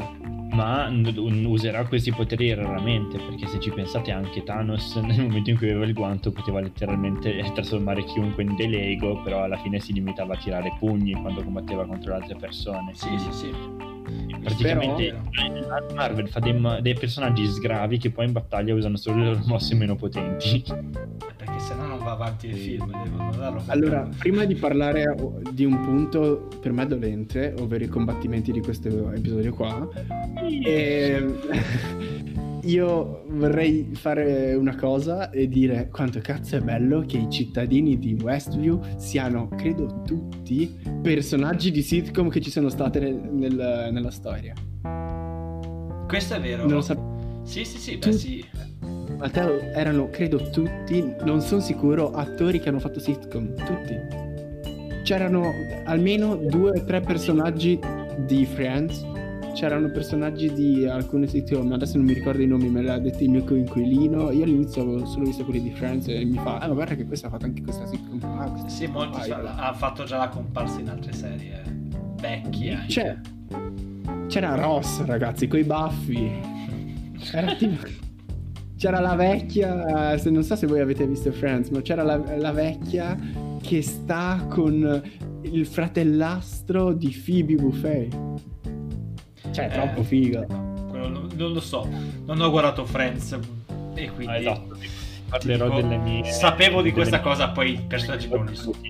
[SPEAKER 2] ma n- userà questi poteri raramente, perché se ci pensate anche Thanos nel momento in cui aveva il guanto poteva letteralmente trasformare chiunque in dei Lego, però alla fine si limitava a tirare pugni quando combatteva contro le altre persone.
[SPEAKER 1] Sì, sì, sì.
[SPEAKER 2] Praticamente Marvel fa dei, dei personaggi sgravi che poi in battaglia usano solo le loro mosse meno potenti.
[SPEAKER 1] Perché sennò non va avanti il film, devono darlo.
[SPEAKER 3] Allora, prima di parlare di un punto per me dolente, ovvero i combattimenti di questo episodio qua, e... io vorrei fare una cosa e dire quanto cazzo è bello che i cittadini di Westview siano, credo tutti, personaggi di sitcom che ci sono state nel, nel, nella storia.
[SPEAKER 1] Questo è vero.
[SPEAKER 3] Non lo sapevo.
[SPEAKER 1] Sì, sì, sì,
[SPEAKER 3] Tu...
[SPEAKER 1] beh sì.
[SPEAKER 3] Matteo, erano, credo tutti, non sono sicuro, attori che hanno fatto sitcom, tutti. C'erano almeno due o tre personaggi di Friends, c'erano personaggi di alcune sitcom, adesso non mi ricordo i nomi, me l'ha detto il mio coinquilino. Io all'inizio avevo solo visto quelli di Friends e mi fa, ah ma guarda che questa ha fatto anche questa sitcom. Ah, questa
[SPEAKER 1] Sì, molti
[SPEAKER 3] ah,
[SPEAKER 1] fa- ha fatto già la comparsa in altre serie vecchie anche.
[SPEAKER 3] C'è, c'era Ross, ragazzi, coi baffi. Era tipo... C'era la vecchia, se non so se voi avete visto Friends, ma c'era la, la vecchia che sta con il fratellastro di Phoebe Buffet. Cioè, è
[SPEAKER 1] Eh,
[SPEAKER 3] troppo figa.
[SPEAKER 1] no, quello non, non lo so, non ho guardato Friends e quindi
[SPEAKER 2] Ah, esatto,
[SPEAKER 1] ti
[SPEAKER 2] parlerò
[SPEAKER 1] dico,
[SPEAKER 2] delle mie...
[SPEAKER 1] sapevo di
[SPEAKER 2] delle
[SPEAKER 1] questa
[SPEAKER 2] mie-
[SPEAKER 1] cosa, poi i personaggi non li so.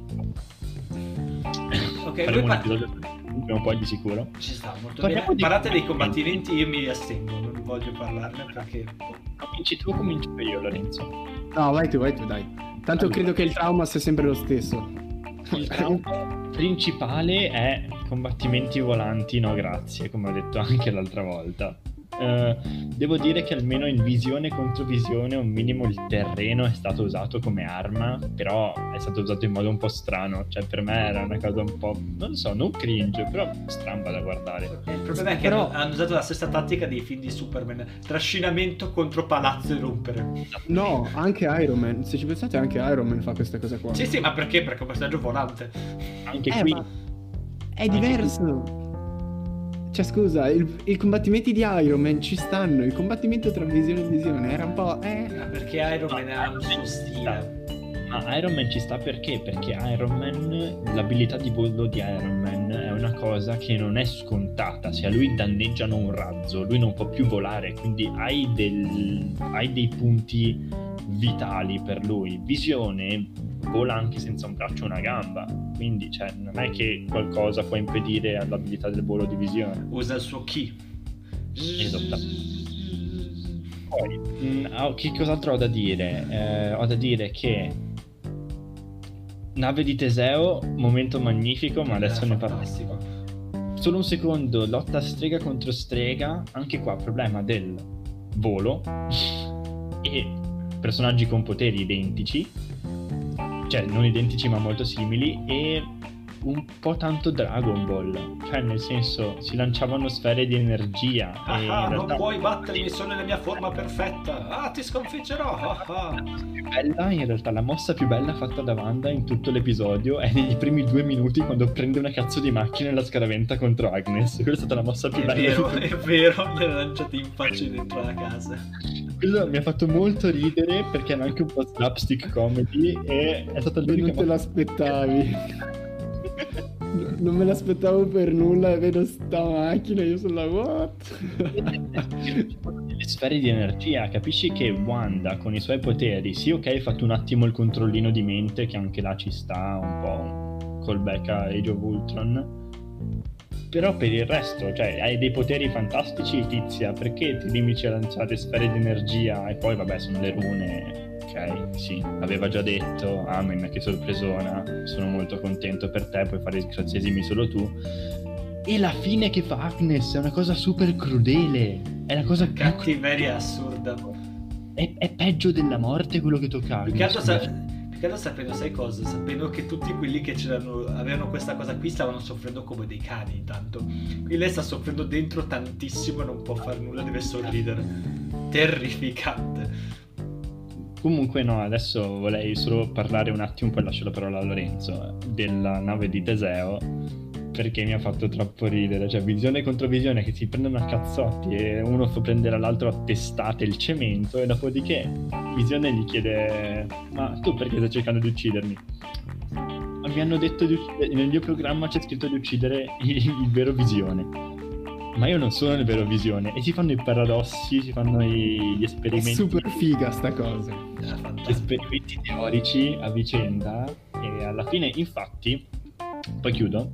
[SPEAKER 1] Ok,
[SPEAKER 2] Faremo
[SPEAKER 1] voi
[SPEAKER 2] un
[SPEAKER 1] par-
[SPEAKER 2] episodio prima o poi di sicuro.
[SPEAKER 1] ci sta molto
[SPEAKER 2] Parliamo
[SPEAKER 1] bene.
[SPEAKER 2] di
[SPEAKER 1] Parlate dei
[SPEAKER 2] combattimenti.
[SPEAKER 1] combattimenti, io mi astengo, non voglio parlarne perché
[SPEAKER 2] Cominci tu o comincio io, Lorenzo?
[SPEAKER 3] No, vai tu, vai tu, dai. Tanto
[SPEAKER 2] Allora.
[SPEAKER 3] credo che il trauma sia sempre lo stesso.
[SPEAKER 2] Il trauma principale è combattimenti volanti, no grazie, come ho detto anche l'altra volta. Eh, devo dire che almeno in visione contro visione un minimo il terreno è stato usato come arma, però è stato usato in modo un po' strano, cioè per me era una cosa un po', non so, non cringe, però stramba da guardare.
[SPEAKER 1] il problema è che
[SPEAKER 3] Però-
[SPEAKER 1] hanno, hanno usato la stessa tattica dei film di Superman, trascinamento contro palazzo e rompere.
[SPEAKER 3] No, anche Iron Man. Se ci pensate, anche Iron Man fa questa cosa qua.
[SPEAKER 1] Sì, sì, ma perché? Perché è un personaggio volante.
[SPEAKER 2] Anche
[SPEAKER 3] Eh,
[SPEAKER 2] qui
[SPEAKER 3] ma è diverso. Cioè, scusa, il- i combattimenti di Iron Man ci stanno. Il combattimento tra visione e visione era un po'. Eh.
[SPEAKER 1] Perché Iron Man ha un suo stile.
[SPEAKER 2] Ma Iron Man ci sta perché? Perché Iron Man, l'abilità di volo di Iron Man è una cosa che non è scontata. Se a lui danneggiano un razzo, lui non può più volare, quindi hai, del, hai dei punti vitali per lui. Visione vola anche senza un braccio o una gamba, quindi cioè, non è che qualcosa può impedire l'abilità del volo di visione.
[SPEAKER 1] Usa il suo ki.
[SPEAKER 2] Esatto. Poi, mh, ah, che cos'altro ho da dire? Eh, ho da dire che nave di Teseo, momento magnifico, ma adesso ne parliamo.
[SPEAKER 1] Fantastico.
[SPEAKER 2] Solo un secondo, lotta strega contro strega, anche qua problema del volo e personaggi con poteri identici, cioè non identici ma molto simili, e un po' tanto Dragon Ball, cioè nel senso si lanciavano sfere di energia e
[SPEAKER 1] Ah,
[SPEAKER 2] in
[SPEAKER 1] ah, non
[SPEAKER 2] realtà
[SPEAKER 1] puoi battermi, sono nella mia forma perfetta. Ah, ti sconfiggerò. Ah, ah.
[SPEAKER 2] più bella, in realtà la mossa più bella fatta da Wanda in tutto l'episodio è nei primi due minuti quando prende una cazzo di macchina e la scaraventa contro Agnes. Quella è stata la mossa più
[SPEAKER 1] È
[SPEAKER 2] bella
[SPEAKER 1] vero,
[SPEAKER 2] di
[SPEAKER 1] è vero, le lanciate in faccia dentro la casa.
[SPEAKER 2] Quello mi ha fatto molto ridere perché era anche un po' slapstick comedy e è stata
[SPEAKER 3] Non
[SPEAKER 2] l'unica
[SPEAKER 3] te l'aspettavi. Non me l'aspettavo per nulla e vedo sta macchina, io sono la what?
[SPEAKER 2] delle sfere di energia. Capisci che Wanda con i suoi poteri, sì ok, hai fatto un attimo il controllino di mente, che anche là ci sta un po' un callback a Age of Ultron, però per il resto, cioè hai dei poteri fantastici, Tizia, perché ti limiti a lanciare sfere di energia? E poi vabbè, sono le rune. Ok, sì, aveva già detto, amen, che sorpresona, sono molto contento per te, puoi fare i craziesimi solo tu. E la fine che fa Agnes è una cosa super crudele, è la cosa più
[SPEAKER 1] Cattiveria assurda.
[SPEAKER 2] è, è peggio della morte quello che tocca
[SPEAKER 1] Più che
[SPEAKER 2] Agnes.
[SPEAKER 1] altro, sa- più che altro sapendo, sai cosa? Sapendo che tutti quelli che c'erano, avevano questa cosa qui stavano soffrendo come dei cani intanto. Qui lei sta soffrendo dentro tantissimo e non può fare nulla, deve sorridere. Terrificante.
[SPEAKER 2] Comunque no, adesso volevo solo parlare un attimo, poi lascio la parola a Lorenzo, della nave di Teseo, perché mi ha fatto troppo ridere. Cioè, Visione contro Visione che si prendono a cazzotti e uno fa prendere all'altro a testate il cemento, e dopodiché Visione gli chiede: ma tu perché stai cercando di uccidermi? Ma mi hanno detto di uccidere, nel mio programma c'è scritto di uccidere il, il vero Visione, ma io non sono il vero Visione. E si fanno i paradossi, si fanno i, gli
[SPEAKER 3] È
[SPEAKER 2] esperimenti,
[SPEAKER 3] super figa sta cosa.
[SPEAKER 2] gli esperimenti teorici a vicenda. E alla fine, infatti, poi chiudo,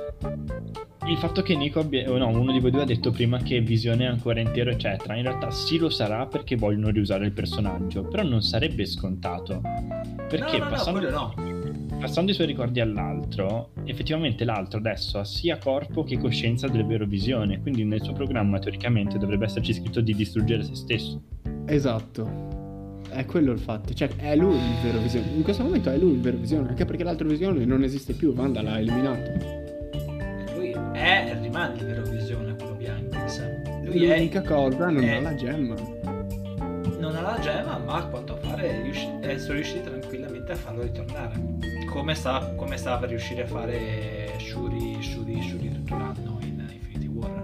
[SPEAKER 2] il fatto che Nico abbia, o no, uno di voi due ha detto prima che Visione è ancora intero eccetera, in realtà sì, lo sarà perché vogliono riusare il personaggio, però non sarebbe scontato, perché
[SPEAKER 1] no, no,
[SPEAKER 2] passando,
[SPEAKER 1] no, no.
[SPEAKER 2] passando i suoi ricordi all'altro, effettivamente l'altro adesso ha sia corpo che coscienza del vero Visione, quindi nel suo programma teoricamente dovrebbe esserci scritto di distruggere se stesso.
[SPEAKER 3] Esatto. È quello il fatto, cioè è lui il vero Visione. In questo momento è lui il vero Visione, anche perché l'altro Visione non esiste più, Wanda l'ha eliminato.
[SPEAKER 1] Lui è e rimane il vero Visione, quello bianco in sé. Lui è
[SPEAKER 3] L'unica cosa, non
[SPEAKER 1] è-
[SPEAKER 3] ha la gemma.
[SPEAKER 1] non ha la gemma, ma a quanto pare riusci- eh, sono riusciti tranquillamente a farlo ritornare. Come sta, come stava per riuscire a fare Shuri, Shuri, Shuri tutto l'anno in Infinity War.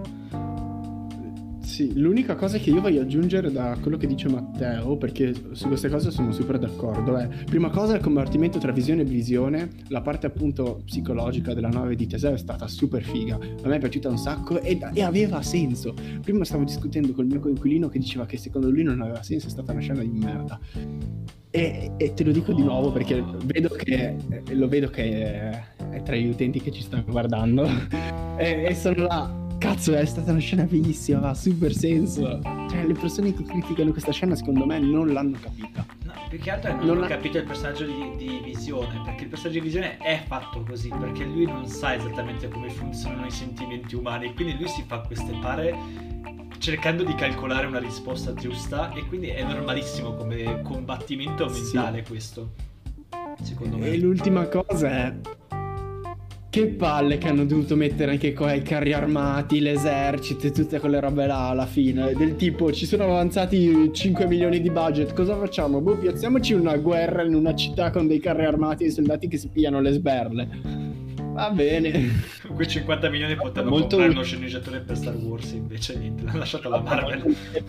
[SPEAKER 3] Sì, l'unica cosa che io voglio aggiungere da quello che dice Matteo, perché su queste cose sono super d'accordo, è prima cosa il combattimento tra visione e visione, la parte appunto psicologica della nave di Teseo è stata super figa, a me è piaciuta un sacco e, e aveva senso. Prima stavo discutendo col mio coinquilino che diceva che secondo lui non aveva senso, è stata una scena di merda. E, e te lo dico di nuovo perché vedo che lo vedo che è, è tra gli utenti che ci stanno guardando e, e sono là. Cazzo, è stata una scena fighissima, ha super senso. Cioè, le persone che criticano questa scena, secondo me, non l'hanno capita.
[SPEAKER 1] No, più che altro non,
[SPEAKER 3] Non
[SPEAKER 1] ho
[SPEAKER 3] ha-
[SPEAKER 1] capito il personaggio di, di Visione, perché il personaggio di Visione è fatto così, perché lui non sa esattamente come funzionano i sentimenti umani, quindi lui si fa queste pare cercando di calcolare una risposta giusta, e quindi è normalissimo come combattimento
[SPEAKER 3] Sì.
[SPEAKER 1] mentale questo, secondo me.
[SPEAKER 3] E l'ultima cosa è... Che palle che hanno dovuto mettere anche qua i carri armati, l'esercito e tutte quelle robe là alla fine. Del tipo, ci sono avanzati cinque milioni di budget, cosa facciamo? Boh, piazziamoci una guerra in una città con dei carri armati e i soldati che si pigliano le sberle. Va bene.
[SPEAKER 1] Quei cinquanta milioni potevano
[SPEAKER 2] Molto
[SPEAKER 1] comprare
[SPEAKER 2] utile.
[SPEAKER 1] uno sceneggiatore per Star Wars, invece niente, l'hanno lasciato alla Marvel.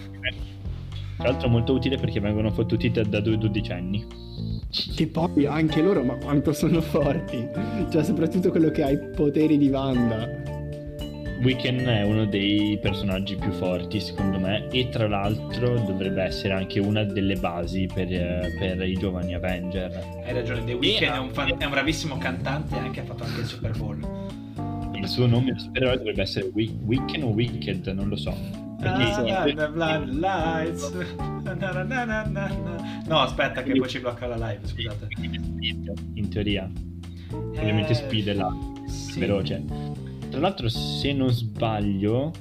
[SPEAKER 2] Tra l'altro molto utile perché vengono fottuti da, da due dodicenni.
[SPEAKER 3] Che poi anche loro, ma quanto sono forti. Cioè, soprattutto quello che ha i poteri di Wanda.
[SPEAKER 2] Wiccan è uno dei personaggi più forti secondo me, e tra l'altro dovrebbe essere anche una delle basi per, eh, per i giovani Avenger.
[SPEAKER 1] Hai ragione, The Weeknd è, un fan- è un bravissimo cantante e anche ha fatto anche il Super Bowl.
[SPEAKER 2] Il suo nome supereroe dovrebbe essere Wi- Wiccan o Wicked, non lo so. Perché
[SPEAKER 1] Ah, the blind lights. Na, na, na, na, na, na. No, aspetta che poi ci blocca la live, scusate.
[SPEAKER 2] in teoria ovviamente
[SPEAKER 1] Eh,
[SPEAKER 2] Speed è là,
[SPEAKER 1] sì.
[SPEAKER 2] veloce. Tra l'altro, se non sbaglio,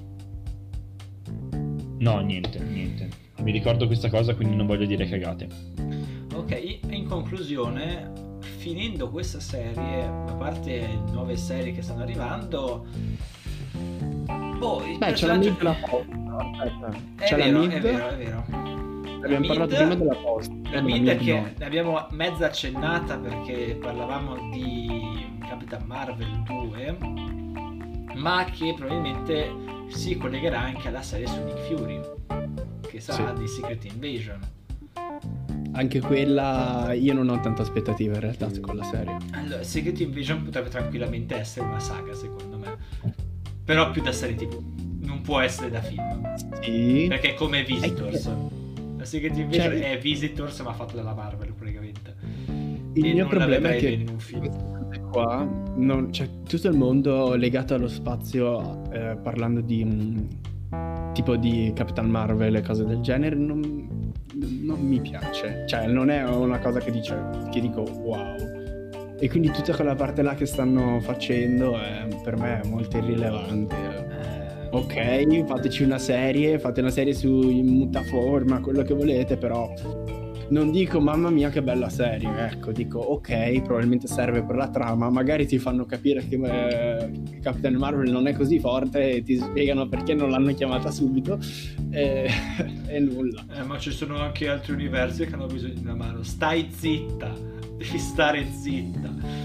[SPEAKER 2] no, niente, niente. Mi ricordo questa cosa, quindi non voglio dire cagate.
[SPEAKER 1] Ok, in conclusione, finendo questa serie, a parte nuove serie che stanno arrivando, boh, il
[SPEAKER 3] Beh, c'è la
[SPEAKER 1] personaggio-
[SPEAKER 3] mid della post. Aspetta.
[SPEAKER 1] È
[SPEAKER 3] C'è
[SPEAKER 1] vero,
[SPEAKER 3] la mid.
[SPEAKER 1] è vero, è vero.
[SPEAKER 3] Abbiamo
[SPEAKER 1] La
[SPEAKER 3] parlato
[SPEAKER 1] mid-
[SPEAKER 3] prima della post.
[SPEAKER 1] La
[SPEAKER 3] della
[SPEAKER 1] mid
[SPEAKER 3] mid
[SPEAKER 1] che
[SPEAKER 3] no.
[SPEAKER 1] ne abbiamo mezza accennata perché parlavamo di Capitan Marvel due, ma che probabilmente si collegherà anche alla serie su Nick Fury, che sarà
[SPEAKER 3] Sì.
[SPEAKER 1] di Secret Invasion.
[SPEAKER 3] Anche quella io non ho tanta aspettativa in realtà con la serie.
[SPEAKER 1] Allora, Secret Invasion potrebbe tranquillamente essere una saga, secondo me, però più da serie tv, non può essere da film,
[SPEAKER 3] Sì.
[SPEAKER 1] perché è come Visitors. La Secret Invasion
[SPEAKER 3] Cioè-
[SPEAKER 1] è Visitors ma fatto dalla Marvel praticamente.
[SPEAKER 3] Il
[SPEAKER 1] E
[SPEAKER 3] mio
[SPEAKER 1] non
[SPEAKER 3] problema è
[SPEAKER 1] l'avrei
[SPEAKER 3] che
[SPEAKER 1] bene in un film.
[SPEAKER 3] queste cose qua non, cioè, tutto il mondo legato allo spazio, eh, parlando di mm, tipo di Capitan Marvel e cose del genere, non, non mi piace. Cioè, non è una cosa che dice che dico wow. E quindi tutta quella parte là che stanno facendo è, per me è molto irrilevante.
[SPEAKER 1] Eh,
[SPEAKER 3] Ok, fateci una serie, fate una serie su in mutaforma, quello che volete, però non dico mamma mia che bella serie, ecco, dico ok, probabilmente serve per la trama, magari ti fanno capire che, eh, che Capitan Marvel non è così forte e ti spiegano perché non l'hanno chiamata subito e, e nulla.
[SPEAKER 1] Eh, ma ci sono anche altri universi che hanno bisogno di una mano. Stai zitta, devi stare zitta.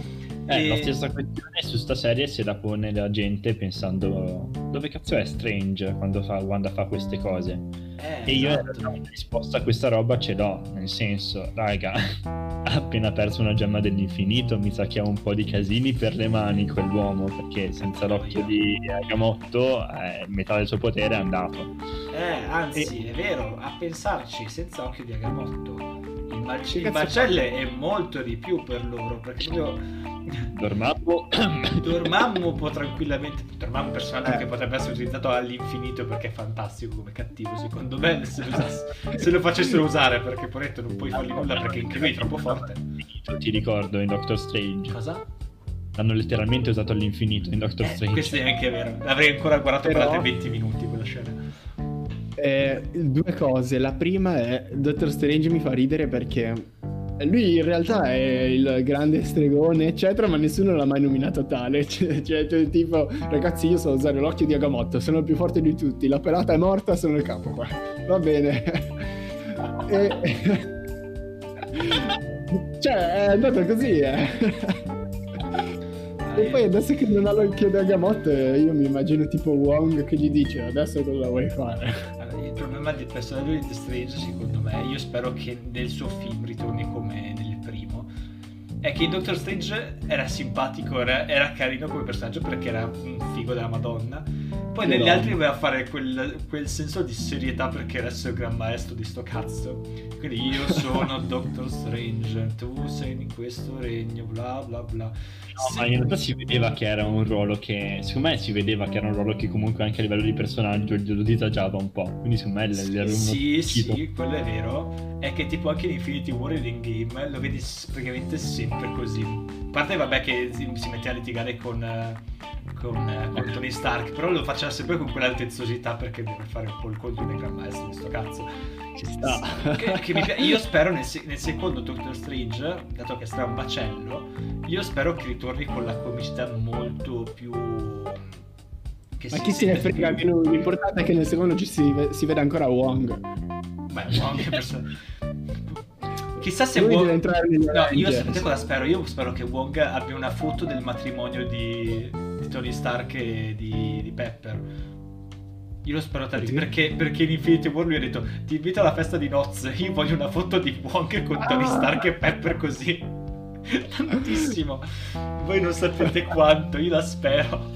[SPEAKER 2] Eh,
[SPEAKER 1] E-
[SPEAKER 2] la stessa questione su sta serie se la pone la gente pensando dove cazzo è Strange quando fa, quando fa queste cose.
[SPEAKER 1] Eh,
[SPEAKER 2] E io in
[SPEAKER 1] esatto.
[SPEAKER 2] realtà una risposta a questa roba ce l'ho, nel senso, raga, ha appena perso una gemma dell'infinito, mi sa che ha un po' di casini per le mani quell'uomo, perché senza l'occhio di Agamotto eh, metà del suo potere è andato.
[SPEAKER 1] Eh, anzi, è vero, a pensarci, senza occhio di Agamotto, il, Mar-
[SPEAKER 3] Che
[SPEAKER 1] il
[SPEAKER 3] cazzo
[SPEAKER 1] Marcelle è molto di più per loro, perché proprio
[SPEAKER 2] Dormammu
[SPEAKER 1] Dormammu può tranquillamente, Dormammu è un personaggio
[SPEAKER 3] Eh.
[SPEAKER 1] che potrebbe essere utilizzato all'infinito perché è fantastico come cattivo, secondo me, se lo, usasse- se lo facessero usare, perché poretto non puoi fargli nulla perché anche lui è troppo forte.
[SPEAKER 2] Ti ricordo in Doctor Strange.
[SPEAKER 1] Cosa?
[SPEAKER 2] L'hanno letteralmente usato all'infinito in Doctor
[SPEAKER 1] Eh,
[SPEAKER 2] Strange.
[SPEAKER 1] questo è anche vero, l'avrei ancora guardato
[SPEAKER 3] Però-
[SPEAKER 1] per altri venti minuti quella scena.
[SPEAKER 3] Eh, due cose. La prima è Doctor Strange mi fa ridere perché lui in realtà è il grande stregone, eccetera, ma nessuno l'ha mai nominato tale. Cioè, cioè, cioè, tipo, ragazzi, io so usare l'occhio di Agamotto, sono il più forte di tutti. La pelata è morta, sono il capo qua. Va bene. E... cioè, è andato così, eh. E poi adesso che non ha l'occhio di Agamotto, io mi immagino tipo Wong che gli dice adesso cosa vuoi fare?
[SPEAKER 1] Allora, il problema del personaggio di The Strange, secondo me, io spero che nel suo film ritorni come nel primo, è che in Doctor Strange era simpatico, era, era carino come personaggio perché era un figo della Madonna. Poi negli
[SPEAKER 3] No.
[SPEAKER 1] altri doveva fare quel, quel senso di serietà perché adesso è il gran maestro di sto cazzo. Quindi io sono Doctor Strange, tu sei in questo regno, bla bla bla.
[SPEAKER 2] No, ma in realtà si vedeva che era un ruolo che, secondo me si vedeva che era un ruolo che comunque anche a livello di personaggio glielo disagiava un po', quindi secondo me
[SPEAKER 1] Sì,
[SPEAKER 2] l'avevano
[SPEAKER 1] sì,
[SPEAKER 2] uscito.
[SPEAKER 1] sì, quello è vero. È che tipo anche in Infinity War e in Game lo vedi s- praticamente sempre così. A parte vabbè che si, si metteva a litigare con, eh, con, eh, con Tony Stark, però lo faceva sempre con quell'altezzosità perché deve fare un po' il colpo del gran maestro di sto cazzo.
[SPEAKER 3] Ci sta.
[SPEAKER 1] Che, che mi pi- io spero nel, se- nel secondo Doctor Strange, dato che sarà un bacello, io spero che ritorni con la comicità molto più... Che
[SPEAKER 3] Ma
[SPEAKER 1] si
[SPEAKER 3] chi se ne
[SPEAKER 1] sente
[SPEAKER 3] frega
[SPEAKER 1] più-
[SPEAKER 3] di lui? L'importante è che nel secondo ci si, si vede ancora Wong.
[SPEAKER 1] Beh, Wong è perso- Chissà se
[SPEAKER 3] Lui
[SPEAKER 1] Wong...
[SPEAKER 3] deve entrare negli
[SPEAKER 1] No, io
[SPEAKER 3] Avengers.
[SPEAKER 1] sapete cosa spero? Io spero che Wong abbia una foto del matrimonio di, di Tony Stark e di, di Pepper. Io lo spero tantissimo
[SPEAKER 3] Oddio.
[SPEAKER 1] perché, perché in Infinity War lui ha detto ti invito alla festa di nozze, io voglio una foto di Wong con Tony
[SPEAKER 3] Ah.
[SPEAKER 1] Stark e Pepper così. Tantissimo. Voi non sapete quanto, io la spero.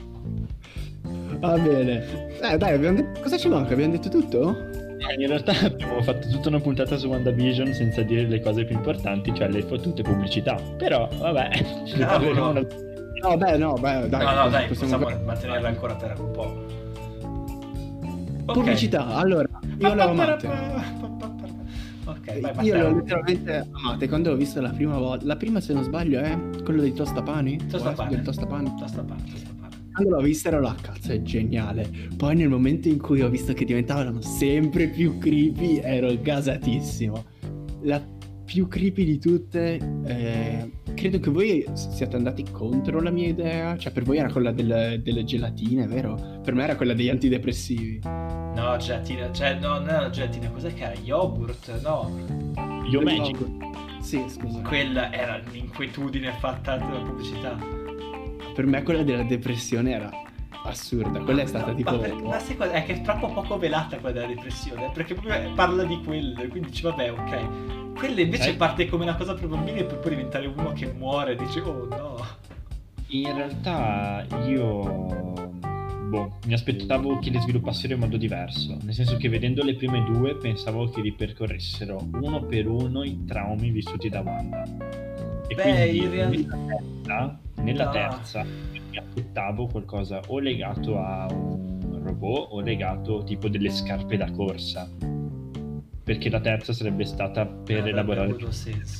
[SPEAKER 3] Va bene. Eh dai, abbiamo detto... cosa ci manca? Abbiamo detto tutto?
[SPEAKER 2] Eh, In realtà abbiamo fatto tutta una puntata su WandaVision senza dire le cose più importanti, cioè le fottute pubblicità. Però, vabbè, ne
[SPEAKER 1] Cavolo.
[SPEAKER 2] parleremo una-
[SPEAKER 3] No, beh, no, beh, dai.
[SPEAKER 1] no, no, dai,
[SPEAKER 3] possiamo-
[SPEAKER 1] possiamo mantenerla ancora per un po'. Ok.
[SPEAKER 3] Pubblicità, allora, io le ho amate.
[SPEAKER 1] Ok, vai,
[SPEAKER 3] Io le ho
[SPEAKER 1] Matteo.
[SPEAKER 3] letteralmente amate quando ho visto la prima volta. La prima, se non sbaglio, è quello dei tostapani. Può
[SPEAKER 1] Tostapane.
[SPEAKER 3] essere del tostapani.
[SPEAKER 1] Tostapane, tostapane.
[SPEAKER 3] Quando l'ho vista ero là, cazzo, è geniale. Poi nel momento in cui ho visto che diventavano sempre più creepy, ero gasatissimo. La più creepy di tutte, eh, credo che voi siate andati contro la mia idea. Cioè, per voi era quella delle, delle gelatine, vero? Per me era quella degli antidepressivi.
[SPEAKER 1] No, gelatina, cioè, no, no, no, gelatina, cos'è che era? Yogurt, no.
[SPEAKER 2] Io Magic.
[SPEAKER 3] Sì, scusa.
[SPEAKER 1] Quella era l'inquietudine fatta dalla pubblicità.
[SPEAKER 3] Per me quella della depressione era assurda. Quella è stata
[SPEAKER 1] No,
[SPEAKER 3] tipo...
[SPEAKER 1] Ma, perché, ma sai cosa? È che è troppo poco velata quella della depressione, perché proprio parla di quelle, quindi dici vabbè, ok. Quella invece
[SPEAKER 2] Eh.
[SPEAKER 1] parte come una cosa probabile per poi diventare uno che muore e dici oh no.
[SPEAKER 2] In realtà io boh, mi aspettavo che le sviluppassero in modo diverso, nel senso che vedendo le prime due pensavo che ripercorressero uno per uno i traumi vissuti da Wanda. E
[SPEAKER 1] Beh,
[SPEAKER 2] quindi
[SPEAKER 1] in realtà-
[SPEAKER 2] nella terza, nella
[SPEAKER 1] No.
[SPEAKER 2] terza mi aspettavo qualcosa o legato a un robot o legato tipo delle scarpe da corsa. Perché la terza sarebbe stata per
[SPEAKER 1] Avrebbe
[SPEAKER 2] elaborare
[SPEAKER 1] avuto senso.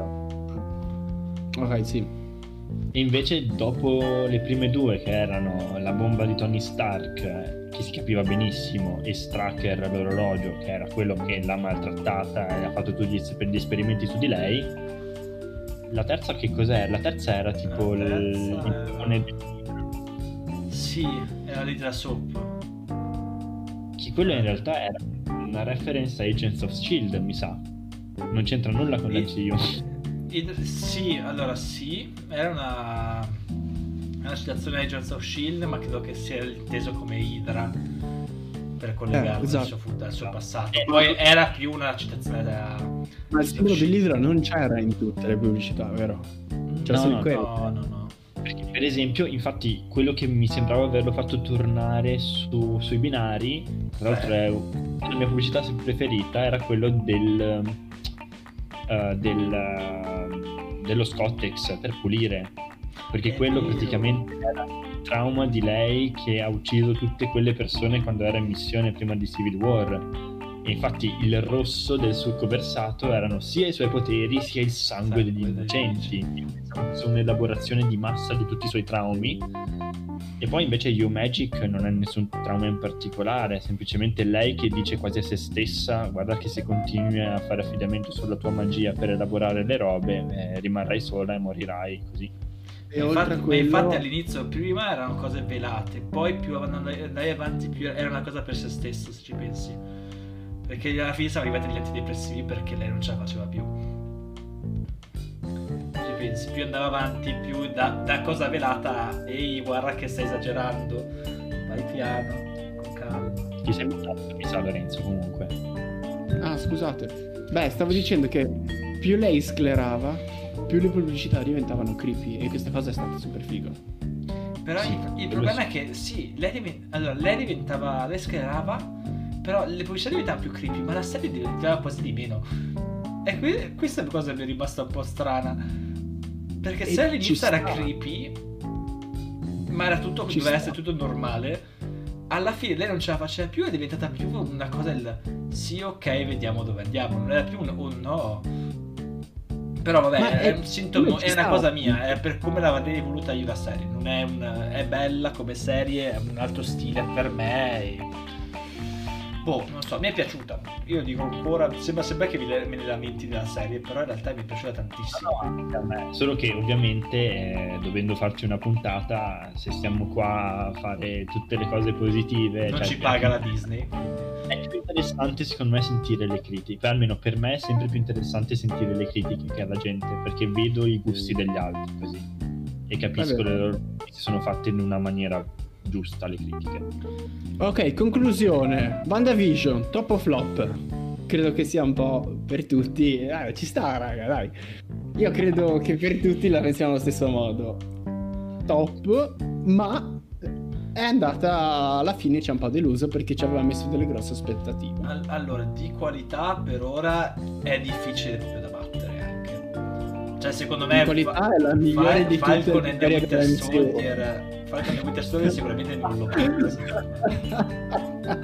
[SPEAKER 3] Ok, sì.
[SPEAKER 2] E invece dopo le prime due, che erano la bomba di Tony Stark, eh, che si capiva benissimo, e Stracker, l'orologio, che era quello che l'ha maltrattata e ha fatto tutti gli es- gli esperimenti su di lei, la terza che cos'è? La terza era tipo
[SPEAKER 1] La
[SPEAKER 2] il...
[SPEAKER 1] terza era-
[SPEAKER 2] il-
[SPEAKER 1] Sì, era lì della soap.
[SPEAKER 2] che quello in realtà era una reference a Agents of Shield, mi sa. Non c'entra nulla con la
[SPEAKER 1] E-
[SPEAKER 2] G U.
[SPEAKER 1] Id- sì, allora sì, era una, una citazione di Agents of Shield, ma credo che sia inteso come Hydra per collegarlo
[SPEAKER 3] Eh, esatto.
[SPEAKER 1] al, suo, fu- al suo passato. Poi era più una citazione da...
[SPEAKER 3] Ma il simbolo dell'Hydra non c'era in tutte le pubblicità, vero? C'era
[SPEAKER 2] No,
[SPEAKER 3] solo
[SPEAKER 2] no,
[SPEAKER 3] in quelle.
[SPEAKER 1] No, no, no.
[SPEAKER 2] Perché, per esempio, infatti, quello che mi sembrava averlo fatto tornare su- sui binari, tra l'altro è la mia pubblicità preferita, era quello del, eh, del, eh, dello Scottex per pulire. Perché
[SPEAKER 1] È
[SPEAKER 2] quello
[SPEAKER 1] vero.
[SPEAKER 2] praticamente era il trauma di lei che ha ucciso tutte quelle persone quando era in missione prima di Civil War. E infatti il rosso del succo versato erano sia i suoi poteri sia il sangue degli
[SPEAKER 1] Sangue degli
[SPEAKER 2] innocenti. Su un'elaborazione di massa di tutti i suoi traumi. E poi invece You Magic non ha nessun trauma in particolare, è semplicemente lei che dice quasi a se stessa: guarda che se continui a fare affidamento sulla tua magia per elaborare le robe, eh, rimarrai sola e morirai così.
[SPEAKER 3] E
[SPEAKER 1] Infatti,
[SPEAKER 3] oltre a
[SPEAKER 1] ma
[SPEAKER 3] quello...
[SPEAKER 1] infatti all'inizio prima erano cose velate, poi più andai, andai avanti più era una cosa per se stesso, se ci pensi. Perché alla fine siamo arrivati agli antidepressivi perché lei non ce la faceva più. Ci pensi, più andava avanti, più da, da cosa velata a ehi, guarda che stai esagerando, vai piano, con calma.
[SPEAKER 2] Ti sei buttato, mi sa, Lorenzo, comunque.
[SPEAKER 3] Ah, scusate. Beh, stavo dicendo che più lei sclerava, più le pubblicità diventavano creepy, e questa cosa è stata super figa.
[SPEAKER 1] Però
[SPEAKER 2] Sì,
[SPEAKER 1] il, il
[SPEAKER 2] quello
[SPEAKER 1] problema
[SPEAKER 2] sì.
[SPEAKER 1] è che sì, lei, diven- allora, lei diventava, lei sclerava, però le pubblicità diventavano più creepy, ma la serie diventava quasi di meno. E qui, questa cosa mi è rimasta un po' strana. Perché
[SPEAKER 3] E
[SPEAKER 1] se all'inizio
[SPEAKER 3] ci
[SPEAKER 1] era
[SPEAKER 3] sta.
[SPEAKER 1] creepy, ma era tutto,
[SPEAKER 3] Ci
[SPEAKER 1] doveva
[SPEAKER 3] sta.
[SPEAKER 1] essere tutto normale, alla fine lei non ce la faceva più, è diventata più una cosa del sì, ok, vediamo dove andiamo. Non era più un oh no. Però vabbè,
[SPEAKER 3] Ma
[SPEAKER 1] è,
[SPEAKER 3] è-
[SPEAKER 1] un sintomo,
[SPEAKER 3] quello ci
[SPEAKER 1] è una
[SPEAKER 3] sta.
[SPEAKER 1] cosa mia, è per come l'avrei voluta io la serie. Non è un, è bella come serie, è un altro stile per me. E... boh, non so, mi è piaciuta. Io dico ancora, sembra sempre che me ne lamenti della serie, però in realtà mi è piaciuta tantissimo.
[SPEAKER 2] A me. Solo che ovviamente eh, dovendo farci una puntata, se stiamo qua a fare tutte le cose positive,
[SPEAKER 1] Non
[SPEAKER 2] cioè,
[SPEAKER 1] ci paga la Disney.
[SPEAKER 2] è più interessante secondo me sentire le critiche, almeno per me è sempre più interessante sentire le critiche che ha la gente, perché vedo i gusti degli altri così e capisco
[SPEAKER 3] Vabbè.
[SPEAKER 2] le loro si sono fatte in una maniera giusta le critiche.
[SPEAKER 3] Ok, conclusione. WandaVision, top o flop? Credo che sia un po' per tutti. Eh, ci sta, raga, dai. Io credo che per tutti la pensiamo allo stesso modo. Top, ma è andata alla fine, ci ha un po' deluso perché ci aveva messo delle grosse aspettative.
[SPEAKER 1] Al- allora, di qualità per ora è difficile proprio da battere anche. Cioè, secondo me
[SPEAKER 3] Di qualità
[SPEAKER 1] Fa-
[SPEAKER 3] è la migliore
[SPEAKER 1] Fa-
[SPEAKER 3] di tutte
[SPEAKER 1] Falcon
[SPEAKER 3] le
[SPEAKER 1] and the
[SPEAKER 3] serie
[SPEAKER 1] Winter
[SPEAKER 3] della M C U.
[SPEAKER 1] Soldier Falcon and the Winter Soldier sicuramente non lo batte, secondo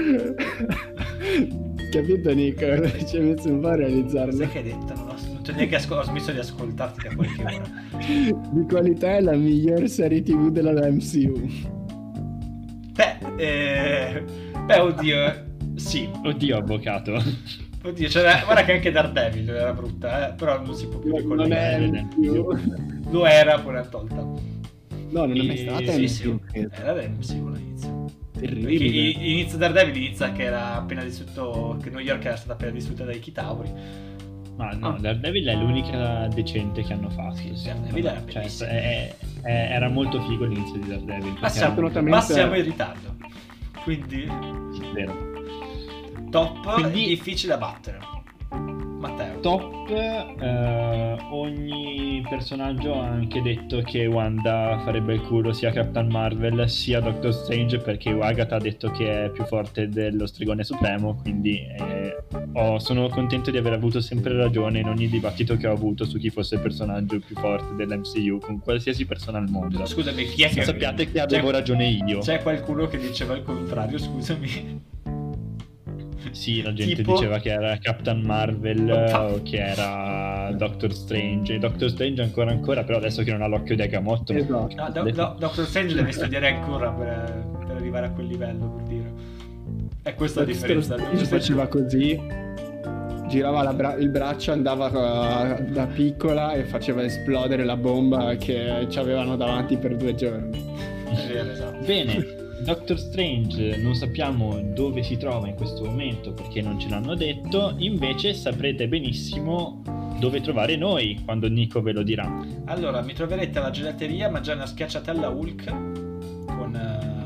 [SPEAKER 1] me.
[SPEAKER 3] Capito, Nico? Ci hai messo un po' a realizzarlo.
[SPEAKER 1] Sai che hai detto? Non ho, non c'è neanche asco- ho smesso di ascoltarti da qualche ora.
[SPEAKER 3] Di qualità è la miglior serie tivù della M C U.
[SPEAKER 1] Beh, eh, beh, oddio, sì.
[SPEAKER 2] Oddio, avvocato.
[SPEAKER 1] Oddio, cioè, guarda che anche Daredevil era brutta, eh, però non si può più
[SPEAKER 3] Non
[SPEAKER 1] ricollegare.
[SPEAKER 3] è M C U.
[SPEAKER 1] Lo era, poi l'ha tolta.
[SPEAKER 3] No, non è mai
[SPEAKER 1] E-
[SPEAKER 3] stata
[SPEAKER 1] sì,
[SPEAKER 3] M C
[SPEAKER 1] sì,
[SPEAKER 3] U, credo.
[SPEAKER 1] era del M C U all'inizio. Perché
[SPEAKER 3] Terribile.
[SPEAKER 1] i- inizia Daredevil inizia che era appena distrutto, che New York era stata appena distrutta dai Chitauri.
[SPEAKER 2] Ma no,
[SPEAKER 3] Ah.
[SPEAKER 2] Daredevil è l'unica decente che hanno fatto.
[SPEAKER 1] Sì,
[SPEAKER 2] secondo
[SPEAKER 1] Daredevil
[SPEAKER 2] me.
[SPEAKER 1] era
[SPEAKER 2] Cioè,
[SPEAKER 1] bellissimo.
[SPEAKER 2] è- è- era molto figo l'inizio di Daredevil.
[SPEAKER 1] Ma
[SPEAKER 2] perché
[SPEAKER 1] siamo,
[SPEAKER 2] era-
[SPEAKER 3] assolutamente-
[SPEAKER 1] ma siamo in ritardo. Quindi
[SPEAKER 2] vero.
[SPEAKER 1] top,
[SPEAKER 2] Quindi-
[SPEAKER 1] difficile da battere. Matteo.
[SPEAKER 2] Top, eh, ogni personaggio ha anche detto che Wanda farebbe il culo sia a Captain Marvel sia a Doctor Strange, perché Agatha ha detto che è più forte dello Stregone Supremo, quindi eh, ho- sono contento di aver avuto sempre ragione in ogni dibattito che ho avuto su chi fosse il personaggio più forte dell'M C U con qualsiasi persona al mondo.
[SPEAKER 1] Scusami, chi è che
[SPEAKER 2] Sappiate che avevo
[SPEAKER 1] c'è-
[SPEAKER 2] ragione io.
[SPEAKER 1] C'è qualcuno che diceva il contrario, scusami.
[SPEAKER 2] Sì, la gente
[SPEAKER 1] Tipo?
[SPEAKER 2] diceva che era Captain Marvel
[SPEAKER 1] Opa.
[SPEAKER 2] o che era Doctor Strange. Doctor Strange ancora ancora, però adesso che non ha l'occhio di Agamotto.
[SPEAKER 3] Esatto.
[SPEAKER 1] No, do- do- Doctor Strange deve studiare ancora per, per arrivare a quel livello, per dire. È questa la
[SPEAKER 3] Doctor
[SPEAKER 1] differenza.
[SPEAKER 3] Strange
[SPEAKER 1] Doctor Strange-
[SPEAKER 3] faceva così, girava la bra- il braccio, andava uh, da piccola e faceva esplodere la bomba che ci avevano davanti per due giorni.
[SPEAKER 1] È vero, esatto.
[SPEAKER 2] Bene, Doctor Strange non sappiamo dove si trova in questo momento perché non ce l'hanno detto, invece saprete benissimo dove trovare noi quando Nico ve lo dirà.
[SPEAKER 1] Allora, mi troverete alla gelateria a mangiare una schiacciatella Hulk con,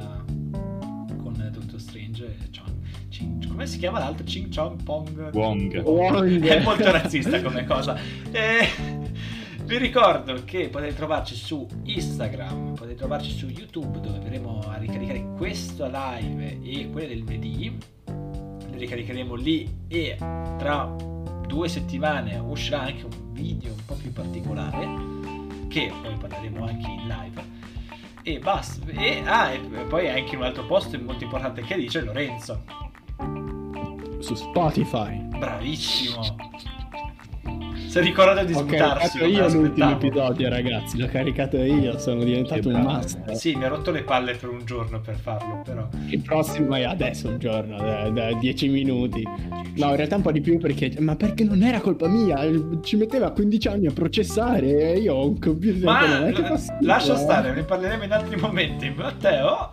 [SPEAKER 1] uh, con Doctor Strange e John. Cin- come si chiama l'altro? Ching Chong Pong
[SPEAKER 2] Wong.
[SPEAKER 3] Wong.
[SPEAKER 1] È molto razzista come cosa. E vi ricordo che potete trovarci su Instagram, potete trovarci su YouTube, dove verremo a ricaricare questa live e quelle del venerdì. Le ricaricheremo lì e tra due settimane uscirà anche un video un po' più particolare, che poi parleremo anche in live. E basta. E, ah, e poi anche un altro post molto importante che dice Lorenzo
[SPEAKER 3] Su Spotify.
[SPEAKER 1] bravissimo. Si è ricordato di
[SPEAKER 3] Ho
[SPEAKER 1] smutarsi.
[SPEAKER 3] caricato io l'ultimo episodio, ragazzi. L'ho caricato io, sono diventato un master.
[SPEAKER 1] Sì, mi ha rotto le palle per un giorno per farlo, però.
[SPEAKER 3] Il prossimo è adesso un giorno, da, da dieci minuti. No, in realtà un po' di più perché... Ma perché non era colpa mia? Ci metteva quindici anni a processare e io ho un computer
[SPEAKER 1] Ma
[SPEAKER 3] che non è che
[SPEAKER 1] l-
[SPEAKER 3] fa
[SPEAKER 1] lascia
[SPEAKER 3] schifo,
[SPEAKER 1] stare,
[SPEAKER 3] eh.
[SPEAKER 1] ne parleremo in altri momenti. Matteo?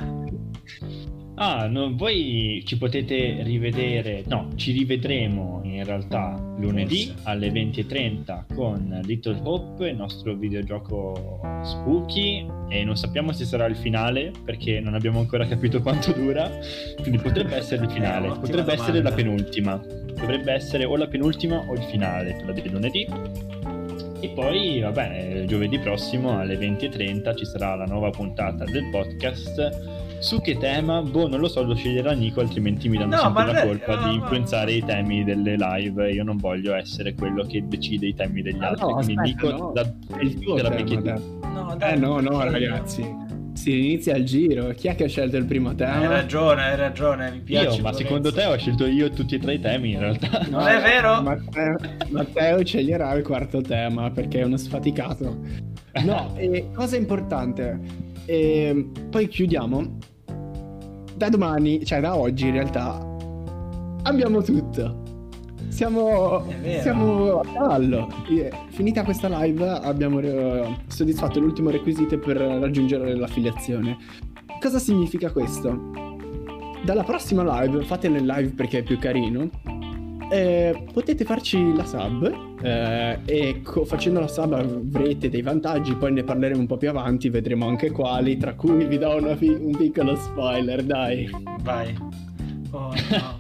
[SPEAKER 2] Ah, no, voi ci potete rivedere, no, ci rivedremo in realtà lunedì
[SPEAKER 1] Forse.
[SPEAKER 2] alle venti e trenta con Little Hope, il nostro videogioco spooky, e non sappiamo se sarà il finale perché non abbiamo ancora capito quanto dura, quindi potrebbe essere il finale,
[SPEAKER 1] Eh, ottima
[SPEAKER 2] potrebbe essere
[SPEAKER 1] domanda.
[SPEAKER 2] la penultima, dovrebbe essere o la penultima o il finale, quella di lunedì. E poi, vabbè, giovedì prossimo alle venti e trenta ci sarà la nuova puntata del podcast. Su che tema? Boh, non lo so, lo sceglierà Nico, altrimenti mi danno
[SPEAKER 1] No,
[SPEAKER 2] sempre
[SPEAKER 1] ma
[SPEAKER 2] la
[SPEAKER 1] re-
[SPEAKER 2] colpa
[SPEAKER 1] no,
[SPEAKER 2] di
[SPEAKER 1] ma-
[SPEAKER 2] influenzare i temi delle live. Io non voglio essere quello che decide i temi degli
[SPEAKER 3] Ah,
[SPEAKER 2] altri.
[SPEAKER 3] no,
[SPEAKER 2] quindi
[SPEAKER 3] aspetta,
[SPEAKER 2] Nico,
[SPEAKER 3] no.
[SPEAKER 2] da,
[SPEAKER 3] È il tuo
[SPEAKER 2] te la
[SPEAKER 3] tema,
[SPEAKER 2] becchi tu.
[SPEAKER 3] dai.
[SPEAKER 1] No,
[SPEAKER 3] Eh no, no,
[SPEAKER 1] perché io-
[SPEAKER 3] ragazzi. Si inizia il giro. Chi è che ha scelto il primo
[SPEAKER 1] Hai
[SPEAKER 3] tema?
[SPEAKER 1] ragione, hai ragione, mi piace.
[SPEAKER 2] Io, ma
[SPEAKER 1] Lorenzo.
[SPEAKER 2] secondo te ho scelto io tutti e tre i temi in realtà?
[SPEAKER 1] Non è vero?
[SPEAKER 3] Matteo, Matteo sceglierà il quarto tema perché è uno sfaticato. No, e cosa importante. E poi chiudiamo. Da domani, cioè da oggi in realtà, abbiamo tutto. Siamo,
[SPEAKER 1] È vero.
[SPEAKER 3] siamo a cavallo. E, finita questa live abbiamo eh, soddisfatto l'ultimo requisito per raggiungere l'affiliazione. Cosa significa questo? Dalla prossima live, fatela in live perché è più carino, eh, potete farci la sub eh, e co- facendo la sub avrete dei vantaggi, poi ne parleremo un po' più avanti, vedremo anche quali, tra cui vi do una fi- un piccolo spoiler, dai.
[SPEAKER 1] Vai. Oh no.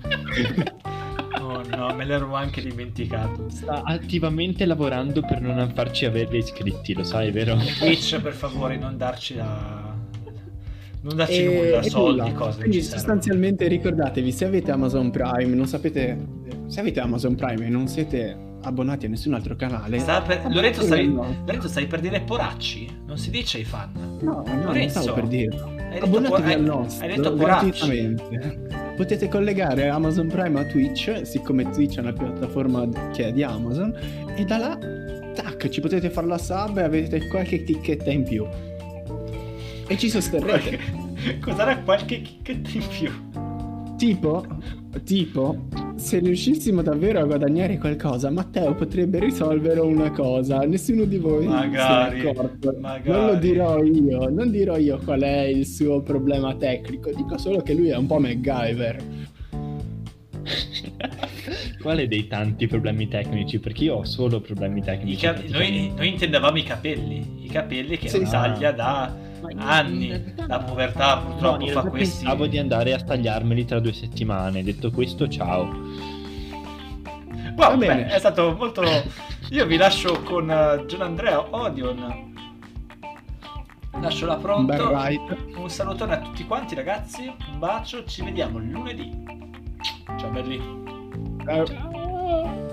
[SPEAKER 1] Oh no, me l'ero anche dimenticato.
[SPEAKER 2] Sta attivamente lavorando per non farci avere iscritti, lo sai, vero?
[SPEAKER 1] Twitch, per favore, non darci la... Non darci
[SPEAKER 3] E-
[SPEAKER 1] nulla,
[SPEAKER 3] e
[SPEAKER 1] soldi,
[SPEAKER 3] nulla.
[SPEAKER 1] cose.
[SPEAKER 3] Quindi
[SPEAKER 1] ci servono.
[SPEAKER 3] sostanzialmente ricordatevi, se avete Amazon Prime, non sapete, se avete Amazon Prime e non siete abbonati a nessun altro canale,
[SPEAKER 1] Stava per...
[SPEAKER 3] abbonatevi
[SPEAKER 1] Lorenzo, stai...
[SPEAKER 3] al nostro.
[SPEAKER 1] Lorenzo, stai per dire poracci? Non si dice ai fan.
[SPEAKER 3] No, no, non
[SPEAKER 1] Lorenzo,
[SPEAKER 3] stavo per dirlo.
[SPEAKER 1] hai detto
[SPEAKER 3] Abbonatevi
[SPEAKER 1] por- hai-
[SPEAKER 3] al nostro
[SPEAKER 1] hai detto poracci.
[SPEAKER 3] gratuitamente. Potete collegare Amazon Prime a Twitch, siccome Twitch è una piattaforma che è di Amazon, e da là, tac, ci potete fare la sub e avete qualche chicchetta in più. E ci sosterrete.
[SPEAKER 1] Cos'era qualche chicchetta in più?
[SPEAKER 3] Tipo, tipo, se riuscissimo davvero a guadagnare qualcosa, Matteo potrebbe risolvere una cosa. Nessuno di voi
[SPEAKER 1] Magari,
[SPEAKER 3] se ne è accorto.
[SPEAKER 1] magari.
[SPEAKER 3] Non lo dirò io, non dirò io qual è il suo problema tecnico. Dico solo che lui è un po' MacGyver.
[SPEAKER 2] Quale dei tanti problemi tecnici? Perché io ho solo problemi
[SPEAKER 1] I
[SPEAKER 2] tecnici.
[SPEAKER 1] cap- noi,
[SPEAKER 2] praticamente.
[SPEAKER 1] noi intendevamo i capelli. I capelli che
[SPEAKER 3] Sì.
[SPEAKER 1] non taglia da
[SPEAKER 2] Ma in-
[SPEAKER 1] anni.
[SPEAKER 2] in realtà
[SPEAKER 1] La
[SPEAKER 2] no.
[SPEAKER 1] povertà
[SPEAKER 2] No,
[SPEAKER 1] purtroppo
[SPEAKER 2] in
[SPEAKER 1] fa
[SPEAKER 2] realtà
[SPEAKER 1] questi...
[SPEAKER 2] pensavo di andare a tagliarmeli tra due settimane. Detto questo, ciao.
[SPEAKER 1] Va
[SPEAKER 3] Va
[SPEAKER 1] bene,
[SPEAKER 3] bene.
[SPEAKER 1] è stato molto... Io vi lascio con uh, Gianandrea Odeon. Lascio la
[SPEAKER 3] Un
[SPEAKER 1] pronto.
[SPEAKER 3] bel ride.
[SPEAKER 1] Un salutone a tutti quanti, ragazzi. Un bacio, ci vediamo lunedì. Ciao belli.
[SPEAKER 3] Ciao.
[SPEAKER 2] Ciao.